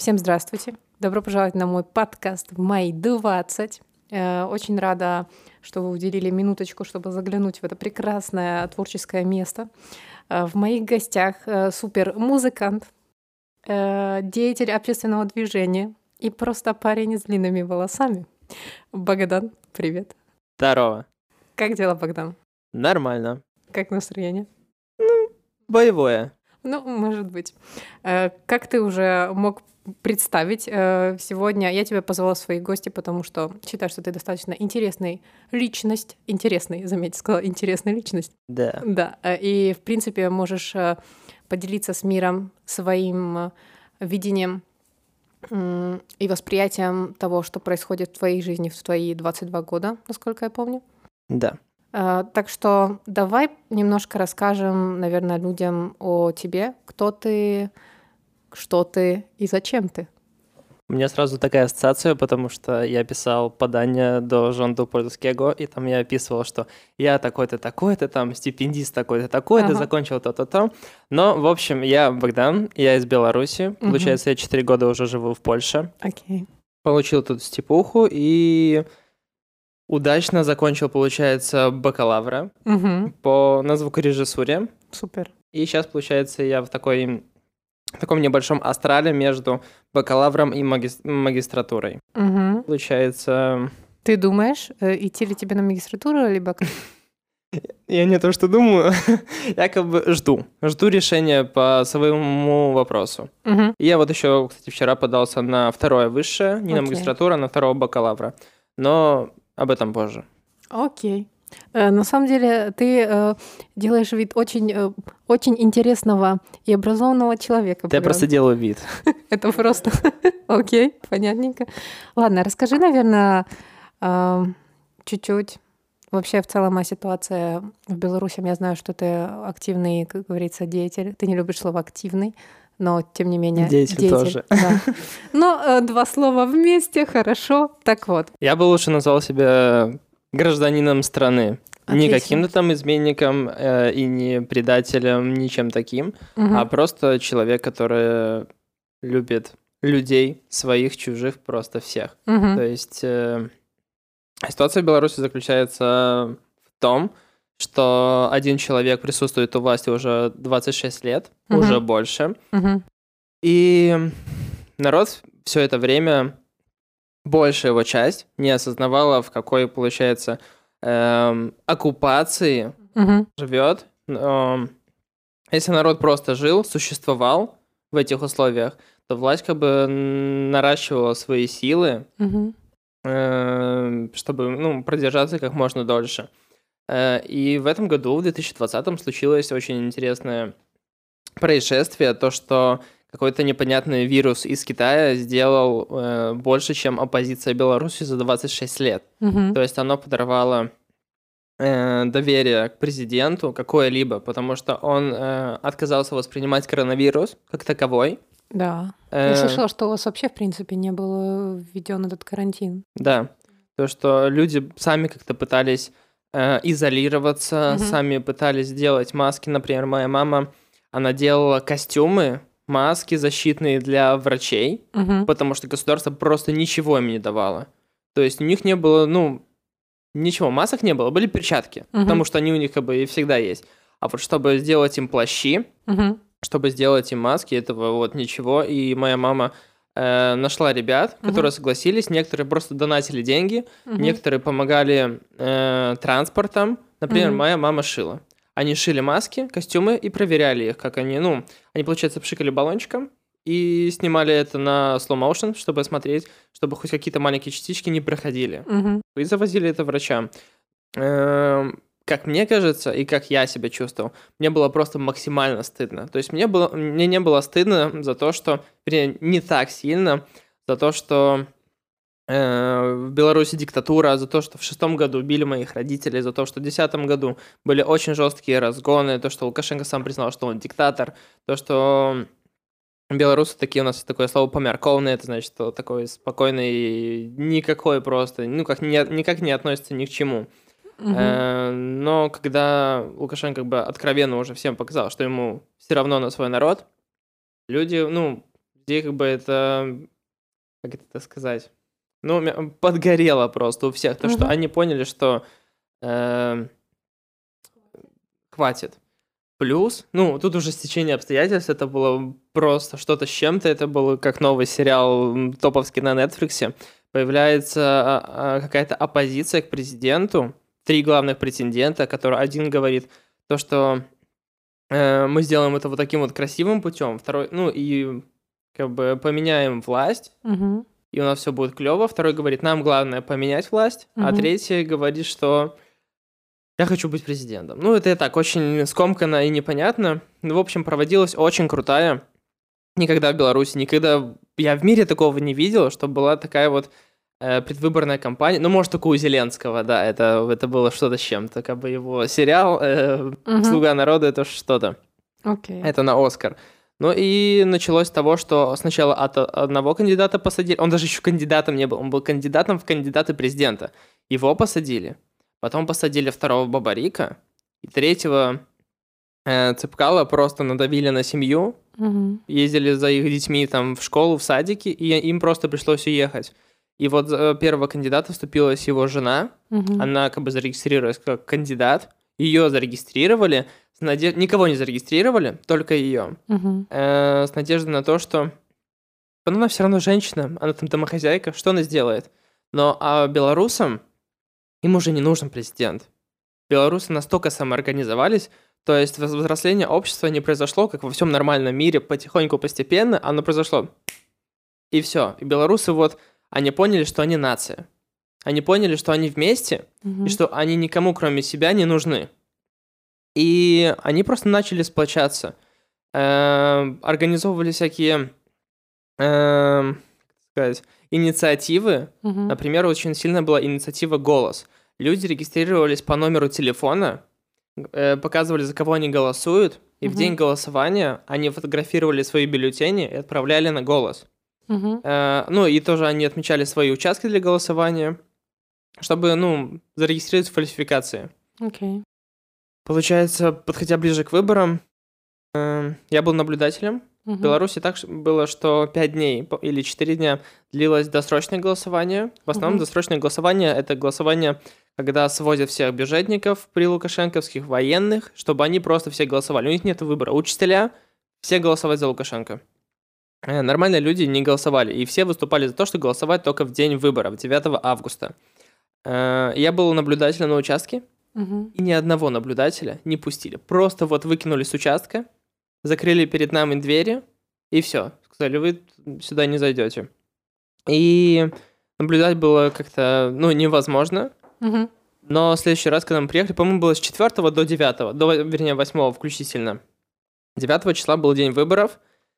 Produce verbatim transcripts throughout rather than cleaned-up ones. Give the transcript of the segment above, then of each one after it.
Всем здравствуйте. Добро пожаловать на мой подкаст в мои двадцать. Очень рада, что вы уделили минуточку, чтобы заглянуть в это прекрасное творческое место. В моих гостях супер музыкант, деятель общественного движения и просто парень с длинными волосами. Богдан, привет. Здорово. Как дела, Богдан? Нормально. Как настроение? Ну, боевое. Ну, может быть. Как ты уже мог представить, сегодня я тебя позвала в свои гости, потому что считаю, что ты достаточно интересная личность. Интересный, заметьте, сказала, интересная личность. Да. Да, и, в принципе, можешь поделиться с миром своим видением и восприятием того, что происходит в твоей жизни в твои двадцать два года, насколько я помню. Да. Так что давай немножко расскажем, наверное, людям о тебе, кто ты, что ты и зачем ты. У меня сразу такая ассоциация, потому что я писал подание до Жонду Польского, и там я описывал, что я такой-то, такой-то, там стипендист такой-то, такой-то, ага. закончил то-то-то. Но, в общем, я Богдан, я из Беларуси. Угу. Получается, я четыре года уже живу в Польше. Окей. Получил тут стипуху и удачно закончил, получается, бакалавра угу. по, на звукорежиссуре. Супер. И сейчас, получается, я в такой... в таком небольшом астрале между бакалавром и маги... магистратурой. Угу. Получается... Ты думаешь, идти ли тебе на магистратуру или бакалавр? Я не то что думаю, я как бы жду. Жду решения по своему вопросу. Угу. И я вот еще, кстати, вчера подался на второе высшее, не Окей. на магистратуру, а на второго бакалавра. Но об этом позже. Окей. На самом деле ты э, делаешь вид очень, э, очень интересного и образованного человека. Я просто делаю вид. Это просто... Окей, понятненько. Ладно, расскажи, наверное, э, чуть-чуть вообще в целом о ситуации в Беларуси. Я знаю, что ты активный, как говорится, деятель. Ты не любишь слово «активный», но тем не менее... Деятель, деятель. тоже. Да. Но э, два слова вместе, хорошо. Так вот. Я бы лучше назвал себя... гражданином страны. Отлично. Не каким-то там изменником э, и не предателем, ничем таким, угу. а просто человек, который любит людей, своих, чужих, просто всех. Угу. То есть э, ситуация в Беларуси заключается в том, что один человек присутствует у власти уже двадцать шесть лет, угу. уже больше, угу. и народ все это время... большая его часть не осознавала, в какой, получается, эм, оккупации угу. живет. Эм, если народ просто жил, существовал в этих условиях, то власть как бы наращивала свои силы, угу. э, чтобы ну, продержаться как можно дольше. Э, и в этом году, в две тысячи двадцатом, случилось очень интересное происшествие, то, что какой-то непонятный вирус из Китая сделал э, больше, чем оппозиция Беларуси за двадцать шесть лет. Угу. То есть оно подорвало э, доверие к президенту какое-либо, потому что он э, отказался воспринимать коронавирус как таковой. Да. Э, Я слышала, что у вас вообще, в принципе, не был введен этот карантин. Да. То, что люди сами как-то пытались э, изолироваться, угу. сами пытались делать маски. Например, моя мама, она делала костюмы, маски защитные для врачей, угу. потому что государство просто ничего им не давало. То есть у них не было, ну, ничего, масок не было, были перчатки, угу. потому что они у них как бы и всегда есть. А вот чтобы сделать им плащи, угу. чтобы сделать им маски, этого вот ничего. И моя мама э, нашла ребят, которые угу. согласились, некоторые просто донатили деньги, угу. некоторые помогали э, транспортом. Например, угу. моя мама шила. Они шили маски, костюмы и проверяли их, как они, ну, они, получается, пшикали баллончиком и снимали это на slow motion, чтобы смотреть, чтобы хоть какие-то маленькие частички не проходили. Угу. И завозили это врачам. Эм, как мне кажется, и как я себя чувствовал, мне было просто максимально стыдно. То есть мне, было, мне не было стыдно за то, что, вернее, не так сильно, за то, что... в Беларуси диктатура, за то, что в шестом году убили моих родителей, за то, что в десятом году были очень жесткие разгоны, то, что Лукашенко сам признал, что он диктатор, то, что белорусы такие, у нас есть такое слово помярковный, это значит, что такой спокойный, никакой просто, ну, как не, никак не относится ни к чему. Угу. Э, но когда Лукашенко как бы откровенно уже всем показал, что ему все равно на свой народ, люди, ну, Где как бы это, как это сказать, ну, мя- подгорело просто у всех, то, что Мгм. они поняли, что э, хватит. Плюс, ну, тут уже стечение обстоятельств, это было просто что-то с чем-то, это был как новый сериал м, топовский на Netflix. Появляется а, а, какая-то оппозиция к президенту, три главных претендента, который один говорит то, что э, мы сделаем это вот таким вот красивым путем, второй, ну, и как бы поменяем власть, Мгм. и у нас все будет клево. Второй говорит, нам главное поменять власть, а Мгм. третий говорит, что я хочу быть президентом. Ну, это и так очень скомканно и непонятно. Ну, в общем, проводилась очень крутая. Никогда в Беларуси, никогда я в мире такого не видел, что была такая вот э, предвыборная кампания. Ну, может, только у Зеленского, да, это, это было что-то с чем-то. Как бы его сериал э, Мгм. «Слуга народа» — это что-то. Окей. Это на Оскар. Ну и началось с того, что сначала от одного кандидата посадили, он даже еще кандидатом не был, он был кандидатом в кандидаты президента. Его посадили. Потом посадили второго Бабарика, и третьего э, Цыпкала просто надавили на семью, Мгм. ездили за их детьми там в школу, в садики, и им просто пришлось уехать. И вот за первого кандидата вступилась его жена, Мгм. она как бы зарегистрировалась как кандидат, ее зарегистрировали, с наде- никого не зарегистрировали, только ее, Мгм. э, с надеждой на то, что ну, она все равно женщина, она там домохозяйка, что она сделает? Но а белорусам им уже не нужен президент. Белорусы настолько самоорганизовались, то есть воз- взросление общества не произошло, как во всем нормальном мире, потихоньку, постепенно, оно произошло. И все. И белорусы вот, они поняли, что они нация. Они поняли, что они вместе, и Мгм. что они никому, кроме себя, не нужны. И они просто начали сплочаться. Эм, Организовывали всякие эм, как сказать, инициативы. Мгм. Например, очень сильно была инициатива «Голос». Люди регистрировались по номеру телефона, э, показывали, за кого они голосуют, и в день Мгм. голосования они фотографировали свои бюллетени и отправляли на «Голос». Мгм. Э, Ну, и тоже они отмечали свои участки для голосования, чтобы, ну, зарегистрировать фальсификации. Окей. Получается, подходя ближе к выборам, э, я был наблюдателем. В Мгм. Беларуси так ш- было, что пять дней по- или четыре дня длилось досрочное голосование. В основном Мгм. досрочное голосование — это голосование, когда свозят всех бюджетников при лукашенковских, военных, чтобы они просто все голосовали. У них нет выбора. Учителя — все голосовать за Лукашенко. Э, Нормальные люди не голосовали, и все выступали за то, что голосовать только в день выборов, девятого августа. Э, Я был наблюдателем на участке, Мгм. и ни одного наблюдателя не пустили. Просто вот выкинули с участка, закрыли перед нами двери, и все. Сказали, вы сюда не зайдете. И наблюдать было как-то, ну, невозможно. Мгм. Но в следующий раз, когда мы приехали, по-моему, было с четвёртого до девятого, до, вернее, восьмого включительно. девятого числа был день выборов,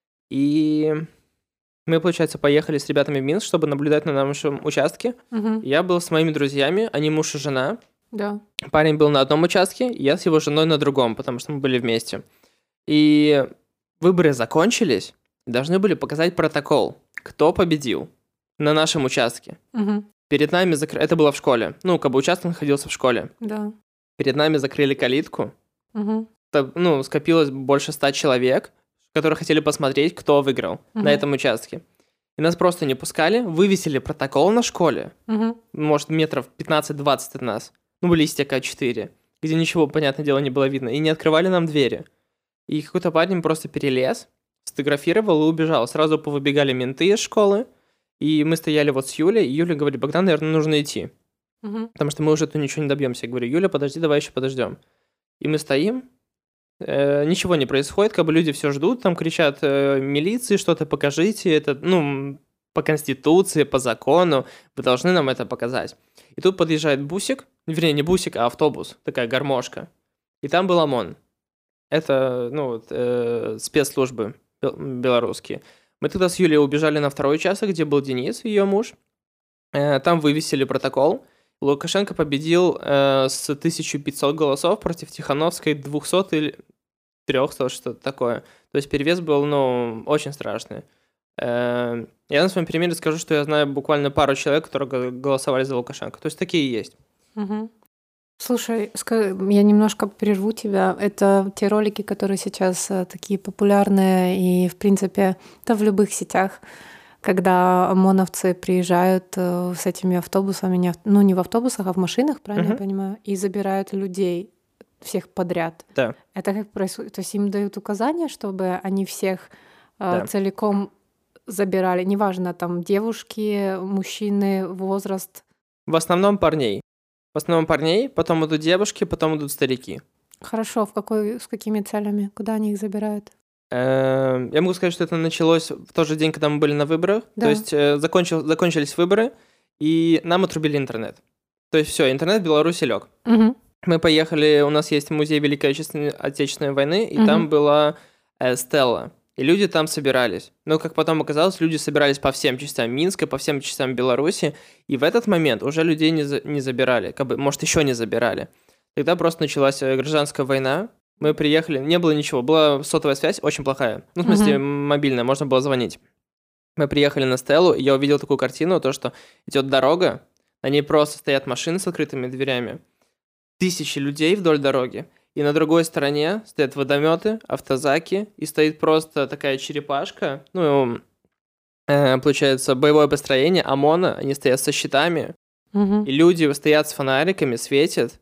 и мы, получается, поехали с ребятами в Минск, чтобы наблюдать на нашем участке. Мгм. Я был с моими друзьями, они муж и жена. Да. Парень был на одном участке, я с его женой на другом, потому что мы были вместе. И выборы закончились, должны были показать протокол, кто победил на нашем участке. Мгм. Перед нами закрыли... Это было в школе. Ну, как бы участок находился в школе. Да. Перед нами закрыли калитку. Мгм. Та- Ну, скопилось больше ста человек, которые хотели посмотреть, кто выиграл Мгм. на этом участке. И нас просто не пускали, вывесили протокол на школе, Мгм. может, метров пятнадцать-двадцать от нас. Ну, были листья четыре, где ничего, понятное дело, не было видно. И не открывали нам двери. И какой-то парень просто перелез, сфотографировал и убежал. Сразу повыбегали менты из школы, и мы стояли вот с Юлей, и Юля говорит, Богдан, наверное, нужно идти, Мгм. потому что мы уже тут ничего не добьемся. Я говорю, Юля, подожди, давай еще подождем. И мы стоим, э, ничего не происходит, как бы люди все ждут, там кричат э, милиции, что-то покажите, это, ну, по конституции, по закону, вы должны нам это показать. И тут подъезжает бусик, вернее, не бусик, а автобус, такая гармошка, и там был ОМОН. Это, ну, вот, э, спецслужбы бел- белорусские. Мы тогда с Юлей убежали на второй участок, где был Денис, ее муж. Э, там вывесили протокол. Лукашенко победил э, с тысяча пятьсот голосов против Тихановской двухсот или трехсот, что-то такое. То есть перевес был, ну, очень страшный. Э, я на своем примере скажу, что я знаю буквально пару человек, которые го- голосовали за Лукашенко. То есть такие есть. Мгм. Слушай, ска- я немножко прерву тебя. Это те ролики, которые сейчас э, такие популярные и, в принципе, это в любых сетях, когда ОМОНовцы приезжают э, с этими автобусами, не ав- ну не в автобусах, а в машинах, правильно я Мгм. понимаю, и забирают людей всех подряд. Да, Это как происходит? То есть им дают указания, чтобы они всех э, да. целиком забирали, неважно, там девушки, мужчины, возраст. В основном парней. В основном парней, потом идут девушки, потом идут старики. Хорошо, в какой, с какими целями? Куда они их забирают? Эм, Я могу сказать, что это началось в тот же день, когда мы были на выборах. То Да. есть э, закончил, закончились выборы, и нам отрубили интернет. То есть все, интернет в Беларуси лег. Мгм. Мы поехали, у нас есть музей Великой Отечественной, Отечественной войны, и Мгм. там была э, стела. И люди там собирались. Но, как потом оказалось, люди собирались по всем частям Минска, по всем частям Беларуси, и в этот момент уже людей не, за- не забирали, как бы, может, еще не забирали. Тогда просто началась э, гражданская война. Мы приехали, не было ничего, была сотовая связь очень плохая. Ну, в смысле, Мгм. мобильная, можно было звонить. Мы приехали на стелу, и я увидел такую картину, то, что идет дорога, на ней просто стоят машины с открытыми дверями, тысячи людей вдоль дороги, и на другой стороне стоят водометы, автозаки, и стоит просто такая черепашка, ну, э, получается, боевое построение ОМОНа, они стоят со щитами, Мгм. и люди стоят с фонариками, светят,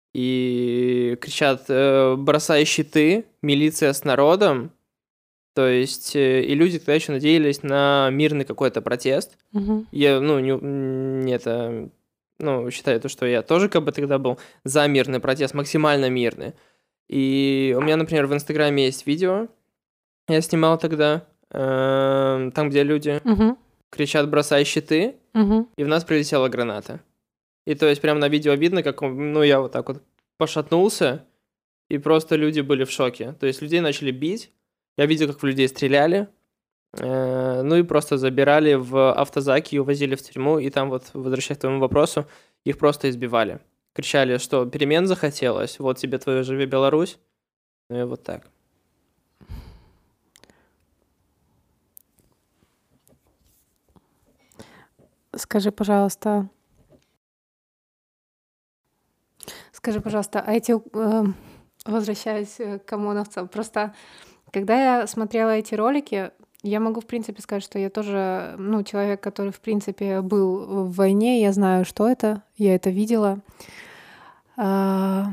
и кричат, э, бросай щиты, милиция с народом, то есть, э, и люди тогда еще надеялись на мирный какой-то протест. Мгм. Я, ну, не, не это, ну, считаю то, что я тоже как бы тогда был за мирный протест, максимально мирный. И у меня, например, в Инстаграме есть видео, я снимал тогда, эм, там, где люди Мгм. кричат «бросай щиты», Мгм. и в нас прилетела граната. И то есть прямо на видео видно, как, он- ну, я вот так вот пошатнулся, и просто люди были в шоке. То есть людей начали бить, я видел, как в людей стреляли, э, ну и просто забирали в автозаки и увозили в тюрьму, и там вот, возвращаясь к твоему вопросу, их просто избивали. Кричали, что перемен захотелось, вот тебе твою «Живи Беларусь», ну и вот так. Скажи, пожалуйста, скажи, пожалуйста, а эти, э, возвращаясь э, к ОМОНовцам, просто когда я смотрела эти ролики, я могу, в принципе, сказать, что я тоже, ну, человек, который, в принципе, был в войне, я знаю, что это, я это видела. А,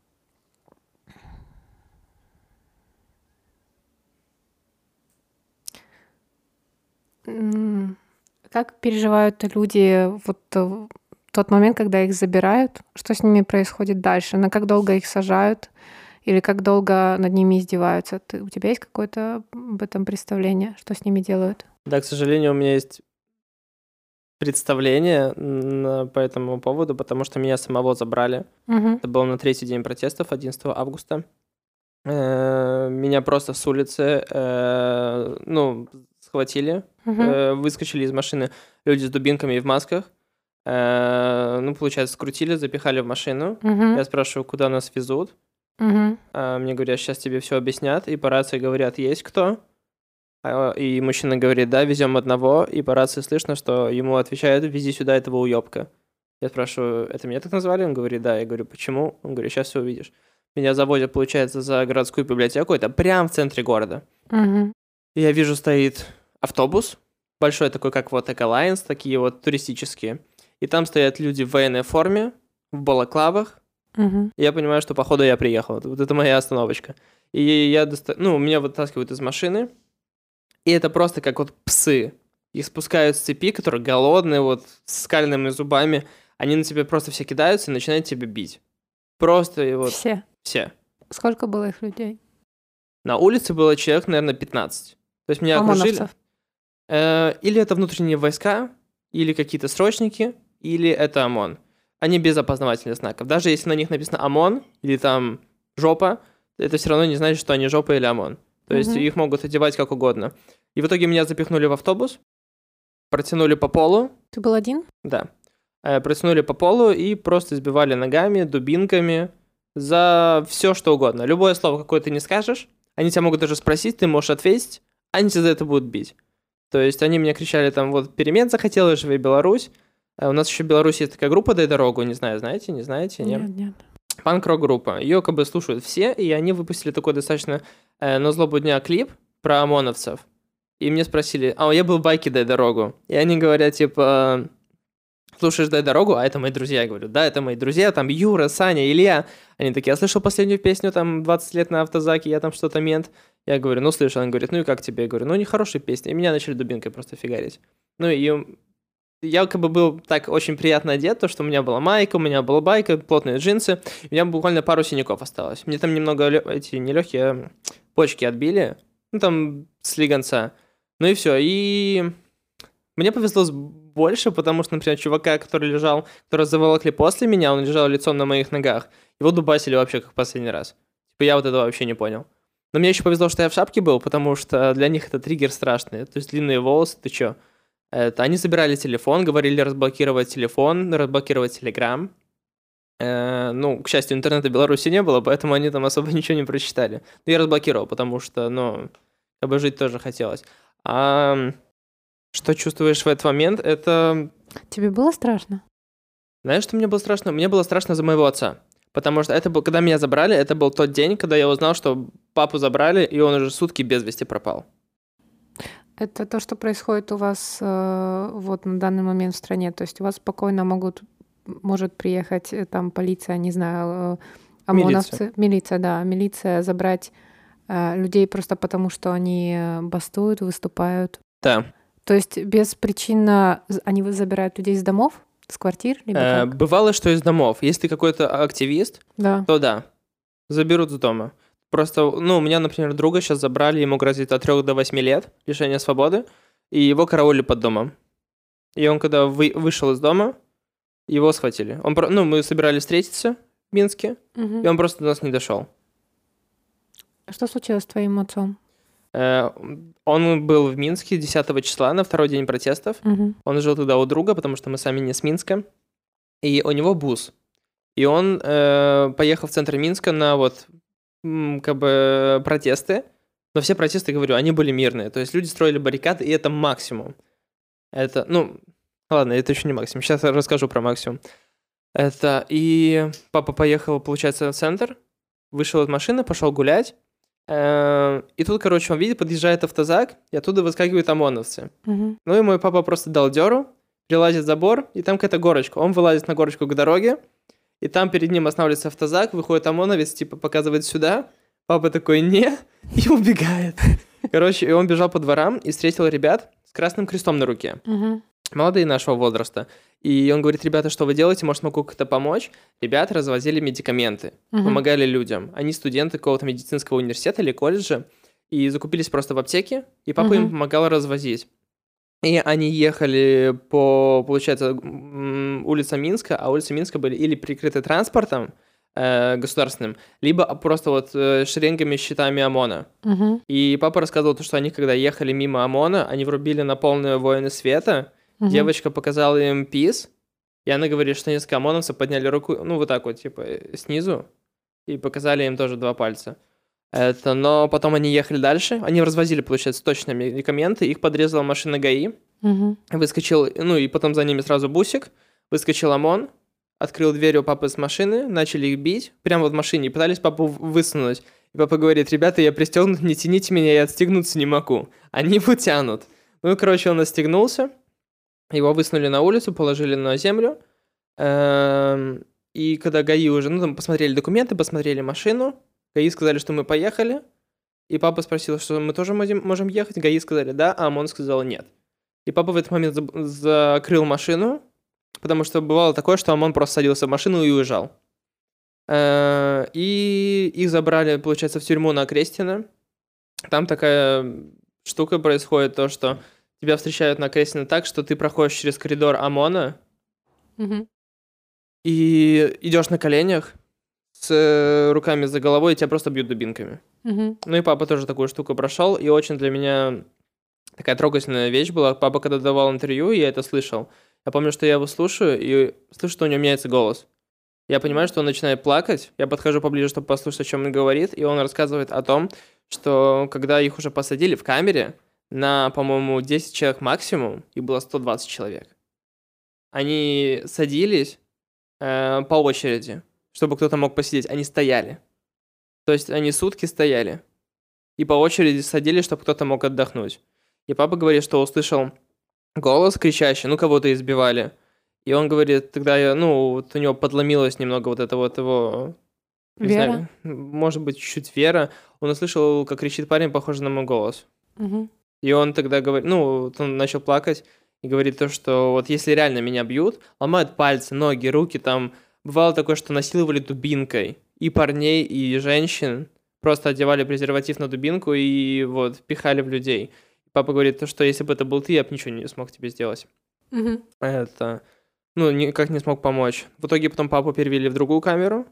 м, Как переживают люди вот э, тот момент, когда их забирают? Что с ними происходит дальше? На как долго их сажают? Или как долго над ними издеваются? Ты, у тебя есть какое-то об этом представление, что с ними делают? Да, к сожалению, у меня есть представление м, по этому поводу, потому что меня самого забрали. Мгм. Это было на третий день протестов, одиннадцатого августа. Э, Меня просто с улицы, э, ну, схватили, Мгм. э, выскочили из машины люди с дубинками и в масках. Э, Ну, получается, скрутили, запихали в машину. Мгм. Я спрашиваю, куда нас везут. Мгм. А мне говорят, сейчас тебе все объяснят. И по рации говорят, есть кто? А, И мужчина говорит, да, везем одного. И по рации слышно, что ему отвечают, вези сюда этого уёбка. Я спрашиваю, это меня так назвали? Он говорит, да. Я говорю, почему? Он говорит, сейчас все увидишь. Меня заводят, получается, за городскую библиотеку. Это прям в центре города. Мгм. И я вижу, стоит автобус. Большой такой, как вот Эколайнс, такие вот туристические. И там стоят люди в военной форме, в балаклавах. Мгм. И я понимаю, что, походу, я приехал. Вот вот это моя остановочка. И я доста... Ну, меня вытаскивают из машины. И это просто как вот псы. Их спускают с цепи, которые голодные, вот, с скальными зубами. Они на тебя просто все кидаются и начинают тебя бить. Просто и вот Все. все. Сколько было их людей? На улице было человек, наверное, пятнадцать. То есть меня окружили. ОМОНовцев. Э, Или это внутренние войска, или какие-то срочники, или это ОМОН. Они без опознавательных знаков. Даже если на них написано ОМОН или там жопа, это все равно не значит, что они жопа или ОМОН. То есть Мгм. их могут одевать как угодно. И в итоге меня запихнули в автобус, протянули по полу, Ты был один? да, э, протянули по полу и просто избивали ногами, дубинками за все что угодно. Любое слово, какое ты не скажешь, они тебя могут даже спросить, ты можешь ответить, они тебя за это будут бить. То есть они мне кричали там, вот перемен захотела, живи Беларусь, Э, У нас еще в Беларуси есть такая группа «Дай дорогу», не знаю, знаете, не знаете, нет? Нет, нет. Панк-рок группа. Ее как бы слушают все, и они выпустили такой достаточно э, на злобу дня клип про ОМОНовцев. И мне спросили, а я был в байке «Дай дорогу». И они говорят, типа, слушаешь «Дай дорогу», а это мои друзья. Я говорю, да, это мои друзья, там Юра, Саня, Илья. Они такие, я слышал последнюю песню, там, двадцать лет на автозаке, я там что-то мент. Я говорю, ну, слышал. Он говорит, ну и как тебе? Я говорю, ну, нехорошая песня. И меня начали дубинкой просто фигарить. Ну, и я как бы был так очень приятно одет, то, что у меня была майка, у меня была байка, плотные джинсы. У меня буквально пару синяков осталось. Мне там немного лё- эти не легкие, а почки отбили. Ну, там, слиганца. Ну и все. И мне повезло с- больше, потому что, например, чувака, который лежал, который заволокли после меня, он лежал лицом на моих ногах. Его дубасили вообще как в последний раз. Типа я вот этого вообще не понял. Но мне еще повезло, что я в шапке был, потому что для них это триггер страшный. То есть длинные волосы, ты чё? Это, они забирали телефон, говорили разблокировать телефон, разблокировать Телеграм. Э, ну, к счастью, интернета в Беларуси не было, поэтому они там особо ничего не прочитали. Но я разблокировал, потому что, ну, как бы жить тоже хотелось. А что чувствуешь в этот момент, это... Тебе было страшно? Знаешь, что мне было страшно? Мне было страшно за моего отца. Потому что это был, когда меня забрали, это был тот день, когда я узнал, что папу забрали, и он уже сутки без вести пропал. Это то, что происходит у вас э, вот на данный момент в стране. То есть у вас спокойно могут, может приехать э, там полиция, не знаю, э, ОМОНовцы, милиция, да, милиция забрать э, людей просто потому, что они э, бастуют, выступают. Да. То есть беспричинно з- они вы- забирают людей из домов, с квартир, либо Э, как? бывало, что из домов. Если ты какой-то активист, Да. то да, заберут с дома. Просто, ну, у меня, например, друга сейчас забрали, ему грозит от трёх до восьми лет лишения свободы, и его караулили под домом. И он, когда вы- вышел из дома, его схватили. Он, про- ну, мы собирались встретиться в Минске, Мгм. и он просто до нас не дошел. Что случилось с твоим отцом? Э, Он был в Минске десятого числа, на второй день протестов. Мгм. Он жил тогда у друга, потому что мы сами не с Минска. И у него бус. И он э, поехал в центр Минска на вот м, как бы протесты. Но все протесты, говорю, они были мирные. То есть люди строили баррикады, и это максимум. Это, ну, ладно, это еще не максимум. Сейчас я расскажу про максимум. Это и папа поехал, получается, в центр, вышел из машины, пошел гулять. Э, И тут, короче, он видит, подъезжает автозак, и оттуда выскакивают ОМОНовцы. Мгм. Ну и мой папа просто дал дёру, перелазит забор, и там какая-то горочка. Он вылазит на горочку к дороге, и там перед ним останавливается автозак, выходит ОМОНовец, типа показывает сюда. Папа такой «не» и убегает. Короче, и он бежал по дворам и встретил ребят с красным крестом на руке. Мгм. Молодые нашего возраста. И он говорит, ребята, что вы делаете, может, могу как-то помочь? Ребята развозили медикаменты, Мгм. помогали людям. Они студенты какого-то медицинского университета или колледжа, и закупились просто в аптеке, и папа им Мгм. помогал развозить. И они ехали по, получается, м, улицам Минска, а улицы Минска были или прикрыты транспортом э, государственным, либо просто вот э, шеренгами, щитами ОМОНа. Мгм. И папа рассказывал, то, что они, когда ехали мимо ОМОНа, они врубили на полные воины света, Мгм. девочка показала им пис, и она говорит, что несколько ОМОНовцев подняли руку, ну, вот так вот, типа, э, снизу, и показали им тоже два пальца. Это, но потом они ехали дальше, они развозили, получается, точно медикаменты, их подрезала машина ГАИ, Мгм. выскочил, ну, и потом за ними сразу бусик, выскочил ОМОН, открыл дверь у папы с машины, начали их бить, прямо вот в машине, и пытались папу в- высунуть. И папа говорит, ребята, я пристегнут, не тяните меня, я отстегнуться не могу. Они его тянут. Ну, короче, он отстегнулся, его высунули на улицу, положили на землю, эм, и когда ГАИ уже, ну, там, посмотрели документы, посмотрели машину, ГАИ сказали, что мы поехали, и папа спросил, что мы тоже можем можем ехать, ГАИ сказали да, а ОМОН сказал нет. И папа в этот момент заб- закрыл машину, потому что бывало такое, что ОМОН просто садился в машину и уезжал. Э, И их забрали, получается, в тюрьму на Крестина. Там такая штука происходит, то, что тебя встречают на Крестина так, что ты проходишь через коридор ОМОНа Мгм. и идешь на коленях с э, руками за головой, и тебя просто бьют дубинками. Мгм. Ну и папа тоже такую штуку прошел, и очень для меня такая трогательная вещь была. Папа, когда давал интервью, я это слышал. Я помню, что я его слушаю, и слышу, что у него меняется голос. Я понимаю, что он начинает плакать. Я подхожу поближе, чтобы послушать, о чем он говорит, и он рассказывает о том, что когда их уже посадили в камере на, по-моему, десять человек максимум, их было сто двадцать человек. они садились э, по очереди, чтобы кто-то мог посидеть. Они стояли. То есть они сутки стояли. И по очереди садились, чтобы кто-то мог отдохнуть. И папа говорит, что услышал голос кричащий, ну, кого-то избивали. И он говорит, тогда, я, ну, вот у него подломилось немного вот это вот его... не Вера? знаю, может быть, чуть-чуть вера. Он услышал, как кричит парень, похожий на мой голос. Мгм. И он тогда говорит, ну, вот он начал плакать и говорит то, что вот если реально меня бьют, ломают пальцы, ноги, руки, там, бывало такое, что насиловали дубинкой и парней, и женщин, просто одевали презерватив на дубинку и вот пихали в людей. Папа говорит то, что если бы это был ты, я бы ничего не смог тебе сделать. Мгм. Это, ну, никак не смог помочь. В итоге потом папу перевели в другую камеру,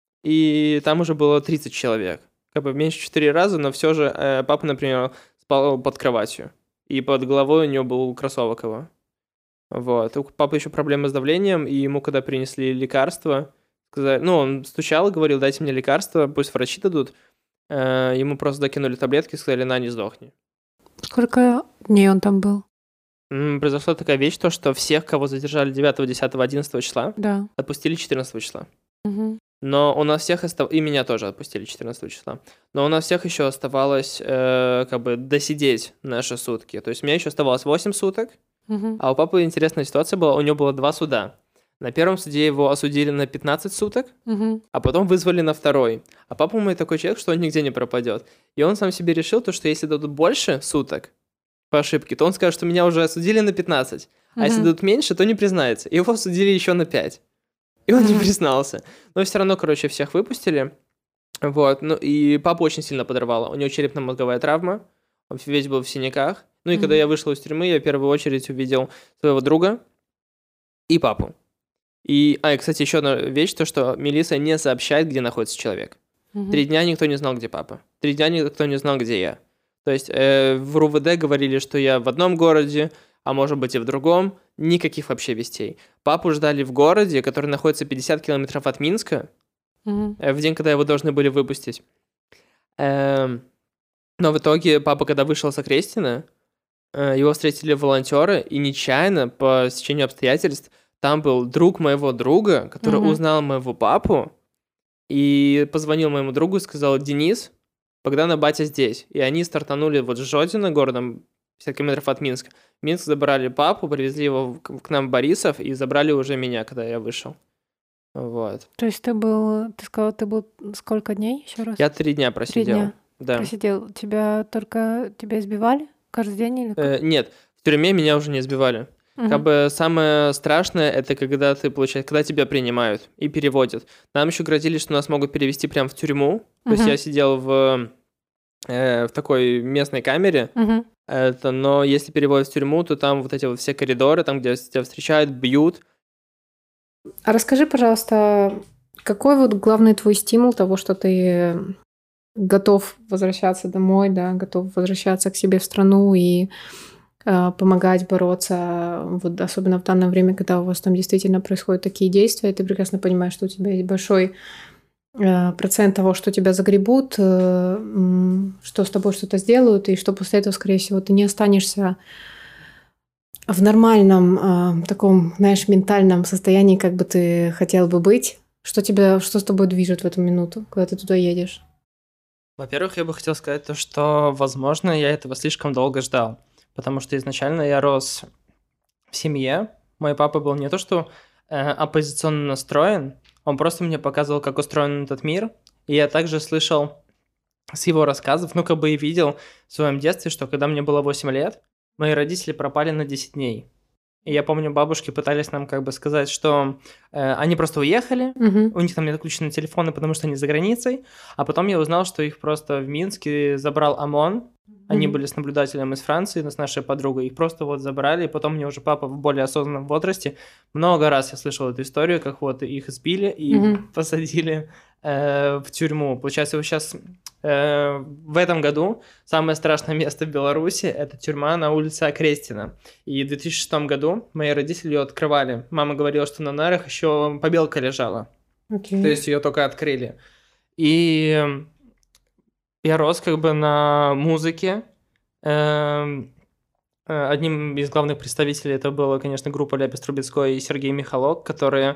и там уже было тридцать человек. Как бы меньше в четыре раза, но все же э, папа, например, спал под кроватью. И под головой у него был кроссовок его. Вот. У папы еще проблемы с давлением, и ему, когда принесли лекарства, сказали, ну, он стучал и говорил, дайте мне лекарства, пусть врачи дадут. Э, ему просто докинули таблетки и сказали, на, не сдохни. Сколько дней он там был? М, Произошла такая вещь, то, что всех, кого задержали девятого, десятого, одиннадцатого числа, Да. отпустили четырнадцатого числа. Мгм. Но у нас всех оставалось... И меня тоже отпустили четырнадцатого числа. Но у нас всех еще оставалось э, как бы досидеть наши сутки. То есть у меня еще оставалось восемь суток, Мгм. а у папы интересная ситуация была. У него было два суда. На первом суде его осудили на пятнадцать суток, Мгм. а потом вызвали на второй. А папа мой такой человек, что он нигде не пропадет. И он сам себе решил, то, что если дадут больше суток по ошибке, то он скажет, что меня уже осудили на пятнадцать. А если Мгм. дадут меньше, то не признается. И его осудили еще на пять. И он не Мгм. признался. Но все равно, короче, всех выпустили. Вот. Ну и папа очень сильно подорвало. У него черепно-мозговая травма. Он весь был в синяках. Ну и когда Мгм. я вышел из тюрьмы, я в первую очередь увидел своего друга и папу. И, а, и, кстати, еще одна вещь, то, что милиция не сообщает, где находится человек. Мгм. Три дня никто не знал, где папа. Три дня никто не знал, где я. То есть э, в РУВД говорили, что я в одном городе, а может быть и в другом. Никаких вообще вестей. Папу ждали в городе, который находится пятьдесят километров от Минска, Мгм. э, в день, когда его должны были выпустить. Эм, но в итоге папа, когда вышел с Окрестина, э, его встретили волонтеры, и нечаянно, по стечению обстоятельств, там был друг моего друга, который Мгм. узнал моего папу, и позвонил моему другу и сказал, Денис, Богдана батя здесь. И они стартанули вот с Жодина, городом пятьдесят километров от Минска. В Минск забрали папу, привезли его в- к нам в Борисов и забрали уже меня, когда я вышел. Вот. То есть ты был, ты сказал, ты был сколько дней еще раз? Я три дня Три просидел. дня Да. просидел. Тебя только тебя избивали каждый день или как? Э, нет, в тюрьме меня уже не избивали. Как Мгм. бы самое страшное, это когда ты, получается, когда тебя принимают и переводят. Нам еще грозили, что нас могут перевести прямо в тюрьму. То есть Мгм. я сидел в, э, в такой местной камере, Мгм. это, но если переводят в тюрьму, то там вот эти вот все коридоры, там, где тебя встречают, бьют. А расскажи, пожалуйста, какой вот главный твой стимул того, что ты готов возвращаться домой, да, готов возвращаться к себе в страну и э, помогать бороться, вот особенно в данное время, когда у вас там действительно происходят такие действия, и ты прекрасно понимаешь, что у тебя есть большой э, процент того, что тебя загребут, э, м, что с тобой что-то сделают, и что после этого, скорее всего, ты не останешься в нормальном э, таком, знаешь, ментальном состоянии, как бы ты хотел бы быть. Что тебя, что с тобой движет в эту минуту, когда ты туда едешь? Во-первых, я бы хотел сказать то, что, возможно, я этого слишком долго ждал. Потому что изначально я рос в семье. Мой папа был не то что э, оппозиционно настроен, он просто мне показывал, как устроен этот мир. И я также слышал с его рассказов, ну как бы и видел в своем детстве, что когда мне было восемь лет, мои родители пропали на десять дней. И я помню, бабушки пытались нам как бы сказать, что э, они просто уехали, Мгм. у них там нет отключены телефоны, потому что они за границей. А потом я узнал, что их просто в Минске забрал ОМОН. Они Мгм. были с наблюдателем из Франции, с нашей подругой. Их просто вот забрали. И потом мне уже папа в более осознанном возрасте. Много раз я слышал эту историю, как вот их избили и Мгм. посадили э, в тюрьму. Получается, вот сейчас э, в этом году самое страшное место в Беларуси – это тюрьма на улице Окрестина. И в две тысячи шестом году мои родители ее открывали. Мама говорила, что на нарах еще побелка лежала. Окей. То есть ее только открыли. И я рос как бы на музыке. Эм, Э, Одним из главных представителей это была, конечно, группа Ляпис Трубецкой и Сергей Михалок, которые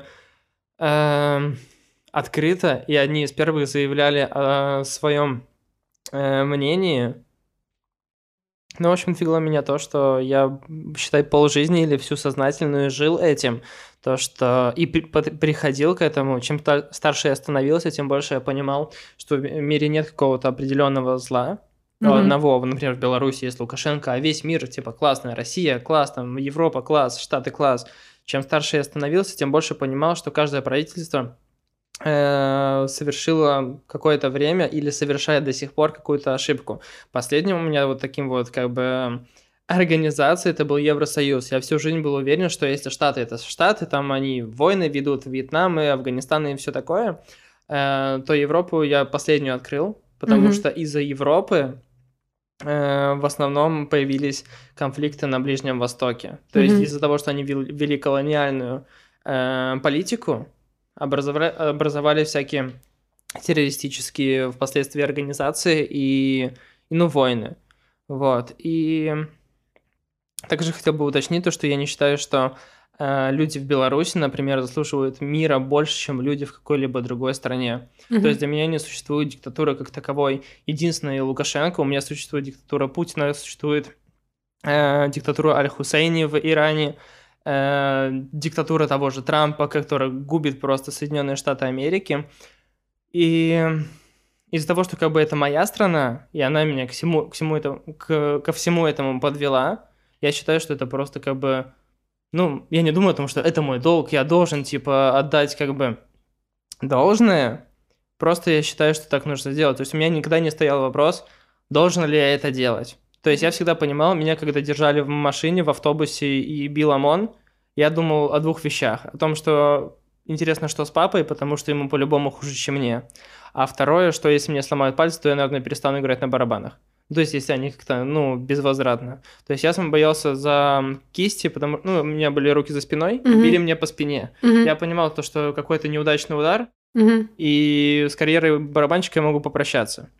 эм, открыто, и одни из первых заявляли о своем э, мнении. Ну, в общем, двигало меня то, что я, м, считай, полжизни или всю сознательную жил этим. То, что и при- под- приходил к этому. Чем та- старше я становился, тем больше я понимал, что в мире нет какого-то определенного зла. Ну, Мгм. одного, например, в Беларуси есть Лукашенко, а весь мир, типа, классная Россия, класс, там, Европа, класс, Штаты, класс. Чем старше я становился, тем больше понимал, что каждое правительство э, совершила какое-то время или совершает до сих пор какую-то ошибку. Последним у меня вот таким вот как бы организацией это был Евросоюз. Я всю жизнь был уверен, что если Штаты это Штаты, там они войны ведут, Вьетнам и Афганистан и все такое, э, то Европу я последнюю открыл, потому Мгм. что из-за Европы э, в основном появились конфликты на Ближнем Востоке. То есть Мгм. из-за того, что они вел- вели колониальную э, политику, образовали, образовали всякие террористические впоследствии организации и, и ну, войны. Вот. И также хотел бы уточнить то, что я не считаю, что э, люди в Беларуси, например, заслуживают мира больше, чем люди в какой-либо другой стране. То есть Мгм. для меня не существует диктатуры как таковой. Единственное Лукашенко, у меня существует диктатура Путина, существует э, диктатура Аль-Хусейни в Иране, э, диктатура того же Трампа, которая губит просто Соединенные Штаты Америки. И из-за того, что как бы это моя страна, и она меня к всему, к всему этому, к, ко всему этому подвела, я считаю, что это просто как бы, ну, я не думаю о том, что это мой долг, я должен, типа, отдать как бы должное, просто я считаю, что так нужно сделать. То есть у меня никогда не стоял вопрос, должен ли я это делать. То есть я всегда понимал, меня когда держали в машине, в автобусе и бил ОМОН, я думал о двух вещах. О том, что интересно, что с папой, потому что ему по-любому хуже, чем мне. А второе, что если мне сломают пальцы, то я, наверное, перестану играть на барабанах. То есть, если они как-то, ну, безвозвратно. То есть, я сам боялся за кисти, потому что, ну, у меня были руки за спиной, и били Мгм. мне по спине. Мгм. Я понимал то, что какой-то неудачный удар, Мгм. и с карьерой барабанщика я могу попрощаться.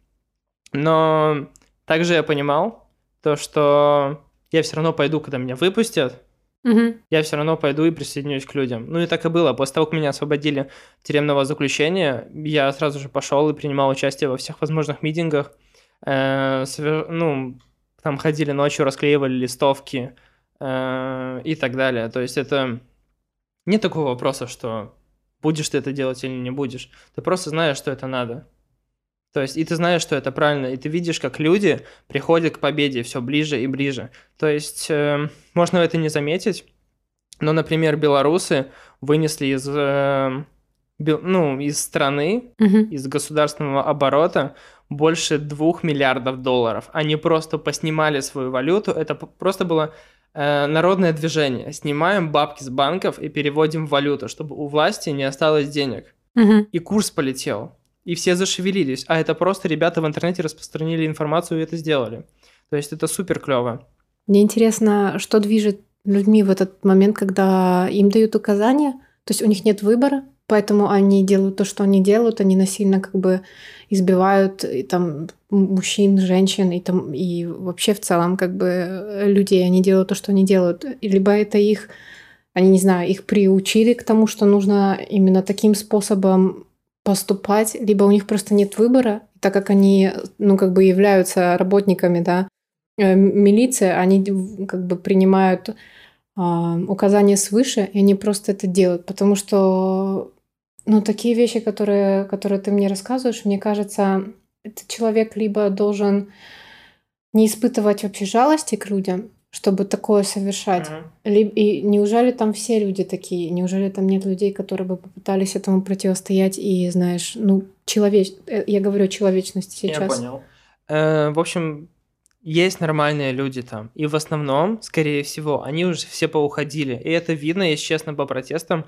Но также я понимал то, что я все равно пойду, когда меня выпустят, Мгм. я все равно пойду и присоединюсь к людям. Ну и так и было. После того, как меня освободили тюремного заключения, я сразу же пошел и принимал участие во всех возможных митингах. Э, совер- Ну, там ходили ночью, расклеивали листовки э, и так далее. То есть это нет такого вопроса, что будешь ты это делать или не будешь. Ты просто знаешь, что это надо. То есть и ты знаешь, что это правильно, и ты видишь, как люди приходят к победе все ближе и ближе. То есть э, можно это не заметить, но, например, белорусы вынесли из, э, бел- ну, из страны, Мгм. из государственного оборота больше двух миллиардов долларов. Они просто поснимали свою валюту. Это п- просто было э, народное движение. Снимаем бабки с банков и переводим в валюту, чтобы у власти не осталось денег. Мгм. И курс полетел. И все зашевелились. А это просто ребята в интернете распространили информацию и это сделали. То есть это супер клево. Мне интересно, что движет людьми в этот момент, когда им дают указания. То есть у них нет выбора, поэтому они делают то, что они делают. Они насильно как бы избивают и, там, м- мужчин, женщин и, там, и вообще в целом как бы э, людей. Они делают то, что они делают. И либо это их, они, не знаю, их приучили к тому, что нужно именно таким способом поступать, либо у них просто нет выбора, так как они, ну, как бы являются работниками, да, э, милиция, они д- как бы принимают а, указания свыше, и они просто это делают, потому что, ну, такие вещи, которые, которые ты мне рассказываешь, мне кажется, этот человек либо должен не испытывать вообще жалости к людям, чтобы такое совершать. Мгм. Ли- И неужели там все люди такие? Неужели там нет людей, которые бы попытались этому противостоять и, знаешь, ну, человеч... э, я говорю о человечности Я сейчас. понял. Э, в общем, есть нормальные люди там. И в основном, скорее всего, они уже все поуходили. И это видно, если честно, по протестам.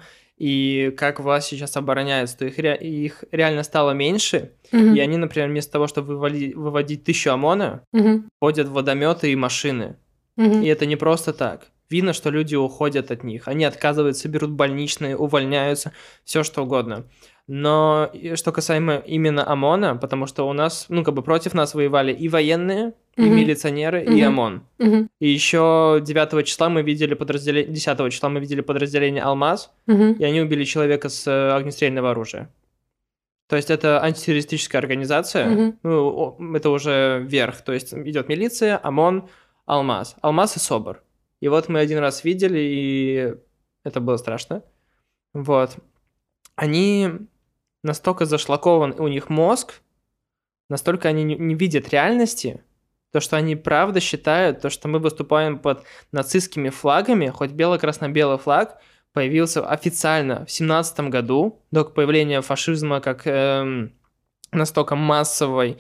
И как власть сейчас обороняется, то их, ре- их реально стало меньше. И Мгм. они, например, вместо того, чтобы вывали- выводить тысячу ОМОНа, Мгм. вводят водометы и машины. И Мгм. это не просто так. Видно, что люди уходят от них. Они отказываются, берут больничные, увольняются, все что угодно. Но что касаемо именно ОМОНа, потому что у нас, ну, как бы против нас воевали и военные, и mm-hmm. милиционеры, mm-hmm. и ОМОН. Mm-hmm. И еще девятого числа мы видели подразделение, десятого числа мы видели подразделение «Алмаз», mm-hmm. и они убили человека с огнестрельного оружия. То есть это антитеррористическая организация, mm-hmm. ну, это уже верх. То есть идет милиция, ОМОН, «Алмаз». «Алмаз» и «Собор». И вот мы один раз видели, и это было страшно. Вот. Они настолько зашлакован у них мозг, настолько они не, не видят реальности, то, что они правда считают, то, что мы выступаем под нацистскими флагами, хоть бело-красно-белый флаг появился официально в семнадцатом году, до появления фашизма как э, настолько массовой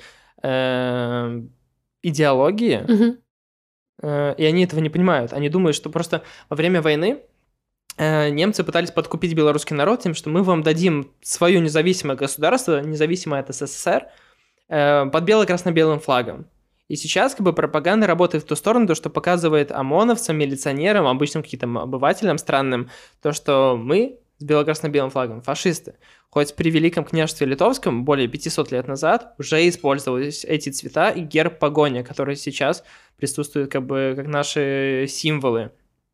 э, идеологии, mm-hmm. э, и они этого не понимают. Они думают, что просто во время войны немцы пытались подкупить белорусский народ тем, что мы вам дадим свое независимое государство, независимое от СССР, под бело-красно-белым флагом. И сейчас как бы пропаганда работает в ту сторону, то, что показывает ОМОНовцам, милиционерам, обычным каким-то обывателям странным, то, что мы с бело-красно-белым флагом фашисты. Хоть при Великом княжестве Литовском более пятьсот лет назад уже использовались эти цвета и герб погоня, который сейчас присутствует как бы как наши символы.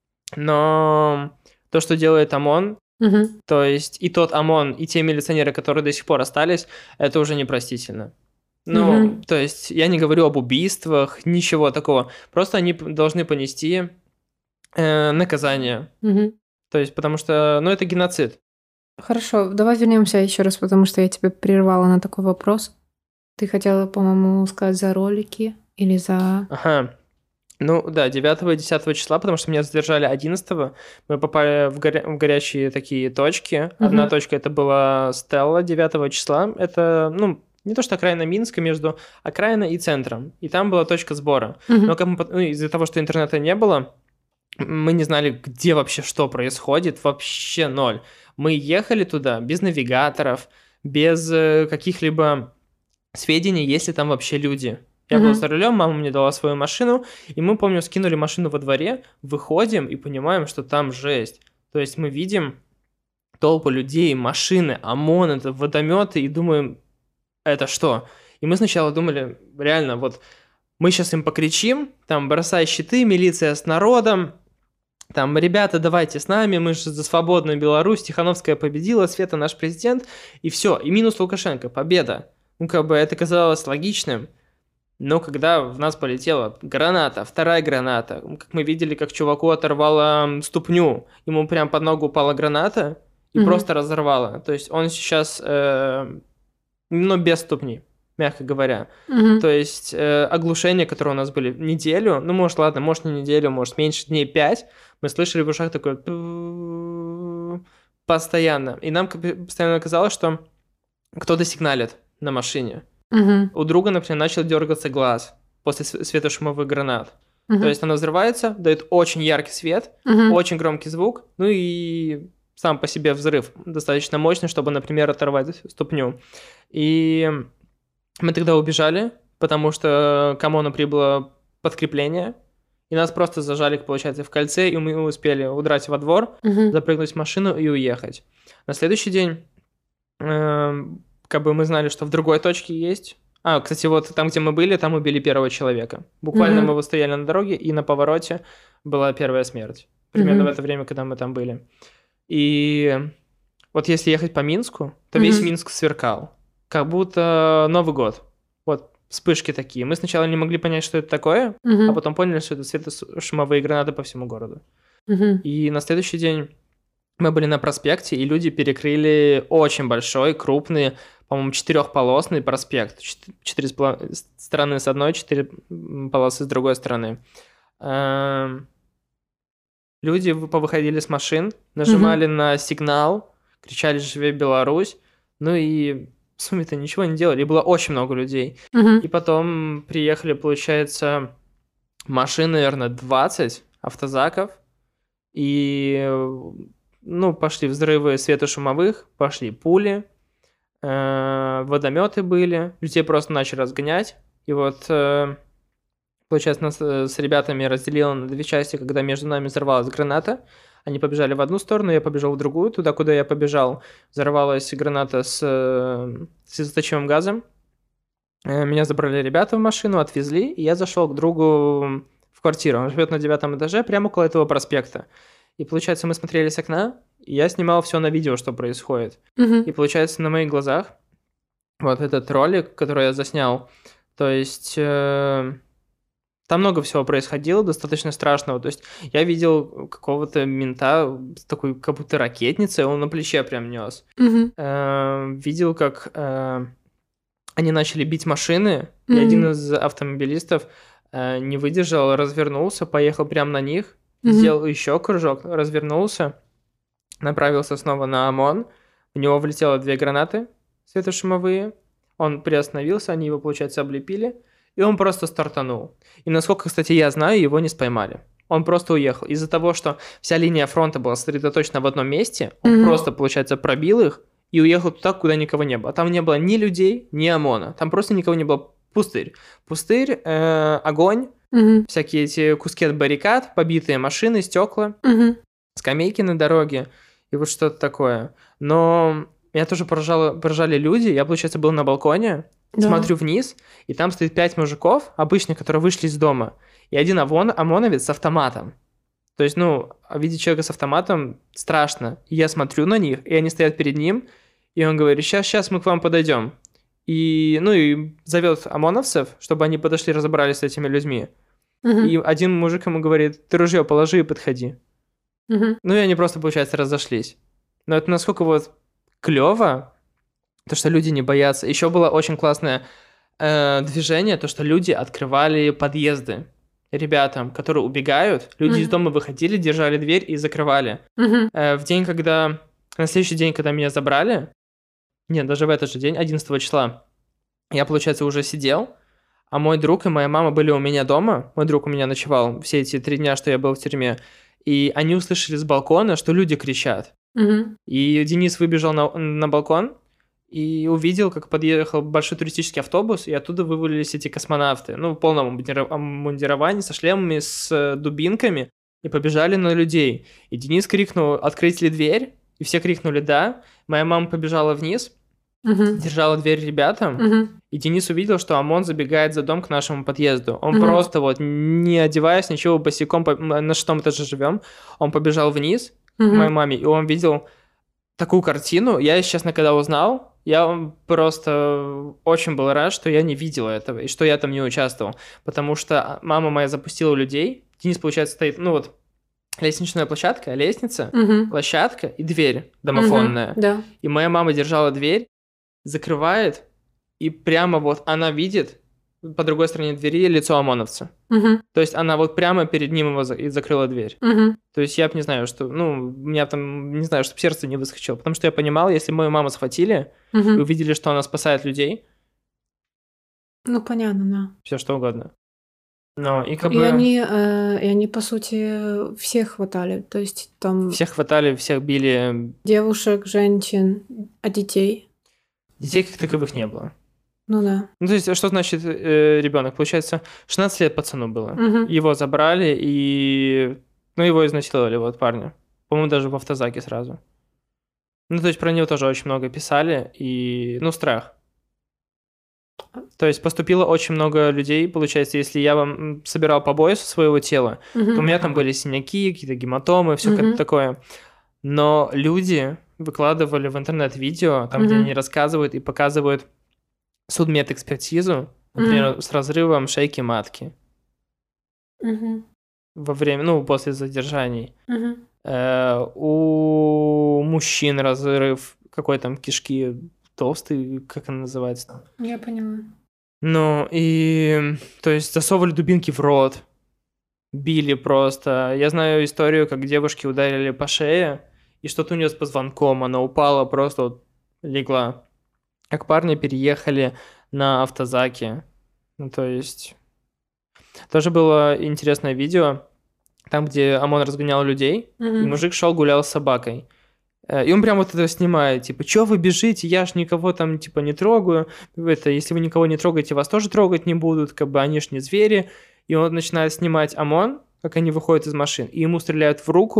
Но то, что делает ОМОН, угу. то есть и тот ОМОН, и те милиционеры, которые до сих пор остались, это уже непростительно. Ну, угу. то есть я не говорю об убийствах, ничего такого. Просто они должны понести э, наказание. Угу. То есть, потому что, ну, это геноцид. Хорошо, давай вернемся еще раз, потому что я тебя прервала на такой вопрос. Ты хотела, по-моему, сказать за ролики или за... Ага. Ну да, девятого и десятого числа, потому что меня задержали одиннадцатого. Мы попали в, горя... в горячие такие точки. Uh-huh. Одна точка это была Стелла девятого числа. Это, ну, не то что окраина Минска, между окраиной и центром. И там была точка сбора. Uh-huh. Но как мы... ну, из-за того, что интернета не было, мы не знали, где вообще что происходит. Вообще ноль. Мы ехали туда без навигаторов, без каких-либо сведений, есть ли там вообще люди. Я был за рулем, мама мне дала свою машину, и мы, помню, скинули машину во дворе, выходим и понимаем, что там жесть. То есть мы видим толпу людей, машины, ОМОН, это водометы, и думаем, это что? И мы сначала думали, реально, вот мы сейчас им покричим, там, бросай щиты, милиция с народом, там, ребята, давайте с нами, мы же за свободную Беларусь, Тихановская победила, Света наш президент, и все, и минус Лукашенко, победа. Ну, как бы это казалось логичным. Но когда в нас полетела граната, вторая граната, как мы видели, как чуваку оторвало ступню, ему прям под ногу упала граната и mm-hmm. просто разорвала. То есть он сейчас, э, ну, без ступни, мягко говоря. Mm-hmm. То есть э, оглушения, которые у нас были неделю, ну, может, ладно, может, не неделю, может, меньше дней пять, мы слышали в ушах такое постоянно. И нам постоянно казалось, что кто-то сигналит на машине. Uh-huh. У друга, например, начал дергаться глаз после светошумовых гранат. Uh-huh. То есть она взрывается, дает очень яркий свет, uh-huh. очень громкий звук, ну и сам по себе взрыв достаточно мощный, чтобы, например, оторвать ступню. И мы тогда убежали, потому что к ОМОНу прибыло подкрепление, и нас просто зажали, получается, в кольце, и мы успели удрать во двор, uh-huh. запрыгнуть в машину и уехать. На следующий день... Э- Как бы мы знали, что в другой точке есть. А, кстати, вот там, где мы были, там убили первого человека. Буквально mm-hmm. мы вот стояли на дороге, и на повороте была первая смерть. Примерно mm-hmm. в это время, когда мы там были. И вот если ехать по Минску, то mm-hmm. весь Минск сверкал. Как будто Новый год. Вот вспышки такие. Мы сначала не могли понять, что это такое, mm-hmm. а потом поняли, что это светошумовые гранаты по всему городу. Mm-hmm. И на следующий день мы были на проспекте, и люди перекрыли очень большой, крупный, по-моему, четырехполосный проспект. Четыре стороны с одной, четыре полосы с другой стороны. Люди повыходили с машин, нажимали mm-hmm. на сигнал, кричали «Живи Беларусь!», ну и в сумме-то ничего не делали, и было очень много людей. Mm-hmm. И потом приехали, получается, машин, наверное, двадцать автозаков, и, ну, пошли взрывы светошумовых, пошли пули, э- водометы были, людей просто начали разгонять, и вот... Э- Получается, нас с ребятами разделило на две части, когда между нами взорвалась граната. Они побежали в одну сторону, я побежал в другую. Туда, куда я побежал, взорвалась граната с слезоточивым газом. Меня забрали ребята в машину, отвезли, и я зашел к другу в квартиру. Он живет на девятом этаже, прямо около этого проспекта. И, получается, мы смотрели с окна, и я снимал все на видео, что происходит. Мгм. И, получается, на моих глазах вот этот ролик, который я заснял, то есть э, там много всего происходило, достаточно страшного. То есть я видел какого-то мента с такой, как будто ракетницей, он на плече прям нес. Мгм. Э, видел, как э, они начали бить машины, и Мгм. один из автомобилистов э, не выдержал, развернулся, поехал прямо на них, Мгм. сделал еще кружок, развернулся, направился снова на ОМОН, в него влетело две гранаты светошумовые, он приостановился, они его, получается, облепили, и он просто стартанул. И насколько, кстати, я знаю, его не споймали. Он просто уехал. Из-за того, что вся линия фронта была сосредоточена в одном месте, он Мгм. просто, получается, пробил их и уехал туда, куда никого не было. Там не было ни людей, ни ОМОНа. Там просто никого не было. Пустырь. Пустырь, э, огонь, Мгм. всякие эти куски от баррикад, побитые машины, стекла, Мгм. скамейки на дороге и вот что-то такое. Но меня тоже поражало, поражали люди. Я, получается, был на балконе, Да. смотрю вниз, и там стоит пять мужиков, обычных, которые вышли из дома, и один ОМОН, ОМОНовец с автоматом. То есть, ну, видеть человека с автоматом страшно. И я смотрю на них, и они стоят перед ним, и он говорит: сейчас, сейчас мы к вам подойдем. И, ну, и зовет ОМОНовцев, чтобы они подошли, разобрались с этими людьми. Мгм. И один мужик ему говорит: ты ружье положи и подходи. Мгм. Ну, и они просто, получается, разошлись. Но это насколько вот клево, то, что люди не боятся. Еще было очень классное э, движение, то, что люди открывали подъезды ребятам, которые убегают. Люди из Мгм. дома выходили, держали дверь и закрывали. Мгм. Э, в день, когда... На следующий день, когда меня забрали, нет, даже в этот же день, одиннадцатого числа, я, получается, уже сидел, а мой друг и моя мама были у меня дома. Мой друг у меня ночевал все эти три дня, что я был в тюрьме. И они услышали с балкона, что люди кричат. Мгм. И Денис выбежал на, на балкон и увидел, как подъехал большой туристический автобус, и оттуда вывалились эти космонавты. Ну, в полном обмундира- обмундировании, со шлемами, с э, дубинками, и побежали на людей. И Денис крикнул: открыть ли дверь? И все крикнули «да». Моя мама побежала вниз, Мгм. держала дверь ребятам, Мгм. и Денис увидел, что ОМОН забегает за дом к нашему подъезду. Он Мгм. просто вот, не одеваясь, ничего, босиком, по- мы на шестом этаже живем, он побежал вниз к Мгм. моей маме, и он видел такую картину. Я, если честно, когда узнал, я просто очень был рад, что я не видел этого, и что я там не участвовал. Потому что мама моя запустила людей, Денис, получается, стоит, ну вот, лестничная площадка, лестница, Мгм. площадка и дверь домофонная. Мгм. Да. И моя мама держала дверь, закрывает, и прямо вот она видит по другой стороне двери лицо ОМОНовца. Мгм. То есть она вот прямо перед ним его за- и закрыла дверь. Мгм. То есть я бы не знаю, что, ну, у меня там, не знаю, чтобы сердце не выскочило. Потому что я понимал, если мою маму схватили и Мгм. увидели, что она спасает людей, Ну, понятно, да. все что угодно. Но и как И бы они, э, и они, по сути, всех хватали. То есть там всех хватали, всех били. девушек, женщин, а детей? Детей как таковых не было. Ну да. Ну, то есть, что значит э, ребенок? Получается, шестнадцать лет пацану было. Мгм. Его забрали и... Ну, его изнасиловали, вот, парня. По-моему, даже в автозаке сразу. Ну, то есть, про него тоже очень много писали, и... Ну, страх. То есть, поступило очень много людей, получается, если я вам м, собирал побои со своего тела, то у Мгм. меня там были синяки, какие-то гематомы, все Мгм. такое. Но люди выкладывали в интернет видео, там, где Мгм. они рассказывают и показывают судмедэкспертизу, например, с разрывом шейки матки Мгм. во время, ну, после задержаний. Мгм. Э, у мужчин разрыв какой там кишки толстый, как она называется? Я поняла. Ну, и, то есть, засовывали дубинки в рот, били просто. Я знаю историю, как девушки ударили по шее, и что-то у нее с позвонком, она упала, просто вот легла. Как парни переехали на автозаке. Ну, то есть... Тоже было интересное видео, там, где ОМОН разгонял людей, и Мгм. мужик шел гулял с собакой. Э, И он прям вот это снимает, типа, чё вы бежите, я ж никого там, типа, не трогаю. Это, если вы никого не трогаете, вас тоже трогать не будут, как бы они ж не звери. И он начинает снимать ОМОН, как они выходят из машин, и ему стреляют в руку,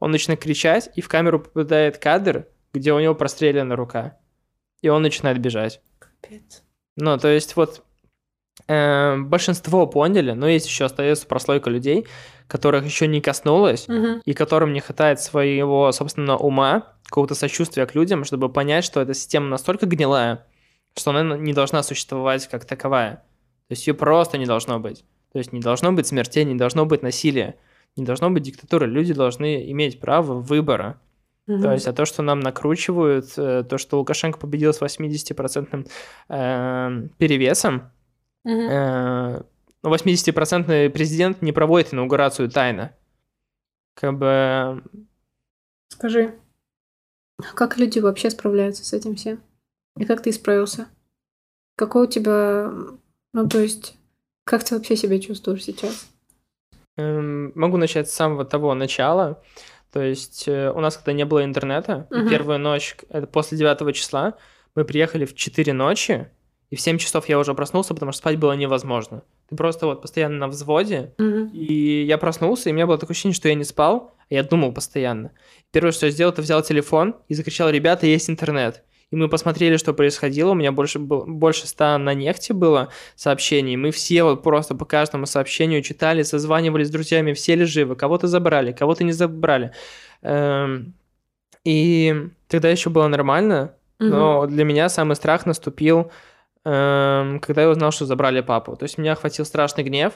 он начинает кричать, и в камеру попадает кадр, где у него прострелена рука. И он начинает бежать. Капец. Ну, то есть вот э, большинство поняли, но есть еще остается прослойка людей, которых еще не коснулось, Угу. и которым не хватает своего собственного ума, какого-то сочувствия к людям, чтобы понять, что эта система настолько гнилая, что она не должна существовать как таковая. То есть ее просто не должно быть. То есть не должно быть смертей, не должно быть насилия, не должно быть диктатуры. Люди должны иметь право выбора. Угу. То есть, а то, что нам накручивают, э, то, что Лукашенко победил с восьмидесятипроцентным э, перевесом, Угу. э, восьмидесятипроцентный президент не проводит инаугурацию тайно. Как бы... Скажи, как люди вообще справляются с этим всем? И как ты справился? Какой у тебя... Ну, то есть, как ты вообще себя чувствуешь сейчас? Эм, могу начать с самого того начала. То есть э, у нас, когда не было интернета, и Мгм. первая ночь, это после девятого числа, мы приехали в четыре ночи, и в семь часов я уже проснулся, потому что спать было невозможно. Ты просто вот постоянно на взводе, Мгм. и я проснулся, и у меня было такое ощущение, что я не спал, а я думал постоянно. Первое, что я сделал, это взял телефон и закричал: «Ребята, есть интернет». И мы посмотрели, что происходило, у меня больше, был, больше ста на нефти было сообщений, мы все вот просто по каждому сообщению читали, созванивались с друзьями, все ли живы, кого-то забрали, кого-то не забрали. Эм, И тогда еще было нормально, но для меня самый страх наступил, эм, когда я узнал, что забрали папу. То есть меня охватил страшный гнев,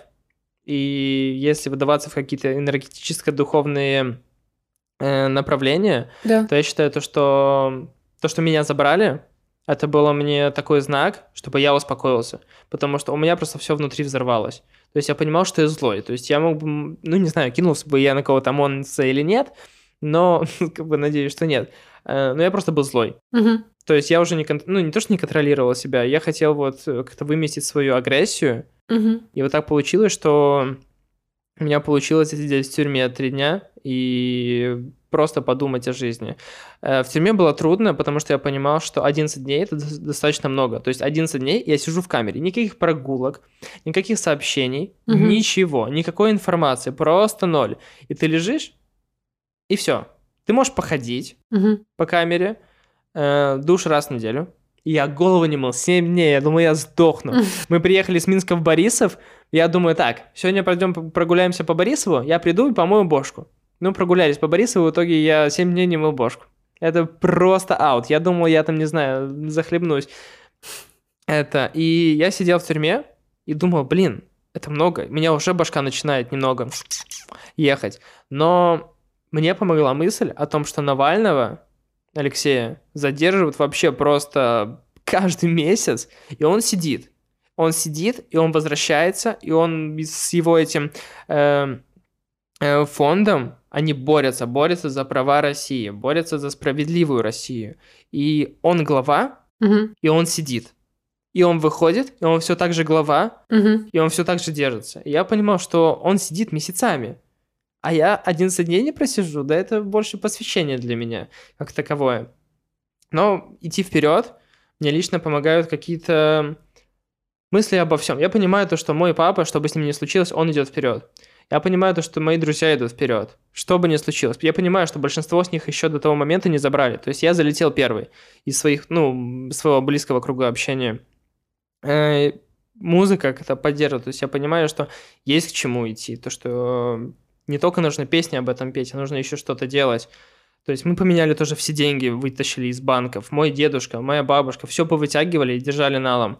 и если выдаваться в какие-то энергетическо-духовные э, направления, Да. то я считаю, то, что то, что меня забрали, это было мне такой знак, чтобы я успокоился, потому что у меня просто все внутри взорвалось. То есть я понимал, что я злой. То есть я мог бы, м, ну не знаю, кинулся бы я на кого-то ОМОНца или нет, но как бы надеюсь, что нет. Э, Но я просто был злой. Мгм. То есть я уже не, кон- ну, не то, что не контролировал себя, я хотел вот э, как-то выместить свою агрессию, Мгм. и вот так получилось, что у меня получилось сидеть в тюрьме три дня и просто подумать о жизни. Э, В тюрьме было трудно, потому что я понимал, что одиннадцать дней – это дос- достаточно много. То есть одиннадцать дней я сижу в камере, никаких прогулок, никаких сообщений, Мгм. ничего, никакой информации, просто ноль. И ты лежишь, и все. Ты можешь походить Мгм. по камере, э, душ раз в неделю. И я голову не мыл семь дней, я думаю, я сдохну. Мы приехали с Минска в Борисов, я думаю, так, сегодня пойдем п- прогуляемся по Борисову, я приду и помою бошку. Ну, прогулялись по Борисову, в итоге я семь дней не мыл бошку. Это просто аут. Я думал, я там, не знаю, захлебнусь. Это, и я сидел в тюрьме и думал, блин, это много. У меня уже башка начинает немного ехать. Но мне помогла мысль о том, что Навального, Алексея, задерживают вообще просто каждый месяц, и он сидит. Он сидит, и он возвращается, и он с его этим э, э, фондом, они борются, борются за права России, борются за справедливую Россию. И он глава, Мгм. и он сидит. И он выходит, и он все так же глава, Мгм. и он все так же держится. И я понимал, что он сидит месяцами, а я одиннадцать дней не просижу, да это больше посвящение для меня, как таковое. Но идти вперед мне лично помогают какие-то мысли обо всем. Я понимаю то, что мой папа, что бы с ним ни случилось, он идет вперед. Я понимаю то, что мои друзья идут вперед. Что бы ни случилось. Я понимаю, что большинство с них еще до того момента не забрали. То есть я залетел первый из своих, ну, своего близкого круга общения. Э, Музыка как-то поддерживает. То есть я понимаю, что есть к чему идти. То, что не только нужно песни об этом петь, а нужно еще что-то делать. То есть мы поменяли тоже все деньги, вытащили из банков. Мой дедушка, моя бабушка, все повытягивали и держали налом.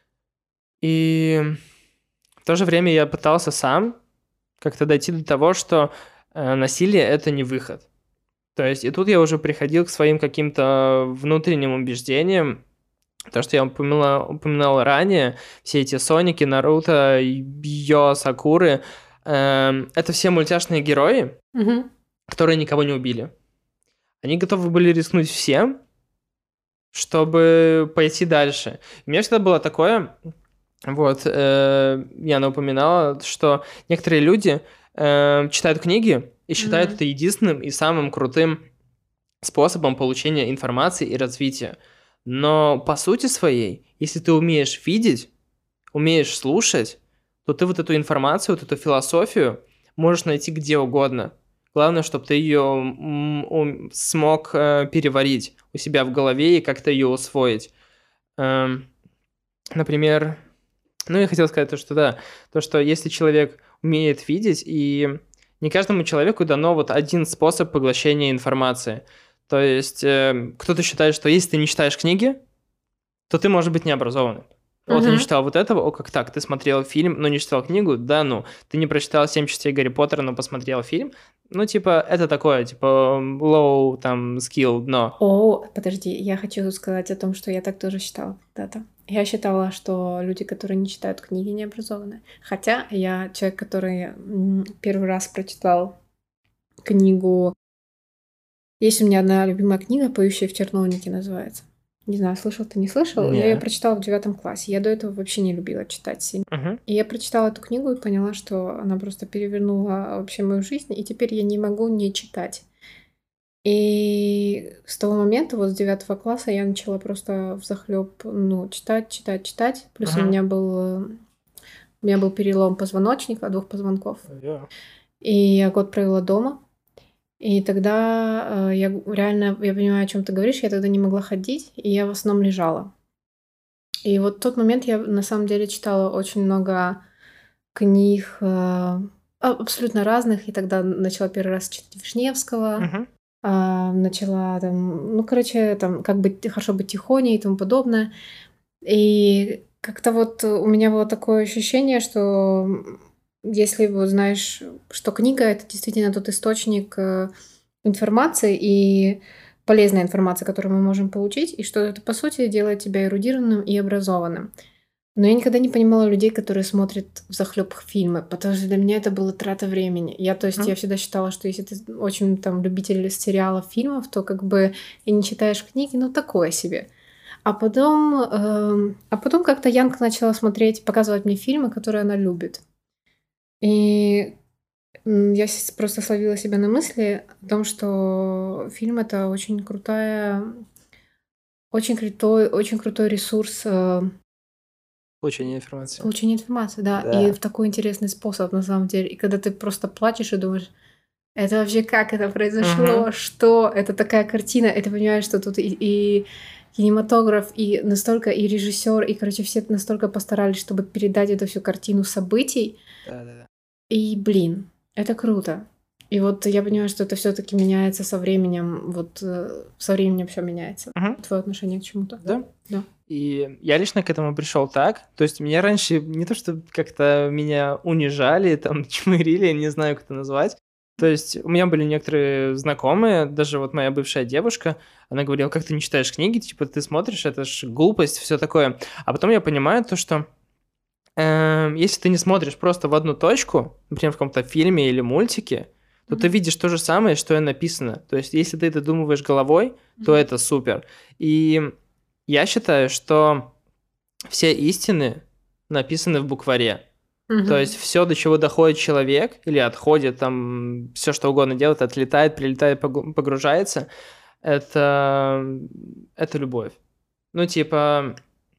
И в то же время я пытался сам как-то дойти до того, что э, насилие – это не выход. То есть и тут я уже приходил к своим каким-то внутренним убеждениям, то, что я упоминал, упоминал ранее, все эти Соники, Наруто, Йо, Сакуры, эм, это все мультяшные герои, Мгм. которые никого не убили. Они готовы были рискнуть всем, чтобы пойти дальше. У меня всегда было такое, вот, э, Яна упоминала, что некоторые люди э, читают книги и считают Мгм. это единственным и самым крутым способом получения информации и развития. Но по сути своей, если ты умеешь видеть, умеешь слушать, то ты вот эту информацию, вот эту философию можешь найти где угодно. Главное, чтобы ты ее смог э, переварить у себя в голове и как-то ее усвоить. Эм, например, ну, я хотел сказать то, что да, то, что если человек умеет видеть, и не каждому человеку дано вот один способ поглощения информации. То есть э, кто-то считает, что если ты не читаешь книги, то ты можешь быть необразованным. Вот ты не Мгм. читал вот этого, о, как так, ты смотрел фильм, но не читал книгу, да ну. Ты не прочитал «Семь частей Гарри Поттера», но посмотрел фильм. Ну, типа, это такое, типа, low, там, skill, но... О, подожди, я хочу сказать о том, что я так тоже считала когда-то. Я считала, что люди, которые не читают книги, не образованы. Хотя я человек, который м, первый раз прочитал книгу. Есть у меня одна любимая книга «Поющие в терновнике» называется. Не знаю, слышал ты, не слышал. Я ее Не. прочитала в девятом классе. Я до этого вообще не любила читать сильно. Мгм. И я прочитала эту книгу и поняла, что она просто перевернула вообще мою жизнь, и теперь я не могу не читать. И с того момента, вот с девятого класса, я начала просто взахлеб, ну, читать, читать, читать. Плюс у Мгм. меня был, э, у меня был перелом позвоночника, двух позвонков. Я. И я год провела дома. И тогда э, я г- реально, я понимаю, о чем ты говоришь, я тогда не могла ходить, и я в основном лежала. И вот в тот момент я на самом деле читала очень много книг э, а- абсолютно разных, и тогда начала первый раз читать Вишневского, Мгм. а, начала там, ну, короче, там, как быть хорошо быть тихоней и тому подобное. И как-то вот у меня было такое ощущение, что м, если вот знаешь, что книга это действительно тот источник э, информации и полезной информации, которую мы можем получить, и что это, по сути, делает тебя эрудированным и образованным. Но я никогда не понимала людей, которые смотрят взахлёб фильмы, потому что для меня это была трата времени. Я, то есть, Мгм. я всегда считала, что если ты очень там любитель сериалов, фильмов, то как бы и не читаешь книги, ну такое себе. А потом, эм, а потом как-то Янка начала смотреть, показывать мне фильмы, которые она любит. И м, я с- просто словила себя на мысли о том, что фильм это очень крутая, очень крутой, очень крутой ресурс э, Получение информации. получения информации, да, и Да. в такой интересный способ на самом деле. И когда ты просто плачешь и думаешь, это вообще как это Мгм. произошло, что это такая картина, и ты понимаешь, что тут и, и кинематограф, и настолько, и режиссер, и, короче, все настолько постарались, чтобы передать эту всю картину событий. Да-да-да. И, блин, это круто. И вот я понимаю, что это все-таки меняется со временем. Вот э, со временем все меняется. Мгм. Твое отношение к чему-то. Да. Да. И я лично к этому пришел так. То есть меня раньше не то, что как-то меня унижали, там, чмырили, не знаю, как это назвать. То есть у меня были некоторые знакомые, даже вот моя бывшая девушка, она говорила, как ты не читаешь книги, типа ты смотришь, это ж глупость, все такое. А потом я понимаю то, что эм, если ты не смотришь просто в одну точку, например, в каком-то фильме или мультике, то ты Мгм. видишь то же самое, что и написано. То есть если ты додумываешь головой, то Мгм. это супер. И я считаю, что все истины написаны в букваре. То есть Мгм. все, до чего доходит человек, или отходит, там, все что угодно делает, отлетает, прилетает, погу- погружается, это, это любовь. Ну, типа,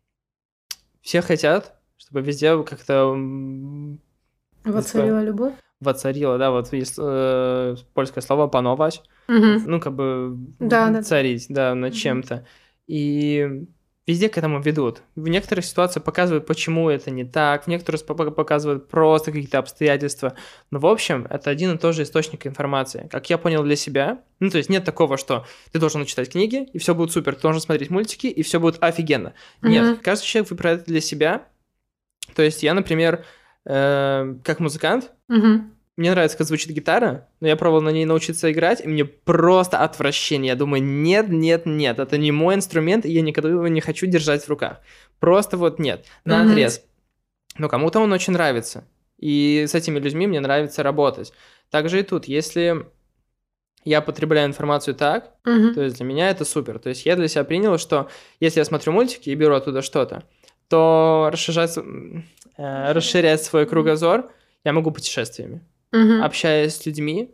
все хотят, чтобы везде как-то м, Воцарила типа, любовь? воцарило, да, вот есть э, польское слово «пановать», Мгм. ну, как бы Да, да, да. царить, да, над Мгм. чем-то. И везде к этому ведут. В некоторых ситуациях показывают, почему это не так, в некоторых спо- показывают просто какие-то обстоятельства. Но, в общем, это один и тот же источник информации. Как я понял для себя, ну, то есть нет такого, что ты должен читать книги, и все будет супер, ты должен смотреть мультики, и все будет офигенно. Нет, Мгм. каждый человек выбирает для себя. То есть я, например, э, как музыкант, Мгм. мне нравится, как звучит гитара, но я пробовал на ней научиться играть, и мне просто отвращение. Я думаю, нет, нет, нет, это не мой инструмент, и я никогда его не хочу держать в руках. Просто вот нет, на Мгм. отрез. Но кому-то он очень нравится, и с этими людьми мне нравится работать. Также и тут, если я потребляю информацию так, то Мгм. есть для меня это супер. То есть я для себя принял, что если я смотрю мультики и беру оттуда что-то, то расширять, м, э, расширять свой Мгм. кругозор я могу путешествиями, Мгм. общаясь с людьми,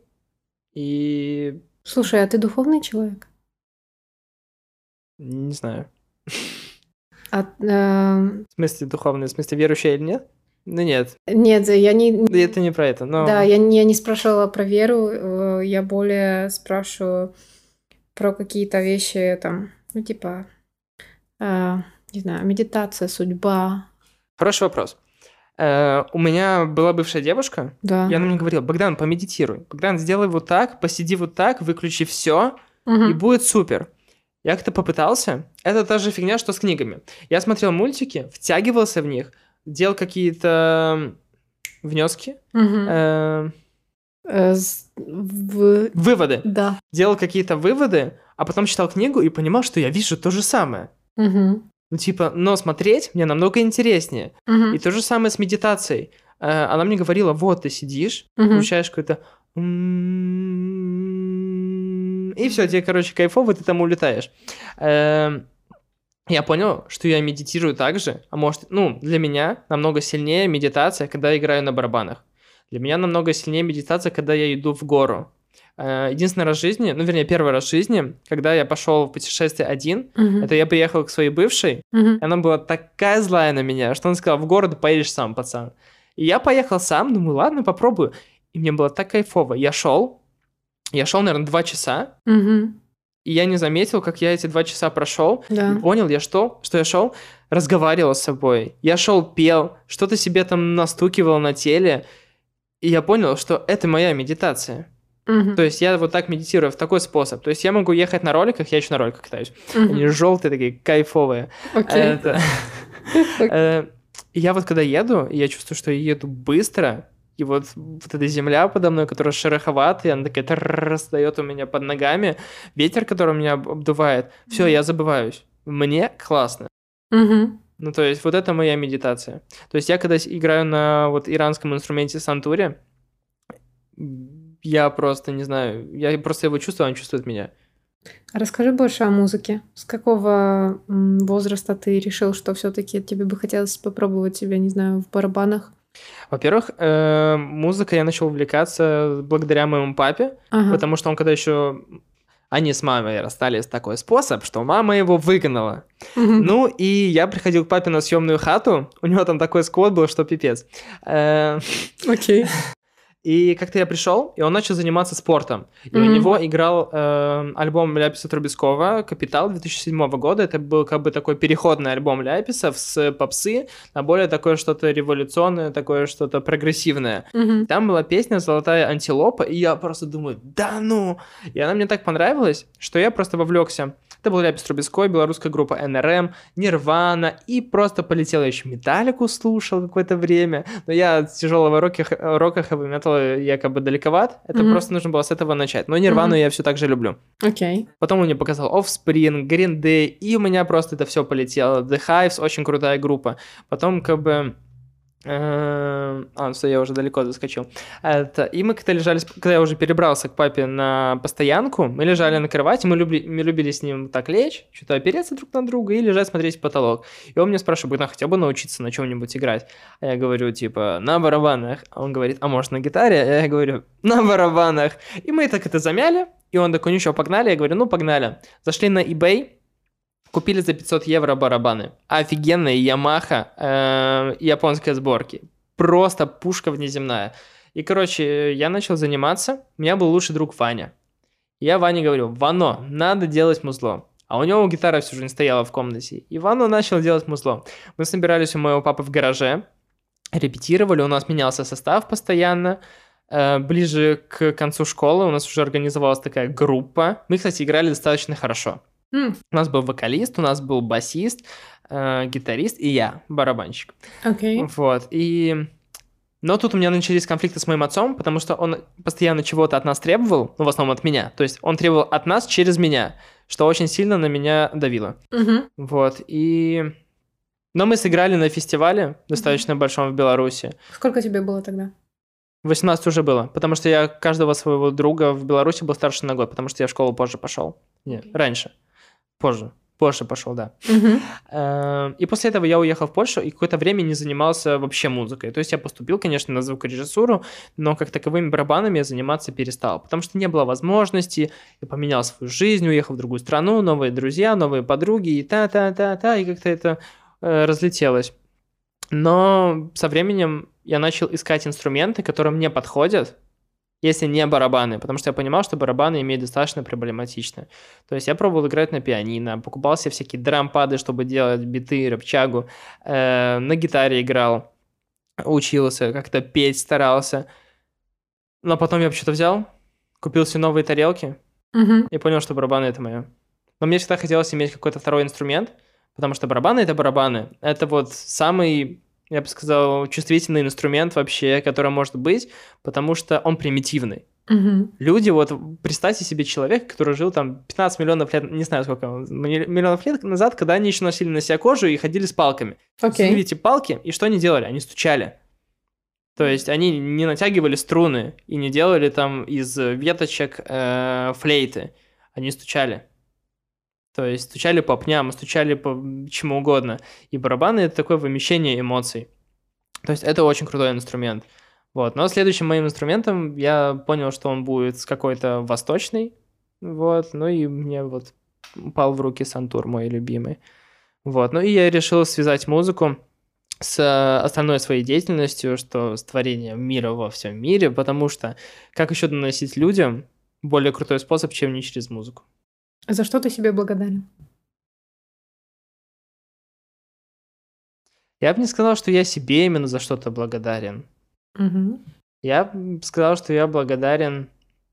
и Слушай, а ты духовный человек? не знаю, А, эм, в смысле духовный, в смысле верующий или нет? Ну нет, Нет, я не... да это не про это, но... Да, я, не- я не спрашивала про веру, э, я более спрашиваю про какие-то вещи там, ну типа, э, не знаю, медитация, судьба. Хороший вопрос. Э, У меня была бывшая девушка, Да. и она мне говорила: Богдан, помедитируй. Богдан, сделай вот так, посиди вот так, выключи все, и Мгм. будет супер. Я как-то попытался. Это та же фигня, что с книгами. Я смотрел мультики, втягивался в них, делал какие-то внески, Мгм. э, Э, с- в- выводы. Да. Делал какие-то выводы, а потом читал книгу и понимал, что я вижу то же самое. Мгм. Ну, типа, но смотреть мне намного интереснее. Мгм. И то же самое с медитацией. Э, Она мне говорила: вот ты сидишь, Мгм. включаешь какой-то... м, И все, тебе, короче, кайфово, ты там улетаешь. Эм, Я понял, что я медитирую так же, а может, ну, для меня намного сильнее медитация, когда я играю на барабанах. Для меня намного сильнее медитация, когда я иду в гору. Э, Единственный раз в жизни, ну, вернее, первый раз в жизни, когда я пошел в путешествие один, Мгм. это я приехал к своей бывшей, Мгм. и она была такая злая на меня, что она сказала: в город поедешь сам, пацан. И я поехал сам, думаю, ладно, попробую. И мне было так кайфово. Я шел, я шел, наверное, два часа, Мгм. и я не заметил, как я эти два часа прошел. Да. И понял я, что, что я шел, разговаривал с собой. Я шел, пел, что-то себе там настукивал на теле. И я понял, что это моя медитация. Мгм. То есть я вот так медитирую, в такой способ. То есть я могу ехать на роликах, я еще на роликах катаюсь. Мгм. Они желтые такие, кайфовые. Окей. Это... Э, и я вот когда еду, и я чувствую, что я еду быстро, и вот, вот эта земля подо мной, которая шероховатая, она такая расстает у меня под ногами, ветер, который меня об- обдувает, все, я забываюсь. Мне классно. Мгм. Ну, то есть вот это моя медитация. То есть я когда с- играю на вот иранском инструменте сантуре, м, я просто не знаю, я просто его чувствую, он чувствует меня. Расскажи больше о музыке. С какого м, возраста ты решил, что все-таки тебе бы хотелось попробовать себя, не знаю, в барабанах? Во-первых, э, музыкой я начал увлекаться благодаря моему папе, Ага. потому что он когда еще... Они с мамой расстались в такой способ, что мама его выгнала. Мгм. Ну, и я приходил к папе на съемную хату, у него там такой сквот был, что пипец. Э, Окей. И как-то я пришел, и он начал заниматься спортом. И у Мгм. него играл э, альбом Ляписа Трубецкого «Капитал» две тысячи седьмого года. Это был как бы такой переходный альбом Ляписов с попсы на более такое что-то революционное, такое что-то прогрессивное. Мгм. Там была песня «Золотая антилопа», и я просто думаю, да ну! И она мне так понравилась, что я просто вовлекся. Это был Ляпис Трубецкой, белорусская группа эн эр эм, Нирвана, и просто полетел. Я еще Металлику слушал какое-то время, но я от тяжелого рока, рока хэви металла якобы далековат, это Мгм. просто нужно было с этого начать. Но Нирвану Мгм. я все так же люблю. Окей. Потом он мне показал Offspring, Green Day, и у меня просто это все полетело. The Hives, очень крутая группа. Потом как бы... э, А, все, я уже далеко заскочил. Это... И мы когда лежали, с- когда я уже перебрался к папе на постоянку, мы лежали на кровати, мы, любли... мы любили с ним так лечь, что-то опереться друг на друга и лежать смотреть в потолок. И он мне спрашивает: Богдан, хотел бы научиться на чем-нибудь играть? А я говорю, типа, на барабанах. А он говорит: а может на гитаре? А я говорю, на барабанах. И мы так это замяли, и он такой: ну что, погнали? Я говорю, ну погнали. Зашли на eBay, купили за пятьсот евро барабаны. Офигенные Yamaha э, японской сборки. Просто пушка внеземная. И, короче, я начал заниматься. У меня был лучший друг Ваня. Я Ване говорю: Вано, надо делать музло. А у него гитара всю жизнь стояла в комнате. И Вано начал делать музло. Мы собирались у моего папы в гараже, репетировали, у нас менялся состав постоянно. Э, Ближе к концу школы у нас уже организовалась такая группа. Мы, кстати, играли достаточно хорошо. М, У нас был вокалист, у нас был басист, э, гитарист и я, барабанщик. Окей. Вот, и... Но тут у меня начались конфликты с моим отцом, потому что он постоянно чего-то от нас требовал, ну, в основном от меня. То есть он требовал от нас через меня, что очень сильно на меня давило. Мгм. Вот, и... Но мы сыграли на фестивале, достаточно большом в Беларуси. Сколько тебе было тогда? восемнадцать уже было, потому что я каждого своего друга в Беларуси был старше на год, потому что я в школу позже пошел. Нет, Окей. раньше. Позже. Позже пошел, да. Мгм. Э, И после этого я уехал в Польшу и какое-то время не занимался вообще музыкой. То есть я поступил, конечно, на звукорежиссуру, но как таковыми барабанами я заниматься перестал, потому что не было возможности. Я поменял свою жизнь, уехал в другую страну, новые друзья, новые подруги, и та-та-та-та, и как-то это э, разлетелось. Но со временем я начал искать инструменты, которые мне подходят, если не барабаны, потому что я понимал, что барабаны имеют достаточно проблематично. То есть я пробовал играть на пианино, покупал себе всякие дрампады, чтобы делать биты, рэпчагу, э, на гитаре играл, учился, как-то петь старался. Но потом я что-то взял, купил себе новые тарелки Мгм. и понял, что барабаны — это мое. Но мне всегда хотелось иметь какой-то второй инструмент, потому что барабаны — это барабаны. Это вот самый, я бы сказал, чувствительный инструмент вообще, который может быть, потому что он примитивный. Мгм. Люди, вот представьте себе человека, который жил там пятнадцать миллионов лет, не знаю сколько, ми- миллионов лет назад, когда они еще носили на себе кожу и ходили с палками. Окей. Смотрите эти палки, и что они делали? Они стучали. То есть они не натягивали струны и не делали там из веточек э, флейты. Они стучали. То есть стучали по пням, стучали по чему угодно. И барабаны — это такое вымещение эмоций. То есть это очень крутой инструмент. Вот. Но следующим моим инструментом я понял, что он будет с какой-то восточный. Вот. Ну и мне вот упал в руки сантур, мой любимый. Вот. Ну и я решил связать музыку с остальной своей деятельностью, что с творением мира во всем мире, потому что как еще доносить людям более крутой способ, чем не через музыку? За что ты себе благодарен? Я бы не сказал, что я себе именно за что-то благодарен. Мгм. Я бы сказал, что я благодарен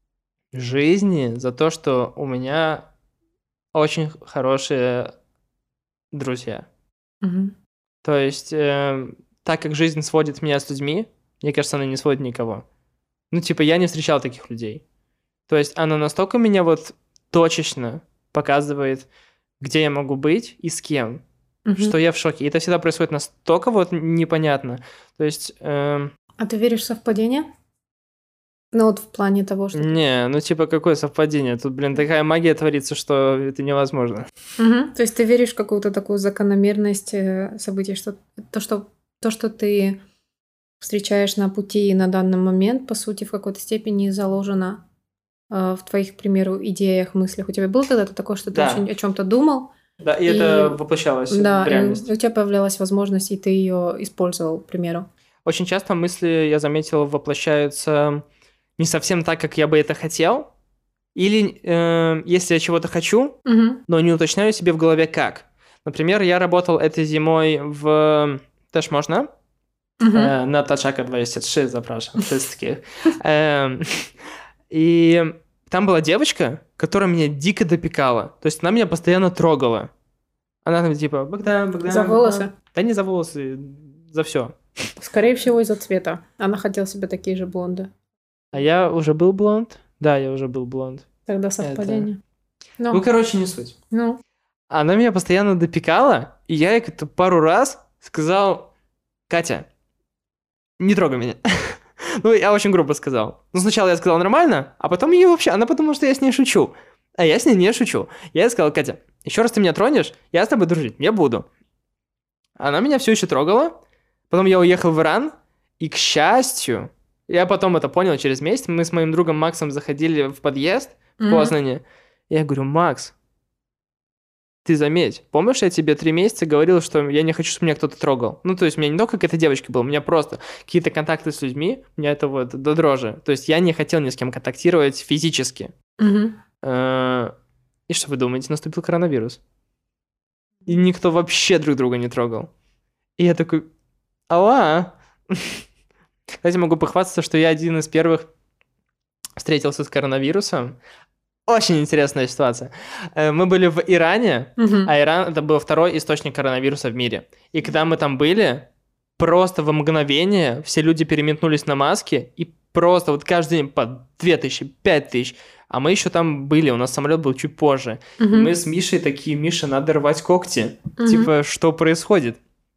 жизни за то, что у меня очень хорошие друзья. Мгм. То есть, э, так как жизнь сводит меня с людьми, мне кажется, она не сводит никого. Ну, типа, я не встречал таких людей. То есть, она настолько меня вот точечно показывает, где я могу быть и с кем, Мгм. что я в шоке. И это всегда происходит настолько вот непонятно. То есть, эм, А ты веришь в совпадение? Ну вот в плане того, что... ты- не, ну типа, какое совпадение? Тут, блин, такая магия творится, что это невозможно. Мгм. То есть ты веришь в какую-то такую закономерность э, событий, что то, что то, что ты встречаешь на пути на данный момент, по сути, в какой-то степени заложено э, в твоих, к примеру, идеях, мыслях. У тебя было когда-то такое, что ты Да. очень о чем-то думал, Да, и, И- это воплощалось да, в и реальность. у тебя появлялась возможность, и ты ее использовал, к примеру. Очень часто мысли, я заметил, воплощаются не совсем так, как я бы это хотел. Или э, если я чего-то хочу, Мгм. но не уточняю себе в голове как. Например, я работал этой зимой в... Też można? Мгм. Э, на Taczaka двадцать шесть, запрашиваю wszystkich. Эм, И там была девочка, которая меня дико допекала. То есть она меня постоянно трогала. Она там типа, Богдан, Богдан, За Богдан». волосы? Да не за волосы, за все. Скорее всего, из-за цвета. Она хотела себе такие же блонды. А я уже был блонд? Да, я уже был блонд. Тогда совпадение. Ну, Ну, короче, не суть. ну. Она меня постоянно допекала, и я ей как-то пару раз сказал, Катя, не трогай меня. Ну, я очень грубо сказал. Ну, сначала я сказал нормально, а потом ее вообще... Она подумала, что я с ней шучу. А я с ней не шучу. Я ей сказал, Катя, еще раз ты меня тронешь, я с тобой дружить не буду. Она меня все еще трогала. Потом я уехал в Иран, и, к счастью, я потом это понял через месяц, мы с моим другом Максом заходили в подъезд в Мгм. Познане. Я говорю, Макс, ты заметь, помнишь, я тебе три месяца говорил, что я не хочу, чтобы меня кто-то трогал? Ну, то есть, у меня не только как эта девочка была, у меня просто какие-то контакты с людьми, у меня это вот до дрожи. То есть, я не хотел ни с кем контактировать физически. Мгм. Э, И что вы думаете, наступил коронавирус? И никто вообще друг друга не трогал. И я такой, алла. Кстати, могу похвастаться, что я один из первых встретился с коронавирусом. Очень интересная ситуация. Э, Мы были в Иране, Мгм. а Иран это был второй источник коронавируса в мире. И когда мы там были, просто во мгновение все люди переметнулись на маски, и просто вот каждый день по две тысячи, пять тысяч. А мы еще там были, у нас самолет был чуть позже. И Мгм. мы с Мишей такие, Миша, надо рвать когти. Мгм. Типа, что происходит?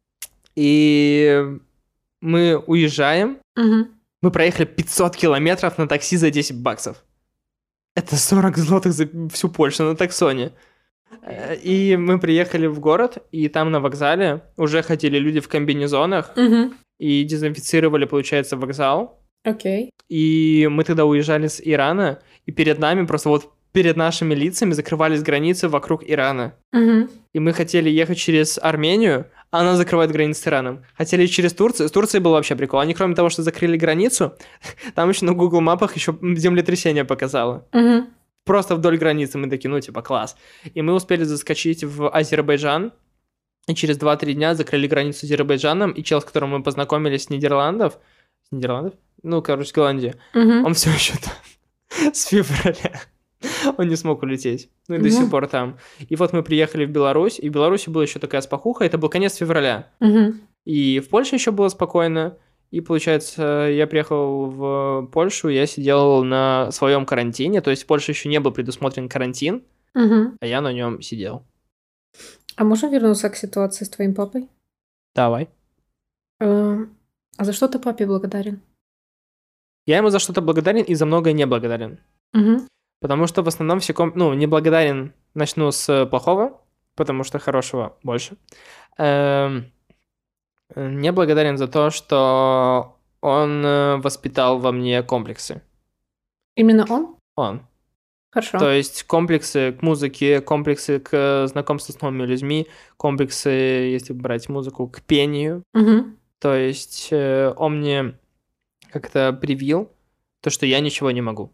И мы уезжаем, Мгм. мы проехали пятьсот километров на такси за десять баксов. Это сорок злотых за всю Польшу на таксоне. Э, И мы приехали в город, и там на вокзале уже ходили люди в комбинезонах Мгм. и дезинфицировали, получается, вокзал. Окей. И мы тогда уезжали с Ирана, и перед нами, просто вот перед нашими лицами закрывались границы вокруг Ирана. Мгм. И мы хотели ехать через Армению, а она закрывает границу с Ираном. Хотели через Турцию. С Турцией был вообще прикол. Они, кроме того, что закрыли границу, там еще на Google мапах еще землетрясение показало. Мгм. Просто вдоль границы. Мы такие, ну, типа, класс. И мы успели заскочить в Азербайджан, и через два-три дня закрыли границу с Азербайджаном, и чел, с которым мы познакомились с Нидерландов, с Нидерландов? Ну, короче, с Голландии, Мгм. он все еще там, с февраля. Он не смог улететь. Ну, и до Мгм. сих пор там. И вот мы приехали в Беларусь, и в Беларуси была еще такая спокуха, это был конец февраля. Мгм. И в Польше еще было спокойно. И, получается, я приехал в Польшу, я сидел на своем карантине, то есть в Польше еще не был предусмотрен карантин, Мгм. а я на нем сидел. А можно вернуться к ситуации с твоим папой? Давай. Э, А за что ты папе благодарен? Я ему за что-то благодарен и за многое не благодарен. Мгм. Потому что в основном все... Ком... Ну, не благодарен, начну с плохого, потому что хорошего больше. Эм, Не благодарен за то, что он э, воспитал во мне комплексы. Именно он? Он. Хорошо. То есть комплексы к музыке, комплексы к знакомству с новыми людьми, комплексы, если брать музыку, к пению. Мгм. То есть э, он мне как-то привил то, что я ничего не могу.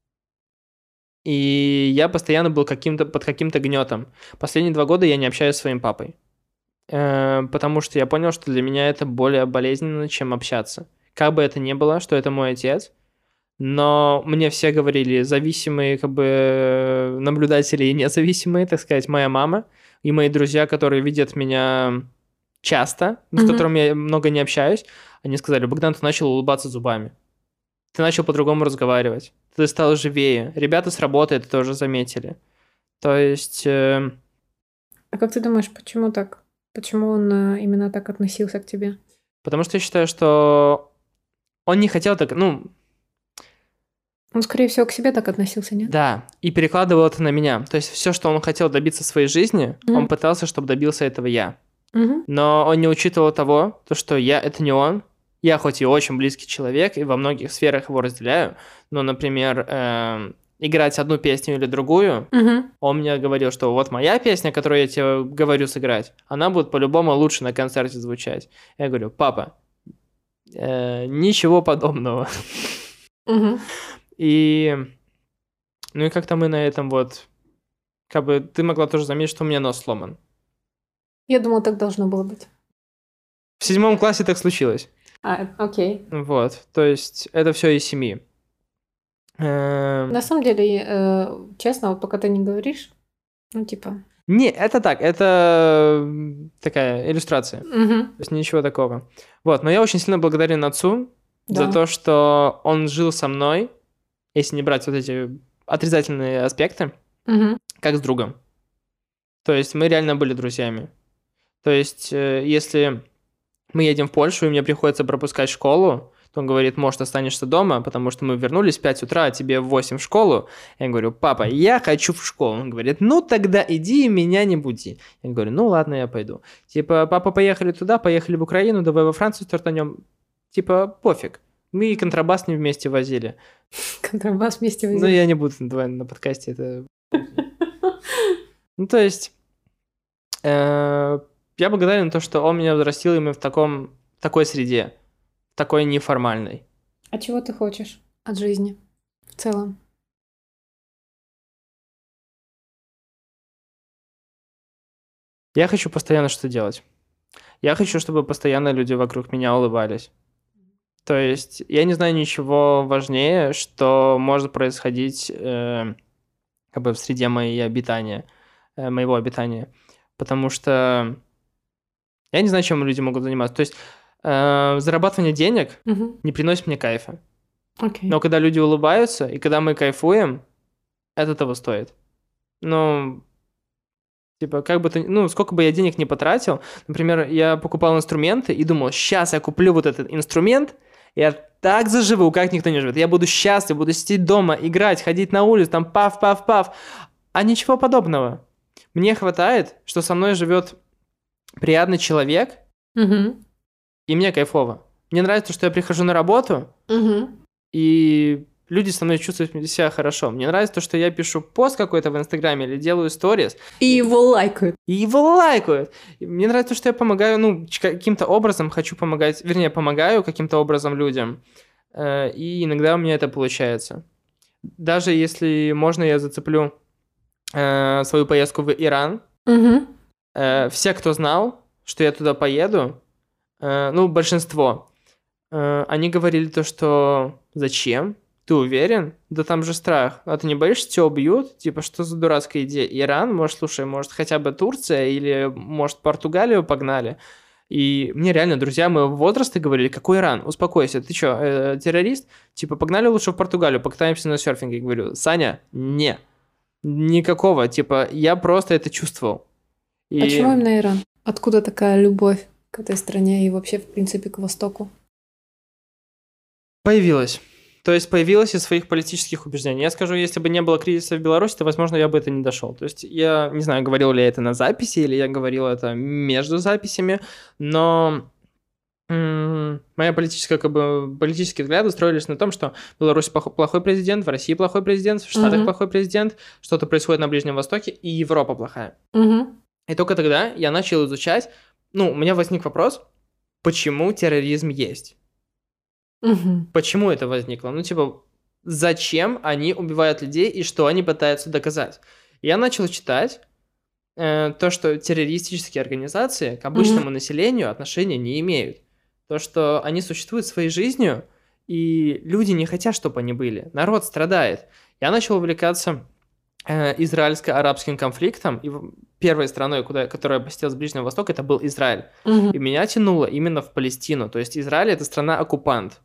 И я постоянно был каким-то, под каким-то гнетом. Последние два года я не общаюсь с своим папой. Э, потому что я понял, что для меня это более болезненно, чем общаться. Как бы это ни было, что это мой отец, но мне все говорили, зависимые как бы наблюдатели и независимые, так сказать, моя мама и мои друзья, которые видят меня часто, с Мгм. которыми я много не общаюсь, они сказали: Богдан, ты начал улыбаться зубами. Ты начал по-другому разговаривать. Ты стал живее. Ребята с работы это тоже заметили. То есть... э, А как ты думаешь, почему так? Почему он э, именно так относился к тебе? Потому что я считаю, что он не хотел так... Ну, Он, скорее всего, к себе так относился, нет? да, и перекладывал это на меня. То есть все, что он хотел добиться в своей жизни, Мгм. он пытался, чтобы добился этого я. Мгм. Но он не учитывал того, то, что я — это не он. Я хоть и очень близкий человек, и во многих сферах его разделяю, но, например, эм, играть одну песню или другую, Мгм. он мне говорил, что вот моя песня, которую я тебе говорю сыграть, она будет по-любому лучше на концерте звучать. Я говорю: папа, э, ничего подобного. Мгм. И, ну и как-то мы на этом вот, как бы ты могла тоже заметить, что у меня нос сломан. Я думала, так должно было быть. В седьмом классе так случилось. А, э, окей. Вот, то есть это все из семьи. Эм, На самом деле, э, честно, вот пока ты не говоришь, ну, типа... Не, это так, это м, такая иллюстрация. Мгм. То есть ничего такого. Вот, но я очень сильно благодарен отцу за Да. то, что он жил со мной, если не брать вот эти отрицательные аспекты, Мгм. как с другом. То есть мы реально были друзьями. То есть э, если мы едем в Польшу, и мне приходится пропускать школу, то он говорит: может, останешься дома, потому что мы вернулись в пять утра, а тебе в восемь в школу. Я говорю: папа, я хочу в школу. Он говорит: ну тогда иди и меня не буди. Я говорю: ну ладно, я пойду. Типа, папа, поехали туда, поехали в Украину, давай во Францию стартанем. Типа, пофиг. Мы и контрабас не вместе возили. Контрабас вместе Ну, возили. я не буду давай на подкасте это... Ну, то есть, э, я благодарен за то, что он меня взрастил именно в таком, в такой среде, в такой неформальной. А чего ты хочешь от жизни в целом? Я хочу постоянно что делать. Я хочу, чтобы постоянно люди вокруг меня улыбались. То есть я не знаю ничего важнее, что может происходить э, как бы в среде моей обитания, э, моего обитания. Потому что я не знаю, чем люди могут заниматься. То есть э, зарабатывание денег Мгм. не приносит мне кайфа. Окей. Но когда люди улыбаются, и когда мы кайфуем, это того стоит. Ну, типа, как бы то, ни- ну, сколько бы я денег не потратил, например, я покупал инструменты и думал: сейчас я куплю вот этот инструмент, я так заживу, как никто не живет. Я буду счастлив, буду сидеть дома, играть, ходить на улицу, там пав-пав-пав. А ничего подобного. Мне хватает, что со мной живет приятный человек, Мгм. и мне кайфово. Мне нравится, что я прихожу на работу, Мгм. и люди со мной чувствуют себя хорошо. Мне нравится то, что я пишу пост какой-то в Инстаграме или делаю сторис. И его лайкают. И его лайкают. И мне нравится то, что я помогаю, ну, каким-то образом хочу помогать, вернее, помогаю каким-то образом людям. И иногда у меня это получается. Даже если можно, я зацеплю э, свою поездку в Иран. Угу. Э, все, кто знал, что я туда поеду, э, ну, большинство, э, они говорили то, что зачем? Ты уверен? Да там же страх. А ты не боишься, тебя убьют? Типа, что за дурацкая идея? Иран? Может, слушай, может, хотя бы Турция или, может, Португалию погнали? И мне реально друзья моего возраста говорили, какой Иран? Успокойся, ты что, э, террорист? Типа, погнали лучше в Португалию, покатаемся на серфинге. Я говорю, Саня, не, никакого. Типа, я просто это чувствовал. И... Почему именно Иран? Откуда такая любовь к этой стране и вообще, в принципе, к Востоку? Появилась. То есть появилась из своих политических убеждений. Я скажу, если бы не было кризиса в Беларуси, то, возможно, я бы это не дошел. То есть я не знаю, говорил ли я это на записи, или я говорил это между записями, но м- моя политическая, как бы, политические взгляды строились на том, что в Беларуси плохой президент, в России плохой президент, в Штатах Мгм. плохой президент, что-то происходит на Ближнем Востоке, и Европа плохая. Угу. И только тогда я начал изучать, ну, у меня возник вопрос, почему терроризм есть? Угу. Почему это возникло? Ну, типа, зачем они убивают людей и что они пытаются доказать? Я начал читать э, то, что террористические организации к обычному Мгм. населению отношения не имеют. То, что они существуют своей жизнью, и люди не хотят, чтобы они были. Народ страдает. Я начал увлекаться э, израильско-арабским конфликтом, и в- первой страной, куда, которую я посетил с Ближнего Востока, это был Израиль. Угу. И меня тянуло именно в Палестину. То есть Израиль – это страна-оккупант.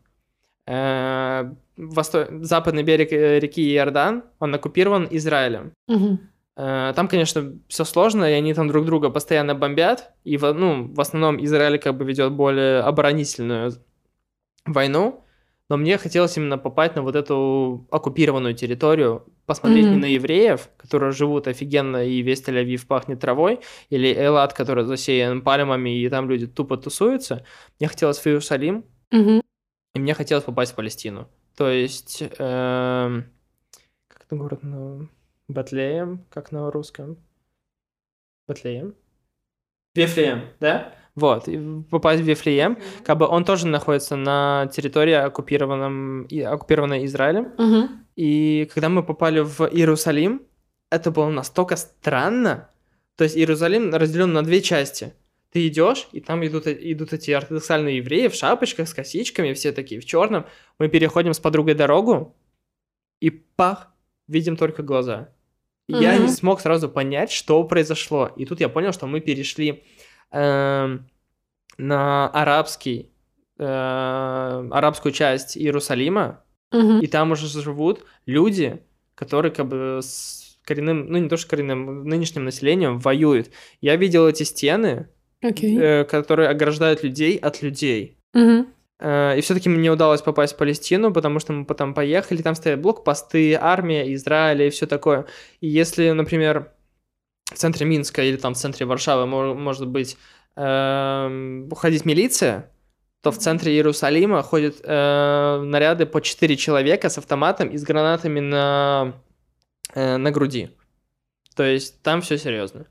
Э, восто- Западный берег э, реки Иордан, он оккупирован Израилем. Угу. Э, Там, конечно, все сложно, и они там друг друга постоянно бомбят. И, в- ну, в основном Израиль как бы ведет более оборонительную войну. Но мне хотелось именно попасть на вот эту оккупированную территорию, посмотреть не Мгм. на евреев, которые живут офигенно, и весь Тель-Авив пахнет травой, или Элат, который засеян пальмами, и там люди тупо тусуются. Мне хотелось в Иерусалим, Угу. и мне хотелось попасть в Палестину. То есть, эм, как это город на Батлеем, как на русском? Батлеем? Вифлеем, да? Вот, и попасть в Вифлеем, как бы он тоже находится на территории, оккупированном, и- оккупированной Израилем. Угу. И когда мы попали в Иерусалим, это было настолько странно. То есть Иерусалим разделен на две части. Ты идешь, и там идут, идут эти ортодоксальные евреи в шапочках с косичками, все такие в черном. Мы переходим с подругой дорогу, и пах, видим только глаза. И Я не Мгм. смог сразу понять, что произошло. И тут я понял, что мы перешли эм, на арабский, э, арабскую часть Иерусалима, Угу. и там уже живут люди, которые как бы с коренным, ну не то что коренным, нынешним населением воюют. Я видел эти стены, Окей. э, которые ограждают людей от людей. Угу. Э, И все-таки мне удалось попасть в Палестину, потому что мы потом поехали, там стоят блокпосты, армия Израиля и все такое. И если, например, в центре Минска или там в центре Варшавы мо- может быть эм, ходить милиция, то в центре Иерусалима ходят э, наряды по четыре человека с автоматом и с гранатами на, э, на груди. То есть там все серьезно.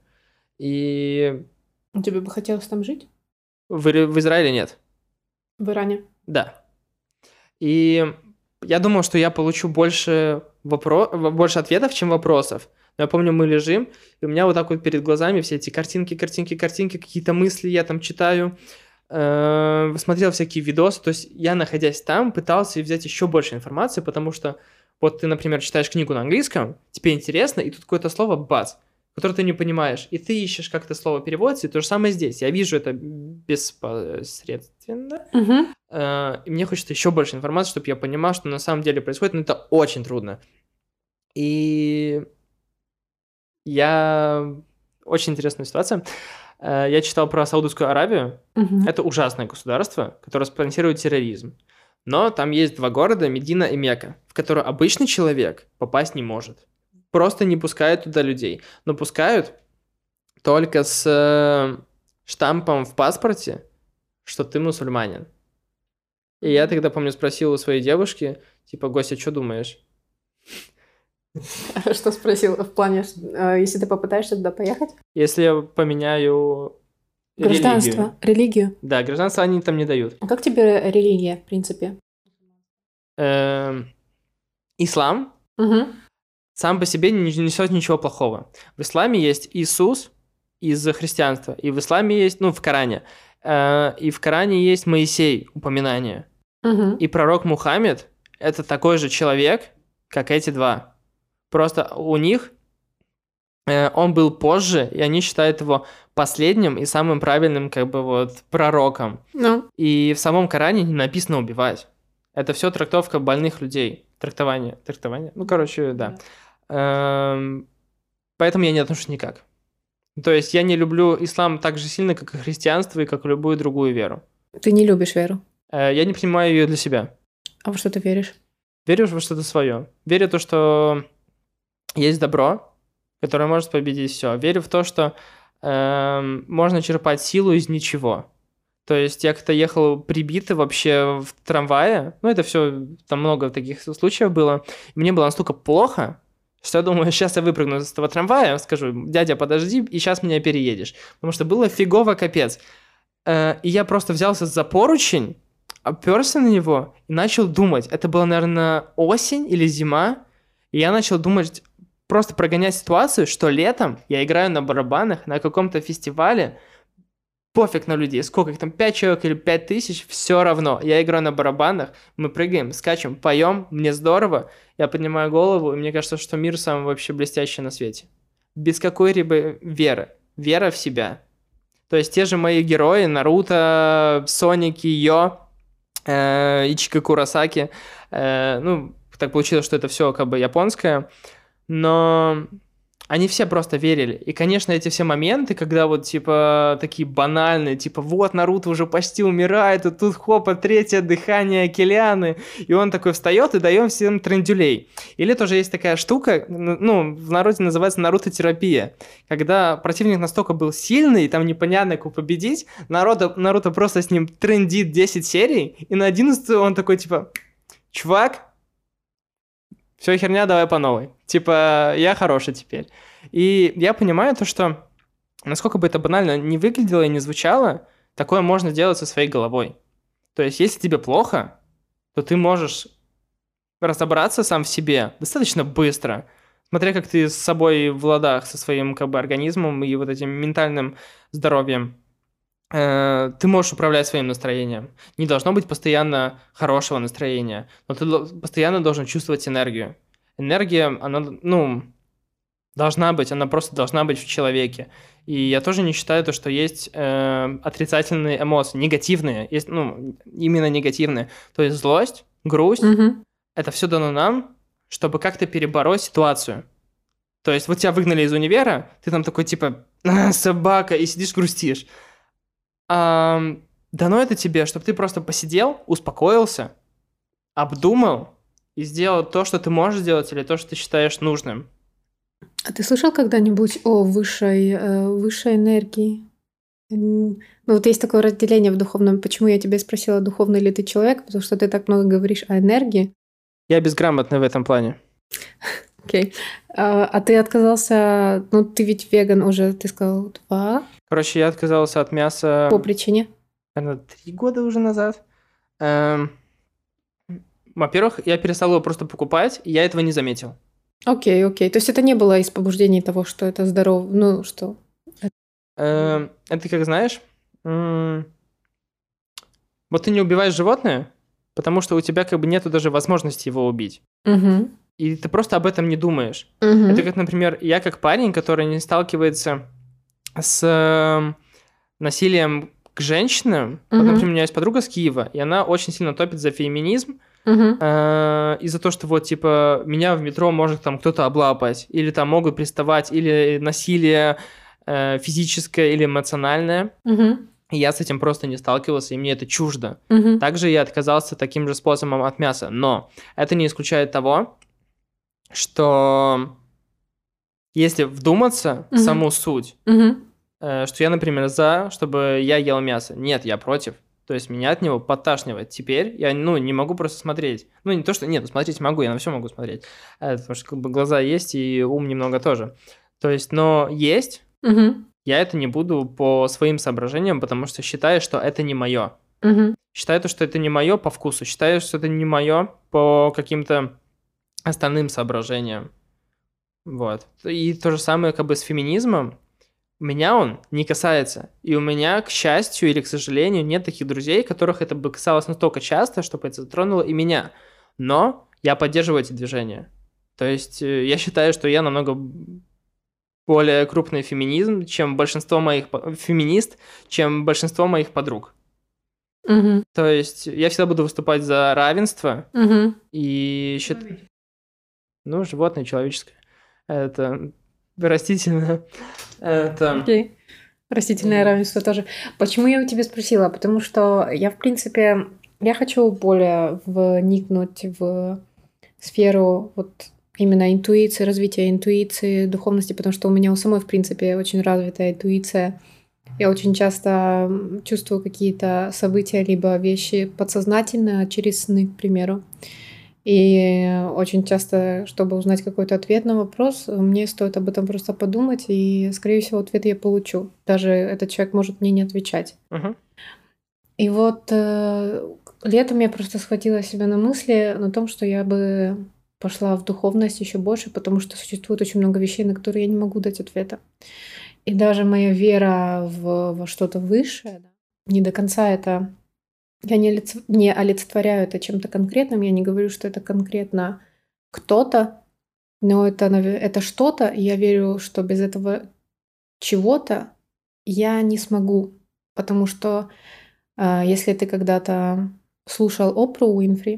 И Тебе бы хотелось там жить? в, Ире- в Израиле нет. В Иране. Да. И я думал, что я получу больше, вопро... в- больше ответов, чем вопросов. Но я помню, мы лежим, и у меня вот так вот перед глазами все эти картинки, картинки, картинки, какие-то мысли я там читаю, э, смотрел всякие видосы. То есть я, находясь там, пытался взять еще больше информации, потому что вот ты, например, читаешь книгу на английском, тебе интересно, и тут какое-то слово бац, которое ты не понимаешь, и ты ищешь, как это слово переводится, и то же самое здесь. Я вижу это беспосредственно, Угу. Э, и мне хочется еще больше информации, чтобы я понимал, что на самом деле происходит, но это очень трудно. И я... Очень интересная ситуация. Э, Я читал про Саудовскую Аравию. Угу. Это ужасное государство, которое спонсирует терроризм. Но там есть два города, Медина и Мекка, в которые обычный человек попасть не может. Просто не пускают туда людей. Но пускают только с э, штампом в паспорте, что ты мусульманин. И я тогда, помню, спросил у своей девушки, типа, Гостя, что думаешь? Что спросил? В плане, если ты попытаешься туда поехать? Если я поменяю гражданство, религию. религию. Да, гражданство они там не дают. А как тебе религия, в принципе? Эм, ислам угу. сам по себе не несет ничего плохого. В исламе есть Иисус из христианства, и в исламе есть, ну, в Коране, э, и в Коране есть Моисей, упоминание. Угу. И пророк Мухаммед – это такой же человек, как эти два. Просто у них э, он был позже, и они считают его последним и самым правильным, как бы, вот, пророком. Ну. И в самом Коране не написано убивать. Это все трактовка больных людей. Трактование. Трактование? Ну, короче, да. Эм, поэтому я не отношусь никак. То есть я не люблю ислам так же сильно, как и христианство, и как любую другую веру. Ты не любишь веру? Э, я не принимаю ее для себя. А во что ты веришь? Верю во что-то свое. Верю в то, что есть добро, которое может победить все. Верю в то, что э, можно черпать силу из ничего. То есть я как-то ехал прибитый вообще в трамвае, ну это все, там много таких случаев было, и мне было настолько плохо, что я думаю, сейчас я выпрыгну из этого трамвая, скажу, дядя, подожди, и сейчас меня переедешь, потому что было фигово капец. И я просто взялся за поручень, оперся на него и начал думать. Это было, наверное, осень или зима, и я начал думать, просто прогонять ситуацию, что летом я играю на барабанах на каком-то фестивале, пофиг на людей, сколько их там, пять человек или пять тысяч, все равно. Я играю на барабанах, мы прыгаем, скачем, поем, мне здорово, я поднимаю голову, и мне кажется, что мир самый вообще блестящий на свете. Без какой-либо веры. Вера в себя. То есть те же мои герои, Наруто, Соники, Йо, э, Ичико Куросаки, э, ну, так получилось, что это все как бы японское, но... Они все просто верили. И, конечно, эти все моменты, когда вот, типа, такие банальные, типа, вот, Наруто уже почти умирает, и тут, хопа, третье дыхание Килианы, и он такой встает и дает всем трендюлей. Или тоже есть такая штука, ну, в народе называется Наруто-терапия, когда противник настолько был сильный, и там непонятно, как победить, Наруто, Наруто просто с ним трендит десять серий, и на одиннадцатую он такой, типа, чувак, все херня, давай по новой. Типа, я хороший теперь. И я понимаю то, что насколько бы это банально не выглядело и не звучало, такое можно делать со своей головой. То есть, если тебе плохо, то ты можешь разобраться сам в себе достаточно быстро, смотря как ты с собой в ладах, со своим как бы организмом и вот этим ментальным здоровьем. Ты можешь управлять своим настроением. Не должно быть постоянно хорошего настроения, но ты постоянно должен чувствовать энергию. Энергия, она, ну, должна быть, она просто должна быть в человеке. И я тоже не считаю то, что есть э, отрицательные эмоции, негативные, есть, ну, именно негативные. То есть злость, грусть, угу. Это все дано нам, чтобы как-то перебороть ситуацию. То есть вот тебя выгнали из универа, ты там такой типа а, собака, и сидишь грустишь. А, дано это тебе, чтобы ты просто посидел, успокоился, обдумал и сделал то, что ты можешь сделать, или то, что ты считаешь нужным. А ты слышал когда-нибудь о высшей, э, высшей энергии? Ну, вот есть такое разделение в духовном. Почему я тебя спросила, духовный ли ты человек? Потому что ты так много говоришь о энергии. Я безграмотный в этом плане. Окей. Okay. А, а ты отказался... Ну, ты ведь веган уже, ты сказал, два? Короче, я отказался от мяса... По причине? Наверное, три года уже назад. Эм... Во-первых, я перестал его просто покупать, и я этого не заметил. Окей, okay, окей. Okay. То есть это не было из побуждений того, что это здорово... Ну, что... Эм... Это как, знаешь... М... Вот ты не убиваешь животное, потому что у тебя как бы нету даже возможности его убить. Угу. И ты просто об этом не думаешь. Угу. Это как, например, я как парень, который не сталкивается с насилием к женщинам. Угу. Вот, например, у меня есть подруга с Киева, и она очень сильно топит за феминизм, угу. э- и за то, что вот, типа, меня в метро может там кто-то облапать, или там могут приставать, или насилие э- физическое или эмоциональное. Угу. И я с этим просто не сталкивался, и мне это чуждо. Угу. Также я отказался таким же способом от мяса. Но это не исключает того, что если вдуматься в угу. саму суть, угу. э, что я, например, за, чтобы я ел мясо. Нет, я против. То есть меня от него подташнивает. Теперь я, ну, не могу просто смотреть. Ну, не то, что... Нет, смотреть могу, я на все могу смотреть. А, потому что как бы глаза есть и ум немного тоже. То есть, но есть, Угу. я это не буду по своим соображениям, потому что считаю, что это не мое. Угу. Считаю, то, что это не мое по вкусу. Считаю, что это не мое по каким-то остальным соображениям. Вот. И то же самое как бы с феминизмом. Меня он не касается. И у меня, к счастью или к сожалению, нет таких друзей, которых это бы касалось настолько часто, чтобы это затронуло и меня. Но я поддерживаю эти движения. То есть э, я считаю, что я намного более крупный феминизм, чем большинство моих по- феминист, чем большинство моих подруг. Угу. То есть я всегда буду выступать за равенство Угу. и считаю... Ну, животное, человеческое. Это растительное. Это... Окей. Растительное равенство тоже. Почему я у тебя спросила? Потому что я, в принципе, я хочу более вникнуть в сферу вот именно интуиции, развития интуиции, духовности, потому что у меня у самой, в принципе, очень развитая интуиция. Я очень часто м, чувствую какие-то события, либо вещи подсознательно через сны, к примеру. И очень часто, чтобы узнать какой-то ответ на вопрос, мне стоит об этом просто подумать, и, скорее всего, ответ я получу. Даже этот человек может мне не отвечать. Мгм. И вот э, летом я просто схватила себя на мысли на том, что я бы пошла в духовность еще больше, потому что существует очень много вещей, на которые я не могу дать ответа. И даже моя вера в, во что-то высшее, да, не до конца это... Я не, олиц- не олицетворяю это чем-то конкретным, я не говорю, что это конкретно кто-то, но это, наве- это что-то, и я верю, что без этого чего-то я не смогу. Потому что а, если ты когда-то слушал Опру Уинфри,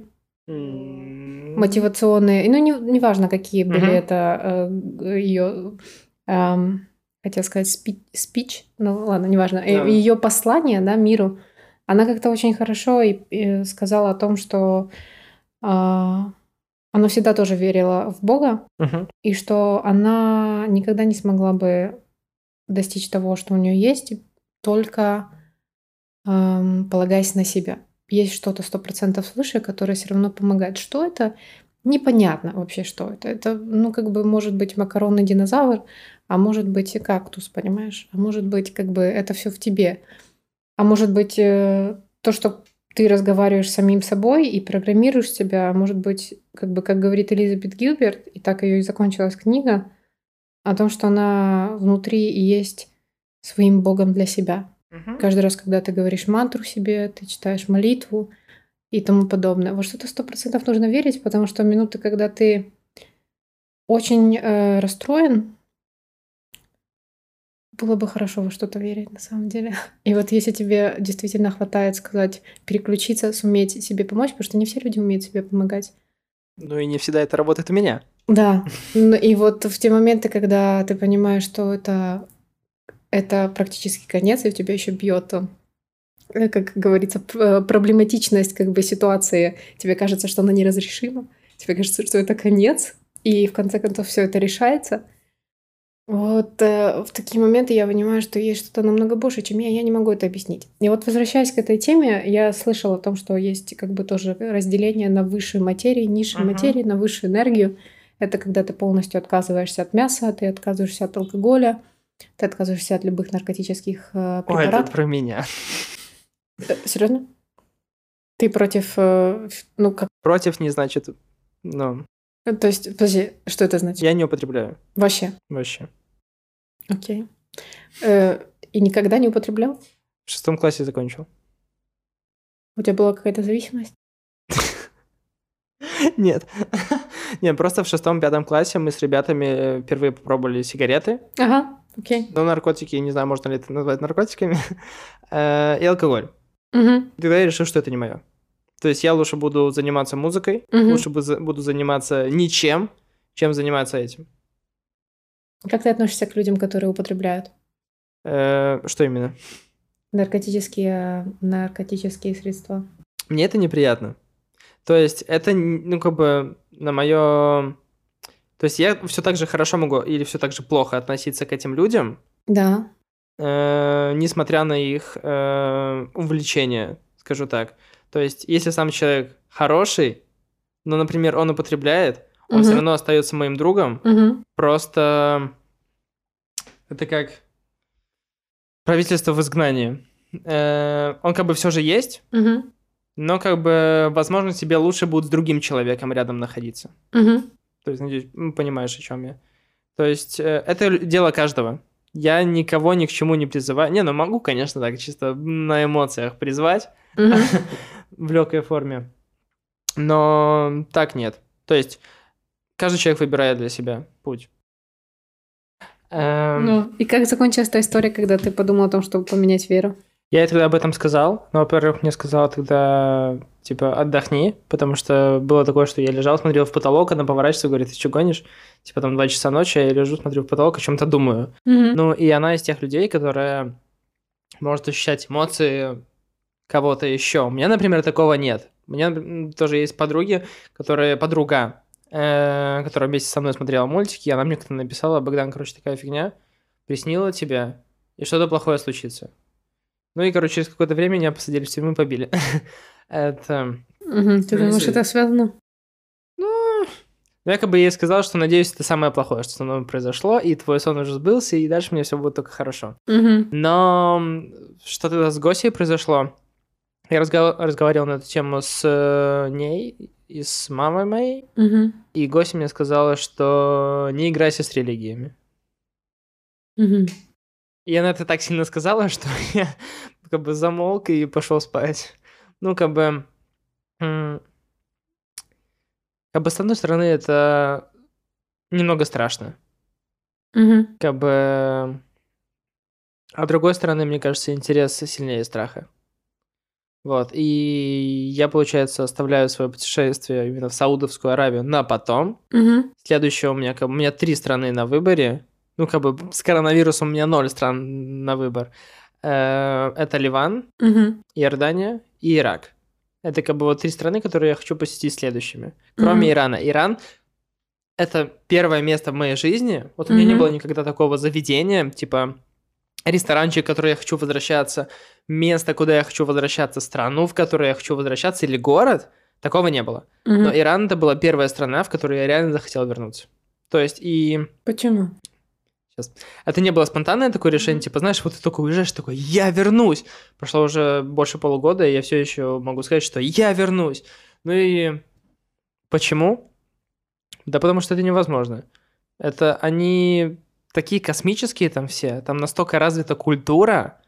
М, мотивационные, ну, не, неважно, какие были Мгм. это ее, хотела сказать, спи- спич, ну ладно, неважно, Да. ее послание, да, миру, она как-то очень хорошо и, и сказала о том, что а, она всегда тоже верила в Бога, Мгм. и что она никогда не смогла бы достичь того, что у нее есть, только ам, полагаясь на себя. Есть что-то сто процентов свыше, которое все равно помогает. Что это? Непонятно вообще, что это. Это, ну, как бы, может быть макаронный динозавр, а может быть и кактус, понимаешь? А может быть, как бы, это все в тебе. А может быть, э, то, что ты разговариваешь с самим собой и программируешь себя, а может быть, как бы, как говорит Элизабет Гилберт, и так ее и закончилась книга, о том, что она внутри и есть своим богом для себя. Мгм. Каждый раз, когда ты говоришь мантру себе, ты читаешь молитву и тому подобное. Во что-то сто процентов нужно верить, потому что минуты, когда ты очень э, расстроен, было бы хорошо во что-то верить на самом деле. И вот если тебе действительно хватает сказать, переключиться, суметь себе помочь, потому что не все люди умеют себе помогать. Ну и не всегда это работает у меня. Да, ну и вот в те моменты, когда ты понимаешь, что это, это практически конец, и у тебя еще бьет, э, как говорится, п- э, проблематичность как бы ситуации, тебе кажется, что она неразрешима, тебе кажется, что это конец, и в конце концов все это решается. Вот э, в такие моменты я понимаю, что есть что-то намного больше, чем я, я не могу это объяснить. И вот возвращаясь к этой теме, я слышала о том, что есть как бы тоже разделение на высшие материи, низшие Мгм. материи, на высшую энергию. Это когда ты полностью отказываешься от мяса, ты отказываешься от алкоголя, ты отказываешься от любых наркотических э, Ой, это препаратов. про меня. Серьезно? Ты против, э, ф- ну как, Против не значит, ну, э, то есть, подожди, что это значит? я не употребляю Вообще, вообще. окей. Э, и никогда не употреблял? В шестом классе закончил. У тебя была какая-то зависимость? Нет. Нет, просто в шестом-пятом классе мы с ребятами э, впервые попробовали сигареты. Ага, окей. Ну, наркотики, не знаю, можно ли это назвать наркотиками. Э, И алкоголь. Мгм, Тогда я решил, что это не мое. То есть я лучше буду заниматься музыкой, мгм. лучше бу- за- буду заниматься ничем, чем заниматься этим. Как ты относишься к людям, которые употребляют Э, Что именно? наркотические, наркотические средства? Мне это неприятно. То есть это, н- ну, как бы на мое... То есть я все так же хорошо могу или все так же плохо относиться к этим людям, Да. э, несмотря на их э, увлечение, скажу так. То есть, если сам человек хороший, но, например, он употребляет, он Мгм. все равно остается моим другом. Мгм. Просто это как правительство в изгнании. Э, Он как бы все же есть, Мгм. но как бы, возможно, тебе лучше будет с другим человеком рядом находиться. Мгм. То есть, надеюсь, м, понимаешь, о чем я. То есть, э, это л- дело каждого. Я никого ни к чему не призываю. Не, ну могу, конечно, так чисто на эмоциях призвать Мгм. в легкой форме. Но так нет. То есть, каждый человек выбирает для себя путь. Эм, Ну, и как закончилась та история, когда ты подумал о том, чтобы поменять веру? Я ей тогда об этом сказал, но, во-первых, мне сказала тогда, типа, отдохни, потому что было такое, что я лежал, смотрел в потолок, она поворачивается и говорит, ты что, гонишь? Типа, там два часа ночи, я лежу, смотрю в потолок, о чем-то думаю. Мгм. Ну, и она из тех людей, которая может ощущать эмоции кого-то еще. У меня, например, такого нет. У меня м, тоже есть подруги, которые, подруга, э, которая вместе со мной смотрела мультики, и она мне как-то написала, Богдан, короче, такая фигня, приснила тебе, и что-то плохое случится. Ну и, короче, через какое-то время меня посадили в тюрьму и побили. Это... Мгм. Ты Ну, не думаешь, суть. это связано? Ну, я как бы ей сказал, что надеюсь, это самое плохое, что со мной произошло, и твой сон уже сбылся, и дальше мне все будет только хорошо. Мгм. Но м, что тогда с Госей произошло? Я разгов- разговаривал на эту тему с э, ней и с мамой моей, Мгм. и Гося мне сказала, что не играйся с религиями. Мгм. И она это так сильно сказала, что я как бы замолк и пошел спать. Ну, как бы... м, Как бы, с одной стороны, это немного страшно. Мгм. Как бы... А с другой стороны, мне кажется, интерес сильнее страха. Вот. И я, получается, оставляю свое путешествие именно в Саудовскую Аравию на потом. Мгм. Следующее у меня, как бы, у меня три страны на выборе. Ну, как бы, с коронавирусом у меня ноль стран на выбор. Э, Это Ливан, Мгм. Иордания и Ирак. Это как бы вот три страны, которые я хочу посетить следующими. Кроме Мгм. Ирана. Иран это первое место в моей жизни. Вот у меня не Мгм. было никогда такого заведения, типа ресторанчик, в который я хочу возвращаться, место, куда я хочу возвращаться, страну, в которую я хочу возвращаться, или город. Такого не было. Но Мгм. Иран это была первая страна, в которую я реально захотел вернуться. То есть и Почему? сейчас это не было спонтанное такое решение, Мгм. типа, знаешь, вот ты только уезжаешь, такой, я вернусь. Прошло уже больше полугода, и я все еще могу сказать, что я вернусь. Ну и почему? Да потому что это невозможно. Это они такие космические там все, там настолько развита культура,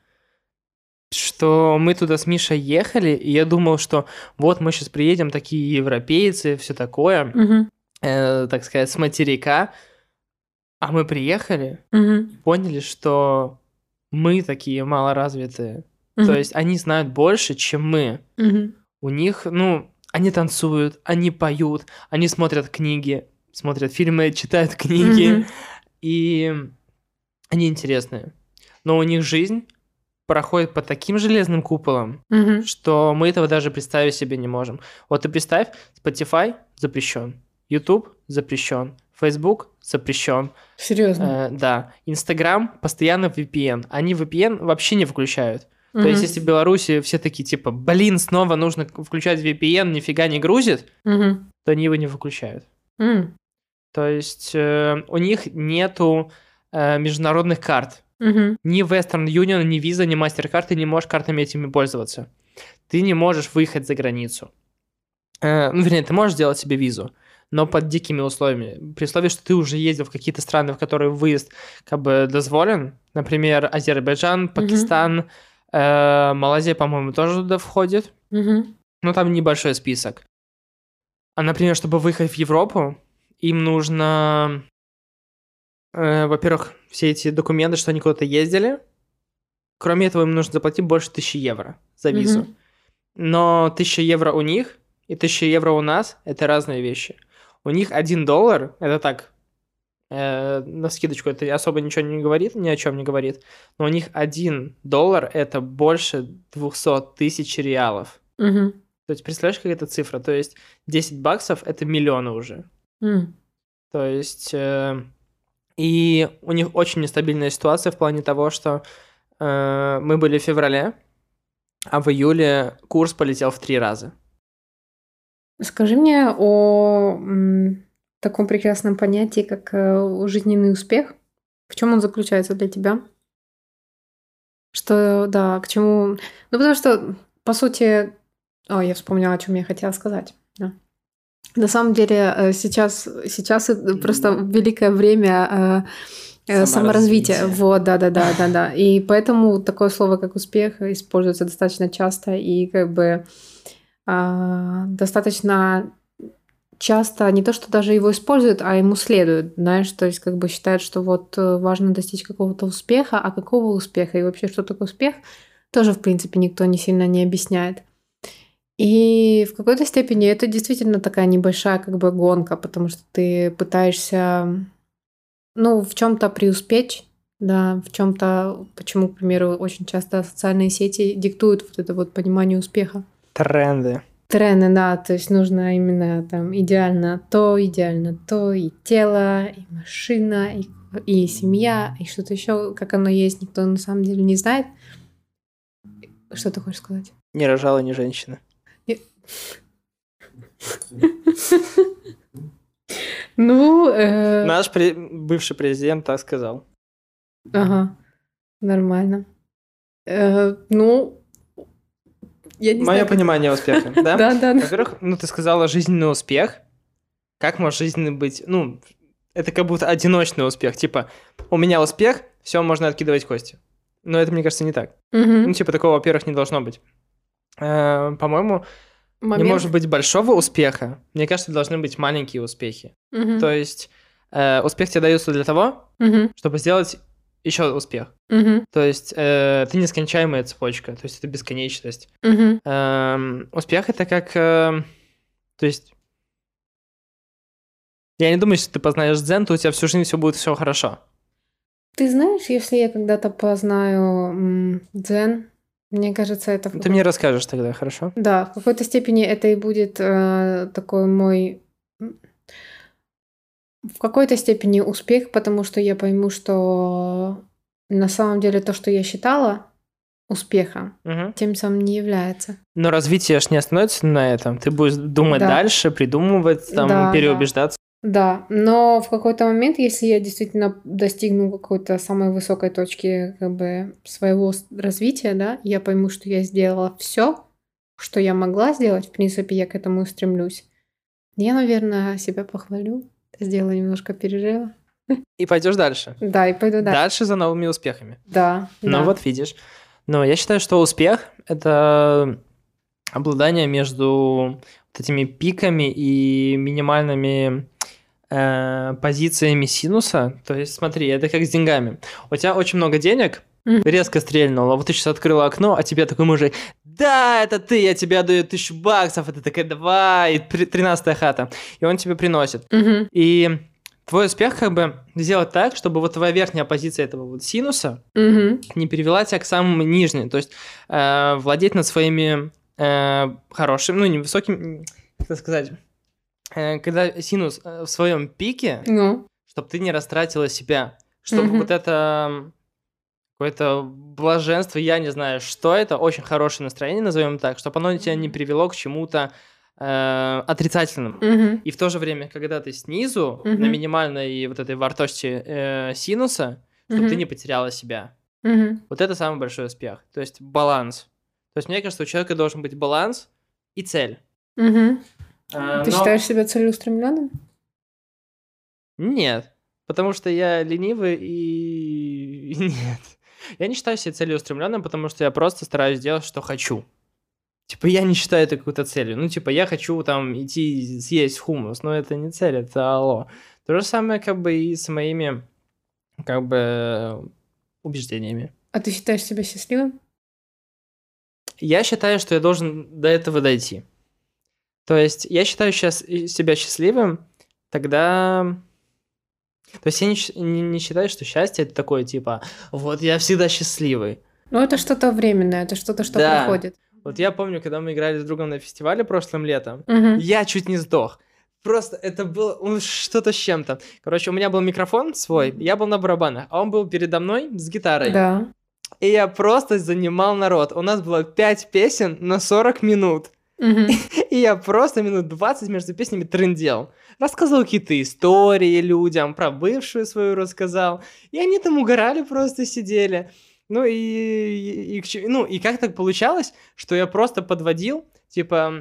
что мы туда с Мишей ехали, и я думал, что вот мы сейчас приедем, такие европейцы, все такое, Мгм. э, так сказать, с материка, а мы приехали, Мгм. поняли, что мы такие малоразвитые. То Мгм. есть они знают больше, чем мы. Мгм. У них, ну, они танцуют, они поют, они смотрят книги, смотрят фильмы, читают книги, Мгм. и они интересные. Но у них жизнь проходит под таким железным куполом, Мгм. что мы этого даже представить себе не можем. Вот ты представь, Spotify запрещен, YouTube запрещен, Facebook запрещен, Серьезно? э, да, Instagram постоянно ви пи эн. Они ви пи эн вообще не включают. То есть, Мгм. если в Беларуси все такие, типа, блин, снова нужно включать ви пи эн, нифига не грузит, Мгм. то они его не выключают. М. То есть, э, у них нету э, международных карт. Мгм. Ни Western Union, ни Visa, ни MasterCard, ты не можешь картами этими пользоваться. Ты не можешь выехать за границу. Э, ну, вернее, ты можешь сделать себе визу, но под дикими условиями. При условии, что ты уже ездил в какие-то страны, в которые выезд как бы дозволен. Например, Азербайджан, Пакистан, э, Малайзия, по-моему, тоже туда входит. Мгм. Но там небольшой список. А, например, чтобы выехать в Европу, им нужно, э, во-первых, все эти документы, что они куда-то ездили. Кроме этого, им нужно заплатить больше тысячи евро за визу. Мгм. Но тысяча евро у них и тысяча евро у нас – это разные вещи. У них один доллар – это так, э, на скидочку, это особо ничего не говорит, ни о чем не говорит. Но у них один доллар – это больше двухсот тысяч реалов. Мгм. То есть, представляешь, какая это цифра? То есть, десять баксов – это миллионы уже. М. То есть, э, и у них очень нестабильная ситуация в плане того, что э, мы были в феврале, а в июле курс полетел в три раза. Скажи мне о м, таком прекрасном понятии, как э, жизненный успех. В чем он заключается для тебя? Что, да, к чему... Ну, потому что, по сути... О, я вспомнила, о чем я хотела сказать. Да. На самом деле, э, сейчас, сейчас это просто великое время э, э, саморазвития. Саморазвитие. Вот, да-да-да, да-да. И поэтому такое слово, как успех, используется достаточно часто и как бы а, достаточно часто не то, что даже его используют, а ему следуют, знаешь, то есть как бы считают, что вот э, важно достичь какого-то успеха, а какого успеха и вообще что такое успех, тоже, в принципе, никто не сильно не объясняет. И в какой-то степени это действительно такая небольшая как бы гонка, потому что ты пытаешься, ну, в чем-то преуспеть, да, в чем-то, почему, к примеру, очень часто социальные сети диктуют вот это вот понимание успеха. Тренды. Тренды, да, то есть нужно именно там идеально то, идеально то, и тело, и машина, и, и семья, и что-то еще, как оно есть, никто на самом деле не знает. Что ты хочешь сказать? Не рожала ни женщина. Ну, э, Наш пре- бывший президент так сказал. ага, нормально. Э, Ну, я не Мое знаю, как- понимание успеха, да? Да, да, да. Во-первых, ну ты сказала жизненный успех. Как может жизненный быть? Ну, это как будто одиночный успех. Типа, у меня успех, все, можно откидывать кости. Но это, мне кажется, не так. Мгм. Ну, типа, такого, во-первых, не должно быть. Э, По-моему, не Момент. может быть большого успеха. Мне кажется, должны быть маленькие успехи. Мгм. То есть, э, успех тебе дается для того, Мгм. чтобы сделать еще успех. Мгм. То есть, э, это нескончаемая цепочка, то есть, это бесконечность. Мгм. Эм, успех это как, э, то есть, я не думаю, если ты познаешь дзен, то у тебя всю жизнь все будет все хорошо. Ты знаешь, если я когда-то познаю м, дзен, мне кажется, это в Ты какой- мне расскажешь тогда, хорошо? Да, в какой-то степени это и будет э, такой мой м, в какой-то степени успех, потому что я пойму, что на самом деле то, что я считала успехом, Мгм. тем самым не является. Но развитие ж не остановится на этом. Ты будешь думать Да. дальше, придумывать, там, Да, да. переубеждаться. Да, но в какой-то момент, если я действительно достигну какой-то самой высокой точки как бы своего с- развития, да, я пойму, что я сделала все, что я могла сделать, в принципе, я к этому и стремлюсь. Я, наверное, себя похвалю, сделаю немножко перерыва. И пойдешь дальше. Да, и пойду дальше. Дальше за новыми успехами. Да, Ну да. вот видишь. Но я считаю, что успех – это обладание между вот этими пиками и минимальными э, позициями синуса. То есть смотри, это как с деньгами. У тебя очень много денег, Мгм. резко стрельнуло, вот ты сейчас открыла окно, а тебе такой мужик: да, это ты, я тебе отдаю тысячу баксов, а ты такая: давай, три- тринадцатая хата. И он тебе приносит. Мгм. И твой успех как бы сделать так, чтобы вот твоя верхняя позиция этого вот синуса Мгм. не перевела тебя к самому нижней. То есть э, владеть над своими э, хорошими, ну, невысокими, как это сказать, э, когда синус э, в своем пике, Ну, чтобы ты не растратила себя, чтобы Мгм. вот это м, какое-то блаженство, я не знаю, что это, очень хорошее настроение, назовем так, чтобы оно тебя не привело к чему-то э, отрицательному. Мгм. И в то же время, когда ты снизу, на Мгм. минимальной вот этой вартости э, синуса, чтобы ты Мгм. не потеряла себя. Мгм. Вот это самый большой успех. То есть баланс. То есть мне кажется, у человека должен быть баланс и цель. Мгм. А, Ты но- считаешь себя целеустремленным? Нет. Потому что я ленивый и... и нет. Я не считаю себя целеустремленным, потому что я просто стараюсь делать, что хочу. Типа, я не считаю это какой-то целью. Ну, типа, я хочу там идти съесть хумус, но это не цель, это алло. То же самое как бы и с моими как бы убеждениями. А ты считаешь себя счастливым? Я считаю, что я должен до этого дойти. То есть я считаю сейчас себя счастливым, тогда... То есть я не, щ- не- не считаю, что счастье это такое, типа, вот я всегда счастливый. Ну, это что-то временное, это что-то, что Да. проходит. Вот я помню, когда мы играли с другом на фестивале прошлым летом, Мгм. я чуть не сдох. Просто это было ну, что-то с чем-то. Короче, у меня был микрофон свой, я был на барабанах, а он был передо мной с гитарой. Да. И я просто занимал народ. У нас было пять песен на сорок минут. Мгм. И я просто минут двадцать между песнями трындел. Рассказывал какие-то истории людям, про бывшую свою рассказал. И они там угорали, просто сидели. Ну и, и, и к чё- ну, и как так получалось, что я просто подводил, типа,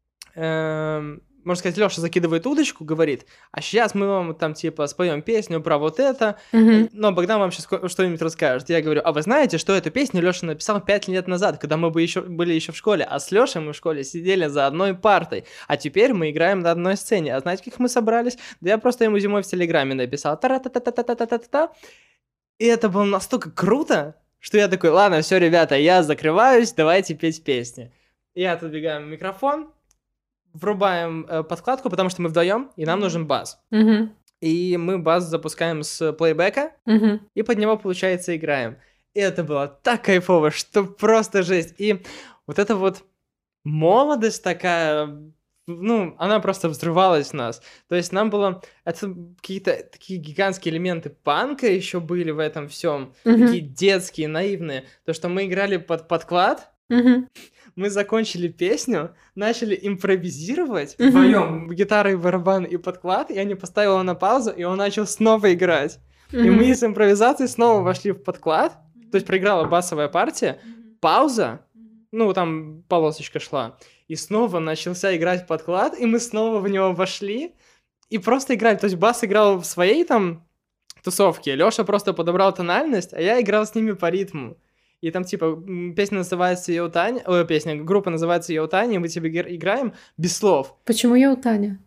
эм, можно сказать, Лёша закидывает удочку, говорит, а сейчас мы вам там, типа, споем песню про вот это, Мгм. но Богдан вам сейчас что-нибудь расскажет. Я говорю, а вы знаете, что эту песню Лёша написал пять лет назад, когда мы бы еще, были еще в школе, а с Лёшей мы в школе сидели за одной партой, а теперь мы играем на одной сцене. А знаете, как мы собрались? Да я просто ему зимой в Телеграме написал. Та-ра-та-та-та-та-та-та-та. И это было настолько круто, что я такой, ладно, все, ребята, я закрываюсь, давайте петь песни. Я отодвигаем микрофон, врубаем э, подкладку, потому что мы вдвоем, и нам нужен бас. Мгм. И мы бас запускаем с плейбека, Мгм. и под него, получается, играем. И это было так кайфово, что просто жесть. И вот эта вот молодость такая, ну, она просто взрывалась в нас. То есть нам было... Это какие-то такие гигантские элементы панка еще были в этом всем. Мгм. Такие детские, наивные. То, что мы играли под подклад, Мгм. мы закончили песню, начали импровизировать Мгм. вдвоем, гитара и барабан и подклад, и я не поставила на паузу, и он начал снова играть. И Мгм. мы с импровизацией снова вошли в подклад, то есть проиграла басовая партия, пауза, ну, там полосочка шла, и снова начался играть подклад, и мы снова в него вошли, и просто играли. То есть бас играл в своей там тусовке, Лёша просто подобрал тональность, а я играл с ними по ритму. И там, типа, м, песня называется «Я у Тани», ой, песня, группа называется «Я у Тани», и мы тебе гер- играем без слов. Почему я у Таня?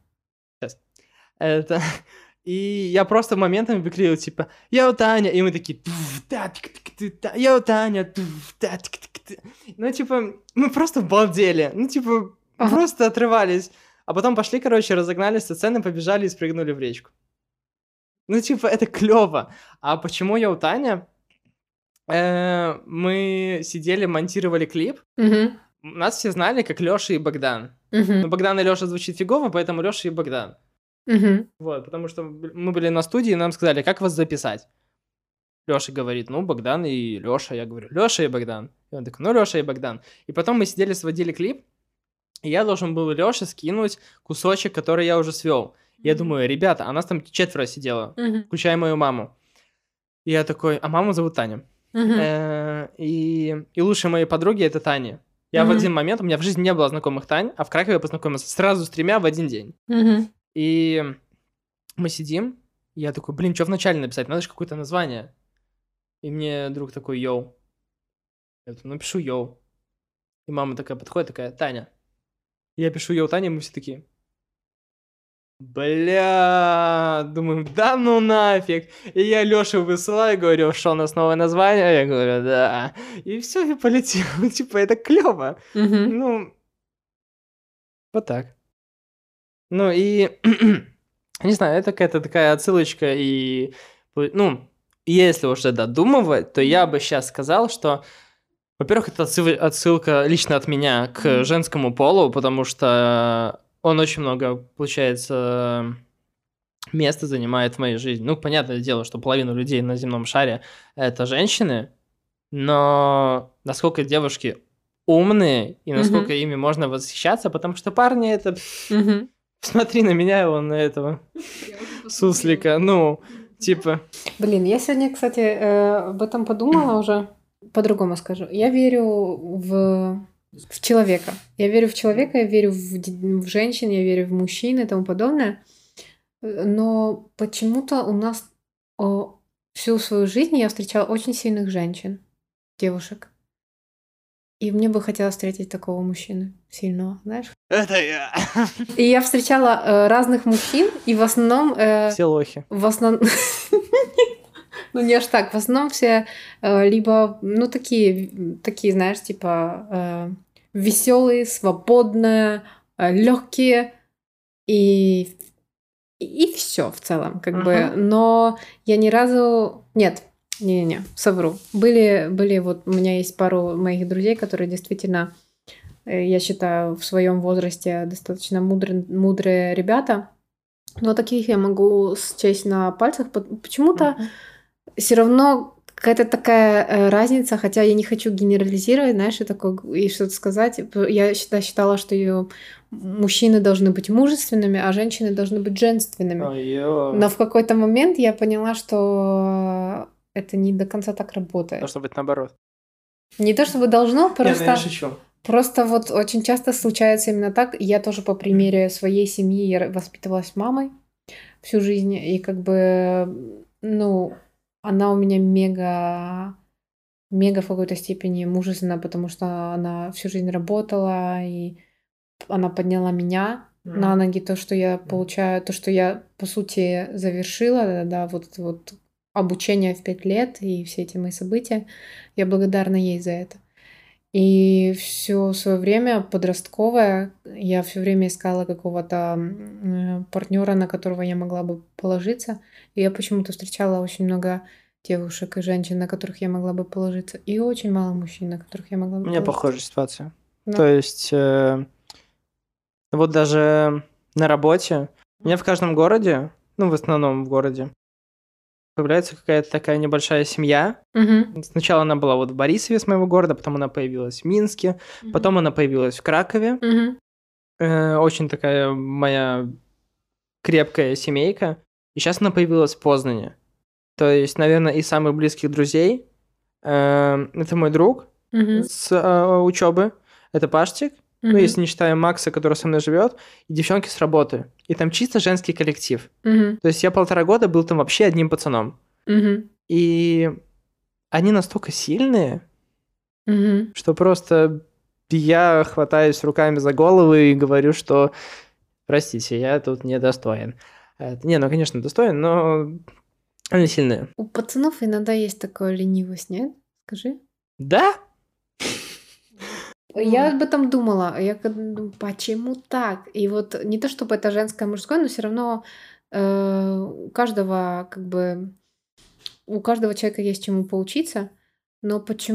Это... И я просто моментами выкрикивал, типа, «Я у Таня», и мы такие, «Туф, та, тик, тик, ты, та, я у Таня», туф, та, тик, тик, ты». Ну, типа, мы просто балдели, ну, типа, Ага. просто отрывались. А потом пошли, короче, разогнались со сцены, побежали и спрыгнули в речку. Ну, типа, это клево. А почему «Я у Таня»? Э, Мы сидели, монтировали клип. Мгм. Нас все знали как Лёша и Богдан. Мгм. Но Богдан и Лёша звучит фигово, поэтому Лёша и Богдан. Мгм. Вот, потому что б- мы были на студии, и нам сказали, как вас записать. Лёша говорит, ну, Богдан и Лёша. Я говорю, Лёша и Богдан. И он такой, ну, Лёша и Богдан. И потом мы сидели, сводили клип, и я должен был Лёше скинуть кусочек, который я уже свел. Я думаю, ребята, а нас там четверо сидело, Мгм. включая мою маму. И я такой, а маму зовут Таня. Мгм. Э, И, и лучшие моей подруги это Таня. Я в Мгм. один момент, у меня в жизни не было знакомых Тань, а в Кракове я познакомился сразу с тремя в один день. Мгм. И мы сидим, и я такой, блин, что вначале написать? Надо же какое-то название. И мне друг такой, йоу. Я такой, напишу йоу. И мама такая подходит, такая, Таня. И я пишу йоу, Таня, и мы все такие, бля, думаю, да ну нафиг. И я Лёше высылаю, говорю, что у нас новое название? Я говорю, да. И все, и полетел. Типа, это клево. Мгм. Ну, вот так. Ну и, не знаю, это какая-то такая отсылочка, и, ну, если уже додумывать, то я бы сейчас сказал, что, во-первых, это отсыл- отсылка лично от меня к Мгм. женскому полу, потому что он очень много, получается, места занимает в моей жизни. Ну, понятное дело, что половина людей на земном шаре – это женщины, но насколько девушки умные и насколько Мгм. ими можно восхищаться, потому что парни – это... Мгм. Посмотри на меня, вон на этого суслика. Ну, типа, Блин, я сегодня, кстати, э, об этом подумала уже. По-другому скажу. Я верю в, в человека. Я верю в человека, я верю в, д- в женщин, я верю в мужчин и тому подобное. Э, Но почему-то у нас о, всю свою жизнь я встречала очень сильных женщин, девушек. И мне бы хотелось встретить такого мужчину сильного, знаешь? это я. И я встречала э, разных мужчин, и в основном... э, Все лохи. В основном... Ну, не аж так. В основном все э, либо, ну, такие, такие, знаешь, типа веселые, свободные, легкие и и все в целом, как бы. Мгм. Но я ни разу... Нет, не-не-не, совру. Были, были вот... У меня есть пару моих друзей, которые действительно, э, я считаю, в своем возрасте достаточно мудрые, мудрые ребята. Но таких я могу счесть на пальцах. Почему-то Мгм. все равно какая-то такая э, разница, хотя я не хочу генерализировать, знаешь, и, такое, и что-то сказать. Я всегда считала, что ее мужчины должны быть мужественными, а женщины должны быть женственными. Ой-ё. Но в какой-то момент я поняла, что это не до конца так работает. Должно быть наоборот. Не то чтобы должно, Не, ну я просто, шучу. просто вот очень часто случается именно так. Я тоже по примере своей семьи, я воспитывалась мамой всю жизнь, и как бы, ну, она у меня мега, мега в какой-то степени мужественна, потому что она всю жизнь работала, и она подняла меня на ноги, то, что я получаю, то, что я, по сути, завершила, да, вот это вот обучение в пять лет и все эти мои события. Я благодарна ей за это. И все свое время подростковое я все время искала какого-то партнера, на которого я могла бы положиться. И я почему-то встречала очень много девушек и женщин, на которых я могла бы положиться, и очень мало мужчин, на которых я могла бы У меня положиться. похожая ситуация. Да. То есть, э, вот даже на работе, у меня в каждом городе, ну, в основном в городе, появляется какая-то такая небольшая семья. Мгм. Сначала она была вот в Борисове с моего города, потом она появилась в Минске, Мгм. потом она появилась в Кракове. Мгм. Э, очень такая моя крепкая семейка. И сейчас она появилась в Познане. То есть, наверное, из самых близких друзей э, это мой друг Мгм. с э, учебы, это Паштик, ну, Мгм. если не считая Макса, который со мной живет, и девчонки с работы. И там чисто женский коллектив. Мгм. То есть я полтора года был там вообще одним пацаном. Мгм. И они настолько сильные, Мгм. что просто я хватаюсь руками за голову и говорю, что простите, я тут недостоин. Это- Не, ну, конечно, достоин, но они сильные. У пацанов иногда есть такая ленивость, нет? Скажи. Да? Я об этом думала. Я когда думаю, почему так? И вот не то чтобы это женское, мужское, но все равно э, у каждого как бы у каждого человека есть чему поучиться, но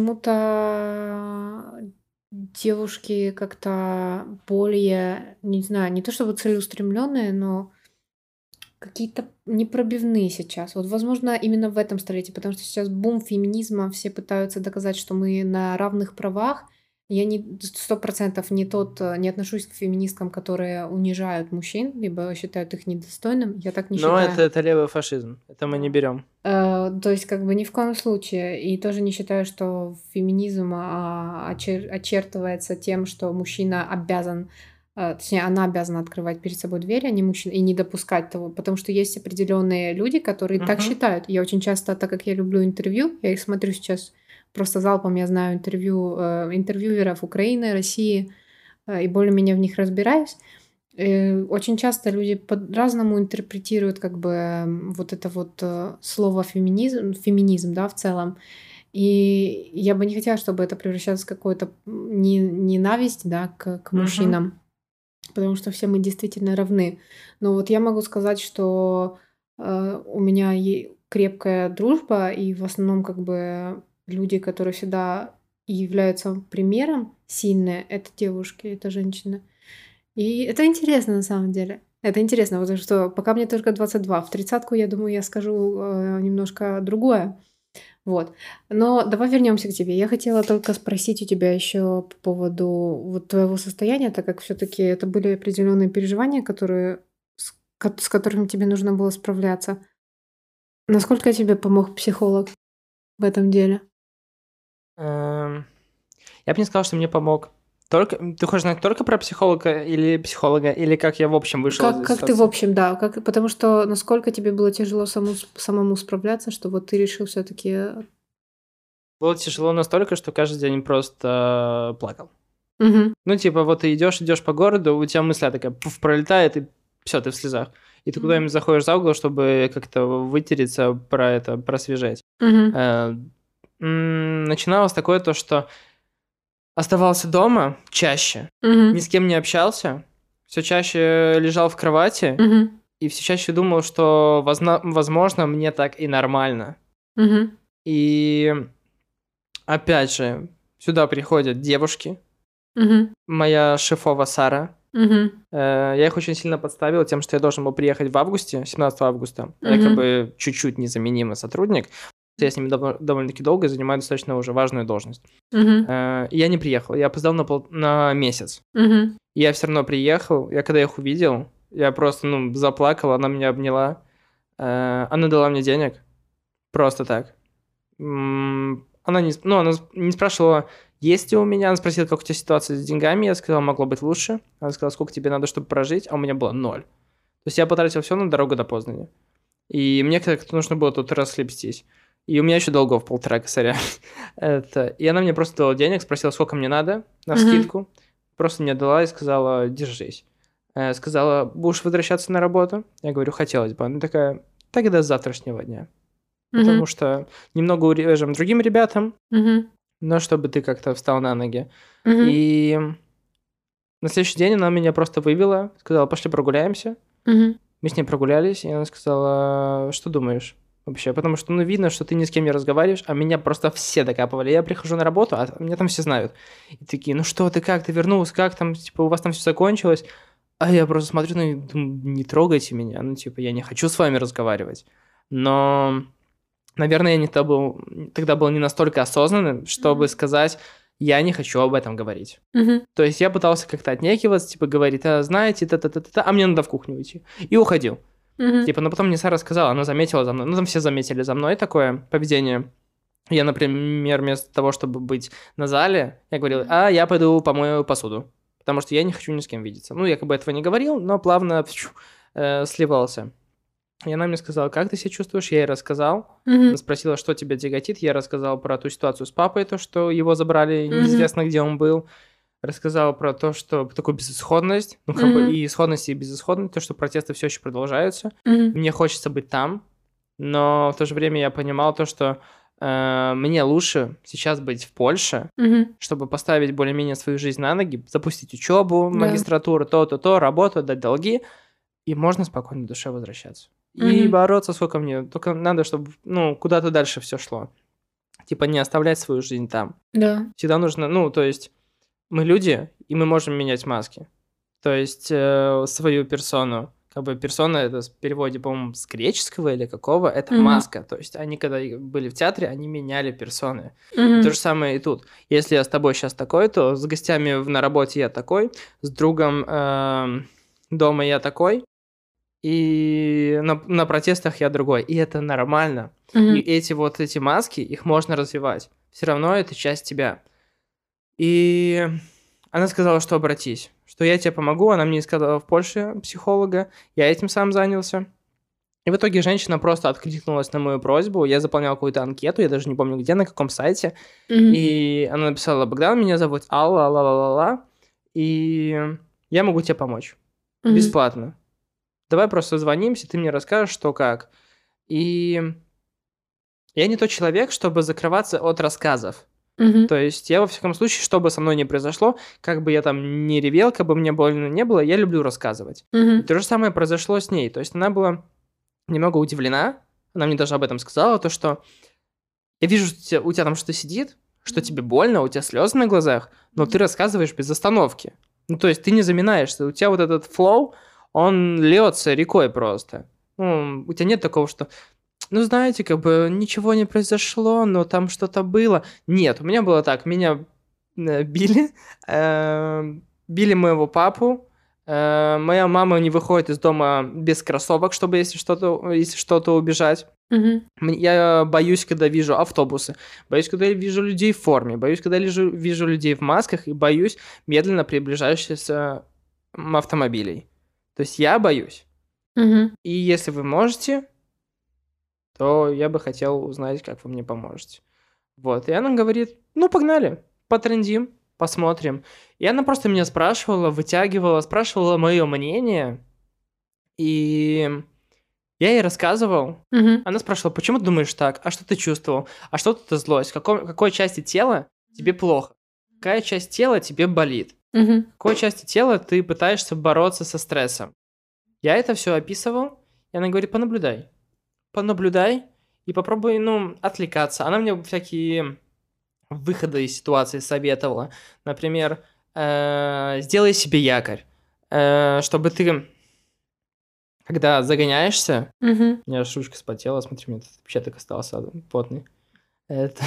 почему-то девушки как-то более, не знаю, не то чтобы целеустремленные, но какие-то непробивные сейчас. Вот, возможно, именно в этом столетии, потому что сейчас бум феминизма, все пытаются доказать, что мы на равных правах. Я не сто процентов не тот, э, не отношусь к феминисткам, которые унижают мужчин, либо считают их недостойным. Я так не Но считаю. это, это левый фашизм. Это мы не берем. Э, то есть, как бы ни в коем случае. И тоже не считаю, что феминизм а, очер- очертывается тем, что мужчина обязан, э, точнее, она обязана открывать перед собой двери, а не мужчина, и не допускать того. Потому что есть определенные люди, которые так Мгм. считают. Я очень часто, так как я люблю интервью, я их смотрю сейчас просто залпом, я знаю интервью э, интервьюеров Украины, России, э, и более-менее в них разбираюсь. Э, Очень часто люди по-разному интерпретируют как бы м, вот это вот э, слово феминизм, феминизм, да, в целом. И я бы не хотела, чтобы это превращалось в какую-то м, не- ненависть, да, к, к Мгм. мужчинам, потому что все мы действительно равны. Но вот я могу сказать, что э, у меня е- крепкая дружба, и в основном как бы люди, которые всегда и являются примером сильные, это девушки, это женщины. И это интересно на самом деле. Это интересно, потому что пока мне только двадцать два, в тридцатку, я думаю, я скажу э, немножко другое. Вот. Но давай вернемся к тебе. Я хотела только спросить у тебя еще по поводу вот твоего состояния, так как все-таки это были определенные переживания, которые, с, ко- с которыми тебе нужно было справляться. Насколько тебе помог психолог в этом деле? Эм, Я бы не сказал, что мне помог. Только, ты хочешь знать только про психолога или психолога, или как я в общем вышел из Как, этой как ты в ситуации? общем, да, как, потому что насколько тебе было тяжело саму, самому справляться, что вот ты решил все-таки. Было тяжело настолько, что каждый день просто плакал. Мгм. Ну, типа, вот ты идешь, идешь по городу, у тебя мысля такая пуф, пролетает, и все, ты в слезах. И ты Мгм. куда-нибудь заходишь за угол, чтобы как-то вытереться, про это, просвежать. Мгм. Э, м, Начиналось такое то, что оставался дома чаще, ни Мгм. с кем не общался, все чаще лежал в кровати, Мгм. и все чаще думал, что, возна- возможно, мне так и нормально. Мгм. И опять же, сюда приходят девушки, Мгм. моя шефова Сара. Мгм. Э, Я их очень сильно подставил тем, что я должен был приехать в августе, семнадцатого августа, Мгм. якобы чуть-чуть незаменимый сотрудник. Я с ними дов- довольно-таки долго и занимаю достаточно уже важную должность. Мгм. Э, и я не приехал, я опоздал на, пол- на месяц. Мгм. И я все равно приехал, я когда их увидел, я просто, ну, заплакал, она меня обняла. Э, она дала мне денег, просто так. М, Она не, с- ну, она с- не спрашивала, есть ли у меня, она спросила, как у тебя ситуация с деньгами, я сказал, могло быть лучше. Она сказала, сколько тебе надо, чтобы прожить, а у меня было ноль. То есть я потратил все на дорогу до Познани. И мне как-то нужно было тут расхлебстись. И у меня еще долгов полтора косаря. Это. И она мне просто дала денег, спросила, сколько мне надо на Мгм. скидку. Просто мне дала и сказала, держись. Э, Сказала, будешь возвращаться на работу? Я говорю, хотелось бы. Она такая, тогда с завтрашнего дня. Мгм. Потому что немного урежем другим ребятам, Мгм. но чтобы ты как-то встал на ноги. Мгм. И на следующий день она меня просто вывела, сказала, пошли прогуляемся. Мгм. Мы с ней прогулялись, и она сказала, что думаешь вообще? Потому что, ну, видно, что ты ни с кем не разговариваешь, а меня просто все докапывали. Я прихожу на работу, а меня там все знают. И такие, ну что ты, как ты вернулась, как там, типа, у вас там все закончилось? А я просто смотрю, ну, и думаю, не трогайте меня, ну, типа, я не хочу с вами разговаривать. Но, наверное, я не то был, тогда был не настолько осознанным, чтобы Мгм. сказать, я не хочу об этом говорить. Мгм. То есть я пытался как-то отнекиваться, типа, говорить, а, знаете, та-та-та-та, а мне надо в кухню уйти. И уходил. Мгм. Типа, но потом мне Сара сказала, она заметила за мной, ну, там все заметили за мной такое поведение. Я, например, вместо того, чтобы быть на зале, я говорил, Мгм. а, я пойду помою посуду, потому что я не хочу ни с кем видеться. Ну, я как бы этого не говорил, но плавно фью, э, сливался. И она мне сказала, как ты себя чувствуешь? Я ей рассказал. Мгм. Она спросила, что тебя тяготит. Я рассказал про ту ситуацию с папой, то, что его забрали, Мгм. неизвестно, где он был. Рассказал про то, что такую безысходность, ну, как бы Мгм. и исходность, и безысходность, то, что протесты все еще продолжаются. Мгм. Мне хочется быть там, но в то же время я понимал то, что э, мне лучше сейчас быть в Польше, Мгм. чтобы поставить более-менее свою жизнь на ноги, запустить учебу, Да. магистратуру, то-то, то, работу, дать долги, и можно спокойно в душе возвращаться. И Мгм. бороться сколько мне, только надо, чтобы, ну, куда-то дальше все шло. Типа не оставлять свою жизнь там. Да. Всегда нужно, ну, то есть мы люди, и мы можем менять маски. То есть э, свою персону. Как бы персона это в переводе, по-моему, с греческого или какого, это Мгм. маска. То есть они, когда и были в театре, они меняли персоны. И то Мгм. же самое и тут. Если я с тобой сейчас такой, то с гостями в- на работе я такой, с другом эм, дома я такой, и на, на протестах я другой. И это нормально. И Мгм. эти вот эти маски, их можно развивать. Все равно это часть тебя. И она сказала, что обратись, что я тебе помогу. Она мне сказала в Польше психолога, я этим сам занялся. И в итоге женщина просто откликнулась на мою просьбу. Я заполнял какую-то анкету, я даже не помню где, на каком сайте. Мгм. И она написала, Богдан, меня зовут Алла, ла-ла-ла-ла, и я могу тебе помочь. Мгм. Бесплатно. Давай просто звонимся, ты мне расскажешь, что как. И я не тот человек, чтобы закрываться от рассказов. Мгм. То есть я, во всяком случае, что бы со мной ни произошло, как бы я там не ревел, как бы мне больно не было, я люблю рассказывать. И Мгм. то же самое произошло с ней. То есть она была немного удивлена, она мне даже об этом сказала, то что я вижу, что у тебя, у тебя там что-то сидит, что тебе больно, у тебя слезы на глазах, но ты рассказываешь без остановки. Ну, то есть ты не заминаешься, у тебя вот этот флоу, он льется рекой просто. Ну, у тебя нет такого, что ну, знаете, как бы ничего не произошло, но там что-то было. Нет, у меня было так, меня э, били, э, били моего папу, э, моя мама не выходит из дома без кроссовок, чтобы если что-то, если что-то убежать. Мгм. М, Я боюсь, когда вижу автобусы, боюсь, когда я вижу людей в форме, боюсь, когда вижу, вижу людей в масках, и боюсь медленно приближающихся м, автомобилей. То есть я боюсь. Мгм. И если вы можете, то я бы хотел узнать, как вы мне поможете. Вот, и она говорит, ну, погнали, потрендим, посмотрим. И она просто меня спрашивала, вытягивала, спрашивала мое мнение, и я ей рассказывал. Мгм. Она спрашивала, почему ты думаешь так, а что ты чувствовал, а что это злость, в каком, какой части тела тебе плохо, какая часть тела тебе болит, Мгм. в какой части тела ты пытаешься бороться со стрессом. Я это все описывал, и она говорит, понаблюдай. Понаблюдай и попробуй, ну, отвлекаться. Она мне всякие выходы из ситуации советовала. Например, э, сделай себе якорь, э, чтобы ты когда загоняешься, Мгм. у меня аж ручка вспотела, смотри, у меня тут отпечаток остался потный. Это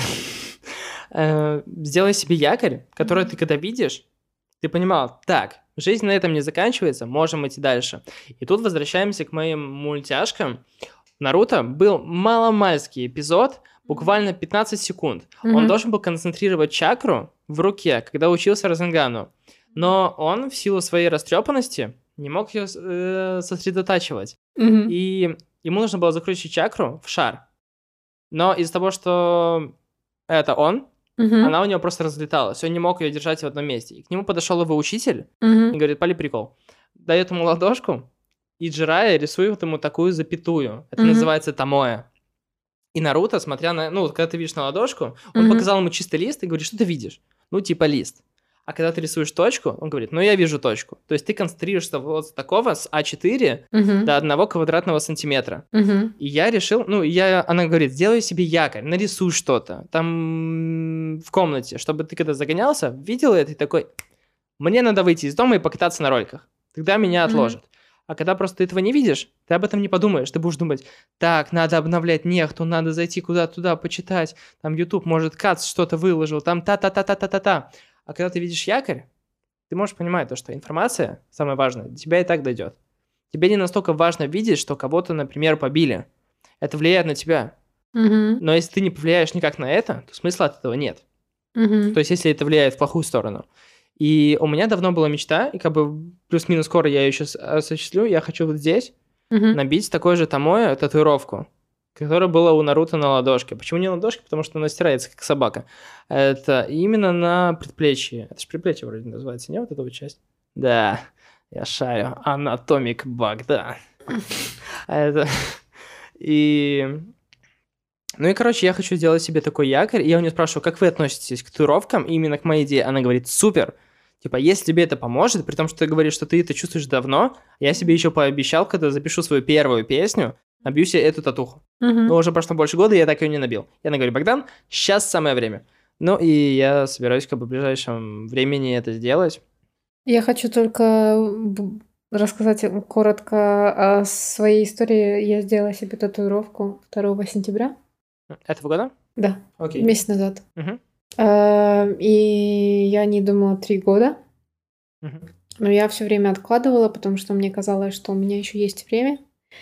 э, сделай себе якорь, который ты когда видишь, ты понимал, так, жизнь на этом не заканчивается, можем идти дальше. И тут возвращаемся к моим мультяшкам. Наруто был маломальский эпизод, буквально пятнадцать секунд. Он Мгм. должен был концентрировать чакру в руке, когда учился Разенгану. Но он в силу своей растрепанности не мог ее э, сосредотачивать. Мгм. И ему нужно было закрутить чакру в шар. Но из-за того, что это он, Мгм. она у него просто разлеталась. Он не мог ее держать в одном месте. И к нему подошел его учитель и Мгм. говорит, Пали, прикол. Дает ему ладошку, и Джирайя рисует ему такую запятую. Это Мгм. называется тамоэ. И Наруто, смотря на... Ну, вот когда ты видишь на ладошку, он Мгм. показал ему чистый лист и говорит, что ты видишь? Ну, типа лист. А когда ты рисуешь точку, он говорит, ну, я вижу точку. То есть ты концентрируешься вот с такого, с а четыре Мгм. до одного квадратного сантиметра. Мгм. И я решил, ну, я, она говорит, сделай себе якорь, нарисуй что-то там м, в комнате, чтобы ты когда загонялся, видел это и такой, мне надо выйти из дома и покататься на роликах. Тогда меня Мгм. отложат. А когда просто ты этого не видишь, ты об этом не подумаешь. Ты будешь думать, так, надо обновлять нехту, надо зайти куда-то туда, почитать. Там YouTube, может, Кац что-то выложил, там та-та-та-та-та-та-та. А когда ты видишь якорь, ты можешь понимать то, что информация, самое важное, до тебя и так дойдет. Тебе не настолько важно видеть, что кого-то, например, побили. Это влияет на тебя. Мгм. Но если ты не повлияешь никак на это, то смысла от этого нет. Мгм. То есть, если это влияет в плохую сторону. И у меня давно была мечта, и как бы плюс-минус скоро я ее сейчас осуществлю. Я хочу вот здесь Мгм. набить такой же тамоэ татуировку, которая была у Наруто на ладошке. Почему не на ладошке? Потому что она стирается, как собака. Это именно на предплечье. Это же предплечье вроде называется, не вот эта вот часть? Да, я шарю. Анатомик баг, да. А это... И... Ну и, короче, я хочу сделать себе такой якорь, и я у нее спрашиваю, как вы относитесь к татуировкам, и именно к моей идее. Она говорит, супер, типа, если тебе это поможет, при том, что ты говоришь, что ты это чувствуешь давно, я себе еще пообещал, когда запишу свою первую песню, набью себе эту татуху. Мгм. Но уже прошло больше года, и я так ее не набил. Я говорю, Богдан, сейчас самое время. Ну и я собираюсь как бы в ближайшем времени это сделать. Я хочу только б- рассказать э, коротко о своей истории. Я сделала себе татуировку второго сентября. Этого года? Да, Окей. месяц назад. Мгм. А, И я не думала три года, Мгм. но я все время откладывала, потому что мне казалось, что у меня еще есть время.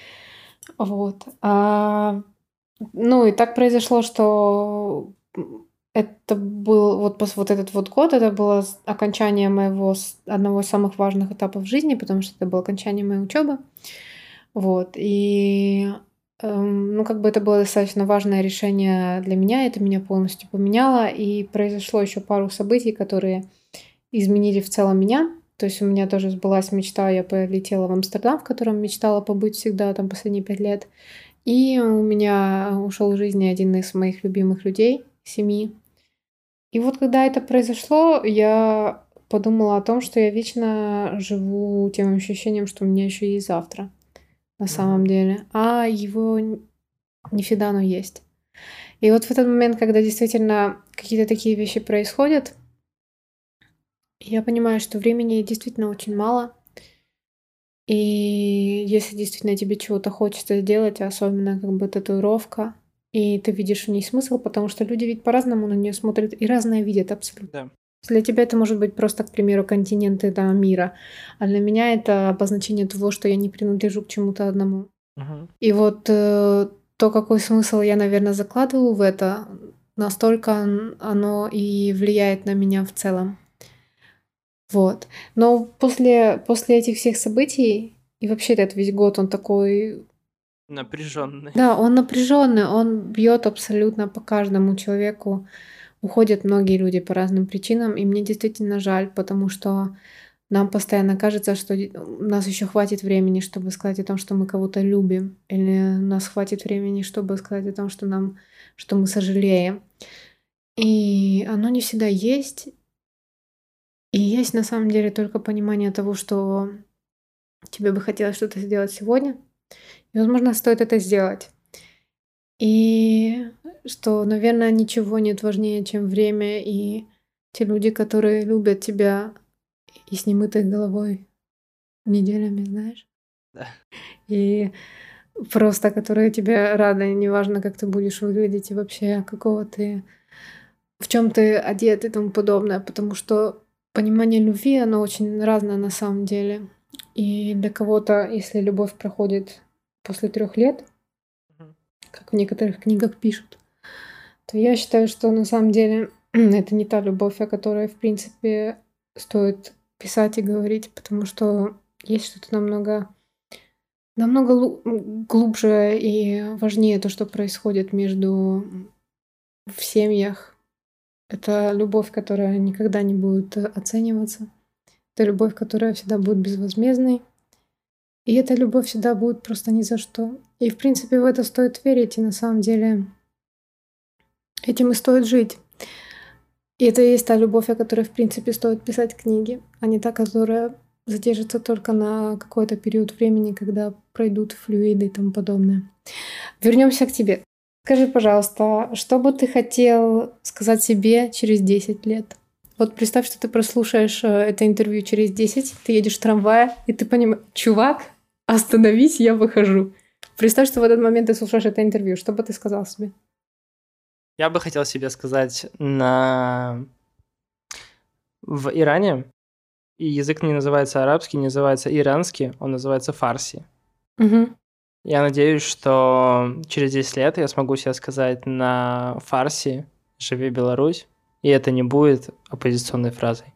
Вот. А, Ну и так произошло, что м, это был вот, пос- вот этот вот год, это было с- окончание моего с- одного из самых важных этапов жизни, потому что это было окончание моей учебы. Вот. И эм, ну, как бы это было достаточно важное решение для меня, это меня полностью поменяло, и произошло еще пару событий, которые изменили в целом меня. То есть у меня тоже сбылась мечта, я полетела в Амстердам, в котором мечтала побыть всегда, там, последние пять лет. И у меня ушел из жизни один из моих любимых людей, семьи. И вот когда это произошло, я подумала о том, что я вечно живу тем ощущением, что у меня еще есть завтра на самом Мгм. деле, а его н- не всегда оно есть. И вот в этот момент, когда действительно какие-то такие вещи происходят, я понимаю, что времени действительно очень мало. И если действительно тебе чего-то хочется сделать, особенно как бы татуировка, и ты видишь в ней смысл, потому что люди ведь по-разному на нее смотрят и разное видят абсолютно. Да. Для тебя это может быть просто, к примеру, континенты да, мира, а для меня это обозначение того, что я не принадлежу к чему-то одному. Мгм. И вот э, то, какой смысл я, наверное, закладываю в это, настолько н- оно и влияет на меня в целом. Вот. Но после, после этих всех событий, и вообще этот весь год, он такой, Напряженный. да, он напряженный, он бьет абсолютно по каждому человеку. Уходят многие люди по разным причинам, и мне действительно жаль, потому что нам постоянно кажется, что ди- у нас еще хватит времени, чтобы сказать о том, что мы кого-то любим, или у нас хватит времени, чтобы сказать о том, что нам, что мы сожалеем. И оно не всегда есть. И есть на самом деле только понимание того, что тебе бы хотелось что-то сделать сегодня, и, возможно, стоит это сделать. И что, наверное, ничего нет важнее, чем время и те люди, которые любят тебя и с немытой головой неделями, знаешь. Да. И просто, которые тебе рады, неважно, как ты будешь выглядеть и вообще какого ты, в чем ты одет и тому подобное, потому что понимание любви, оно очень разное на самом деле. И для кого-то, если любовь проходит после трех лет, Мгм. как в некоторых книгах пишут, то я считаю, что на самом деле это не та любовь, о которой, в принципе, стоит писать и говорить, потому что есть что-то намного, намного лу- м, глубже и важнее то, что происходит между в семьях. Это любовь, которая никогда не будет э, оцениваться. Это любовь, которая всегда будет безвозмездной. И эта любовь всегда будет просто ни за что. И, в принципе, в это стоит верить. И на самом деле этим и стоит жить. И это и есть та любовь, о которой, в принципе, стоит писать книги, а не та, которая задержится только на какой-то период времени, когда пройдут флюиды и тому подобное. Вернемся к тебе. Скажи, пожалуйста, что бы ты хотел сказать себе через десять лет? Вот представь, что ты прослушаешь э, это интервью через десять, ты едешь в трамвае, и ты понимаешь, чувак, остановись, я выхожу. Представь, что в этот момент ты слушаешь это интервью. Что бы ты сказал себе? Я бы хотел себе сказать, на... в Иране, и язык не называется арабский, не называется иранский, он называется фарси. Мгм. Я надеюсь, что через десять лет я смогу себе сказать на фарси «Живи Беларусь», и это не будет оппозиционной фразой.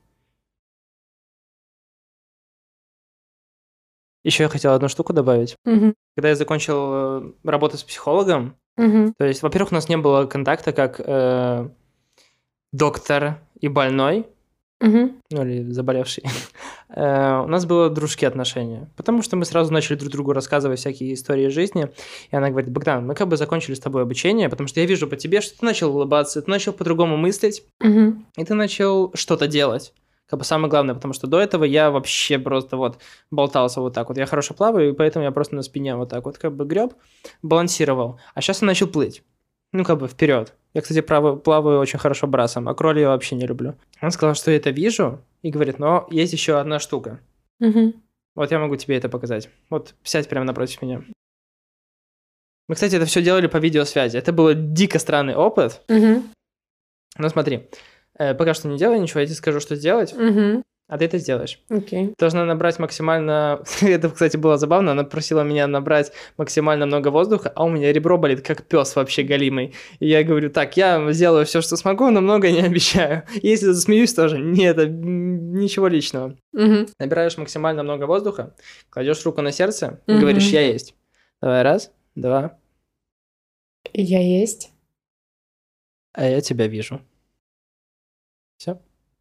Еще я хотел одну штуку добавить. Мгм. Когда я закончил э, работу с психологом, Мгм. то есть, во-первых, у нас не было контакта как э, доктор и больной, Мгм. ну или заболевший. Э, У нас было дружеские отношения, потому что мы сразу начали друг другу рассказывать всякие истории жизни, и она говорит: Богдан, мы как бы закончили с тобой обучение, потому что я вижу по тебе, что ты начал улыбаться, ты начал по-другому мыслить, Мгм. и ты начал что-то делать. Как бы самое главное, потому что до этого я вообще просто вот болтался вот так вот. Я хорошо плаваю, и поэтому я просто на спине вот так вот как бы греб, балансировал. А сейчас я начал плыть. Ну, как бы вперед. Я, кстати, плаваю, плаваю очень хорошо брасом, а кроли я вообще не люблю. Он сказал, что я это вижу, и говорит: но есть еще одна штука. Мгм. Вот я могу тебе это показать. Вот сядь прямо напротив меня. Мы, кстати, это все делали по видеосвязи. Это был дико странный опыт. Мгм. Но смотри, э, пока что не делай ничего, я тебе скажу, что сделать, Мгм. а ты это сделаешь. Окей. Ты должна набрать максимально... Это, кстати, было забавно. Она просила меня набрать максимально много воздуха, а у меня ребро болит, как пес вообще голимый. И я говорю: так, я сделаю все, что смогу, но много не обещаю. Если засмеюсь тоже, нет, это м, ничего личного. Мгм. Набираешь максимально много воздуха, кладешь руку на сердце и Мгм. говоришь: я есть. Давай, раз, два, Я есть. а я тебя вижу. Все.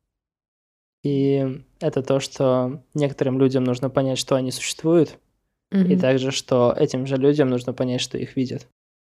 И это то, что некоторым людям нужно понять, что они существуют, и Мгм. также, что этим же людям нужно понять, что их видят.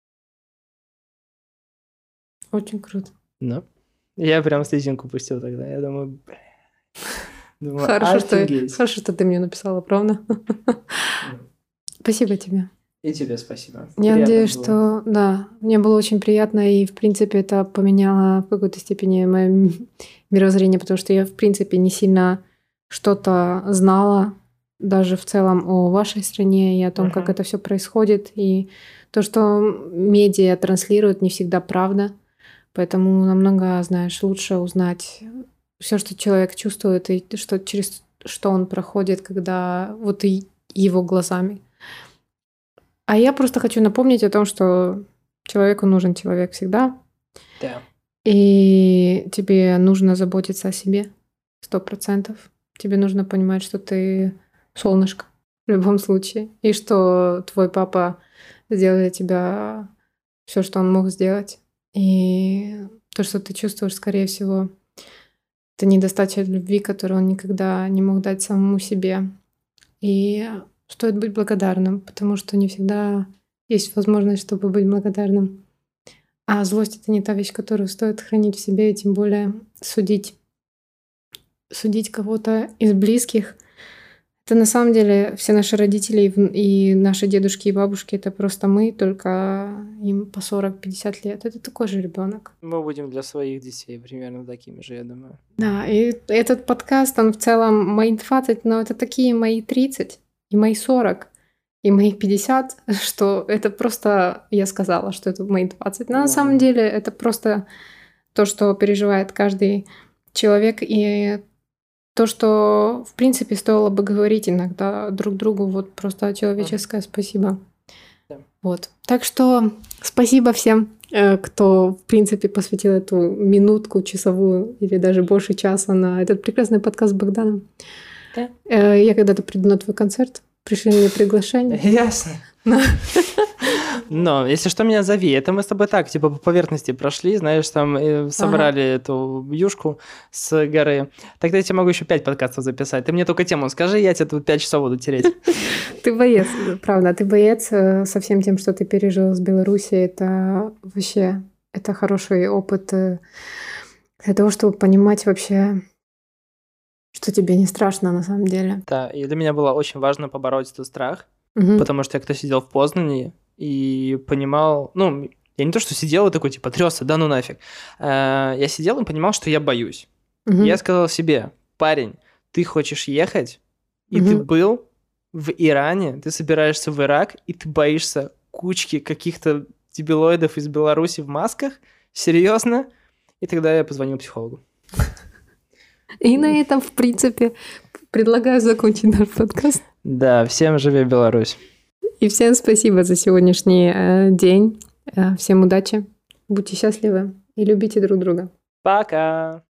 Очень круто. Да. Я прям слезинку пустил тогда. Я думаю, бля. Думаю, Хорошо, что, офигеть. хорошо, что ты мне написала, правда? Ну, Спасибо тебе. И тебе спасибо. Я Приятно надеюсь, было. что да, мне было очень приятно, и в принципе это поменяло в какой-то степени мое м- мировоззрение, потому что я в принципе не сильно что-то знала даже в целом о вашей стране и о том, как Мгм. это все происходит, и то, что медиа транслируют, не всегда правда, поэтому намного, знаешь, лучше узнать все, что человек чувствует и что через что он проходит, когда вот и его глазами. А я просто хочу напомнить о том, что человеку нужен человек всегда, Да. и тебе нужно заботиться о себе сто процентов. Тебе нужно понимать, что ты солнышко в любом случае, и что твой папа сделал для тебя все, что он мог сделать. И то, что ты чувствуешь, скорее всего, это недостача любви, которую он никогда не мог дать самому себе. И стоит быть благодарным, потому что не всегда есть возможность, чтобы быть благодарным. А злость — это не та вещь, которую стоит хранить в себе, и тем более судить, судить кого-то из близких. Это на самом деле все наши родители и в- и наши дедушки и бабушки — это просто мы, только им по сорок-пятьдесят лет. Это такой же ребенок. Мы будем для своих детей примерно такими же, я думаю. Да, и этот подкаст, он в целом мои двадцать, но это такие мои тридцать и мои сорок. и мои пятьдесят, что это просто я сказала, что это мои двадцать. Но на самом деле это просто то, что переживает каждый человек, и то, что, в принципе, стоило бы говорить иногда друг другу, вот просто человеческое спасибо. Да. Вот. Так что спасибо всем, э, кто, в принципе, посвятил эту минутку, часовую или даже больше часа на этот прекрасный подкаст с Богданом. Да. Э, Я когда-то приду на твой концерт, пришли мне приглашение. Ясно. Но, если что, меня зови. Это мы с тобой так, типа, по поверхности прошли, знаешь, там э, собрали эту юшку с горы. Тогда я тебе могу еще пять подкастов записать. Ты мне только тему скажи, я тебе тут пять часов буду тереть. Ты боец, правда, ты боец э, со всем тем, что ты пережил с Белоруссией. Это вообще, это хороший опыт э, для того, чтобы понимать вообще, что тебе не страшно на самом деле. Да, и для меня было очень важно побороть этот страх, Мгм. потому что я когда сидел в Познани и понимал, ну, я не то, что сидел и такой, типа, трёсся, да ну нафиг. Э, Я сидел и понимал, что я боюсь. Мгм. Я сказал себе, парень, ты хочешь ехать, и ты Мгм. был в Иране, ты собираешься в Ирак, и ты боишься кучки каких-то дебилоидов из Беларуси в масках? Серьезно? И тогда я позвонил психологу. И на этом, в принципе, предлагаю закончить наш подкаст. Да, всем живи Беларусь. И всем спасибо за сегодняшний э, день. Э, всем удачи, будьте счастливы и любите друг друга. Пока!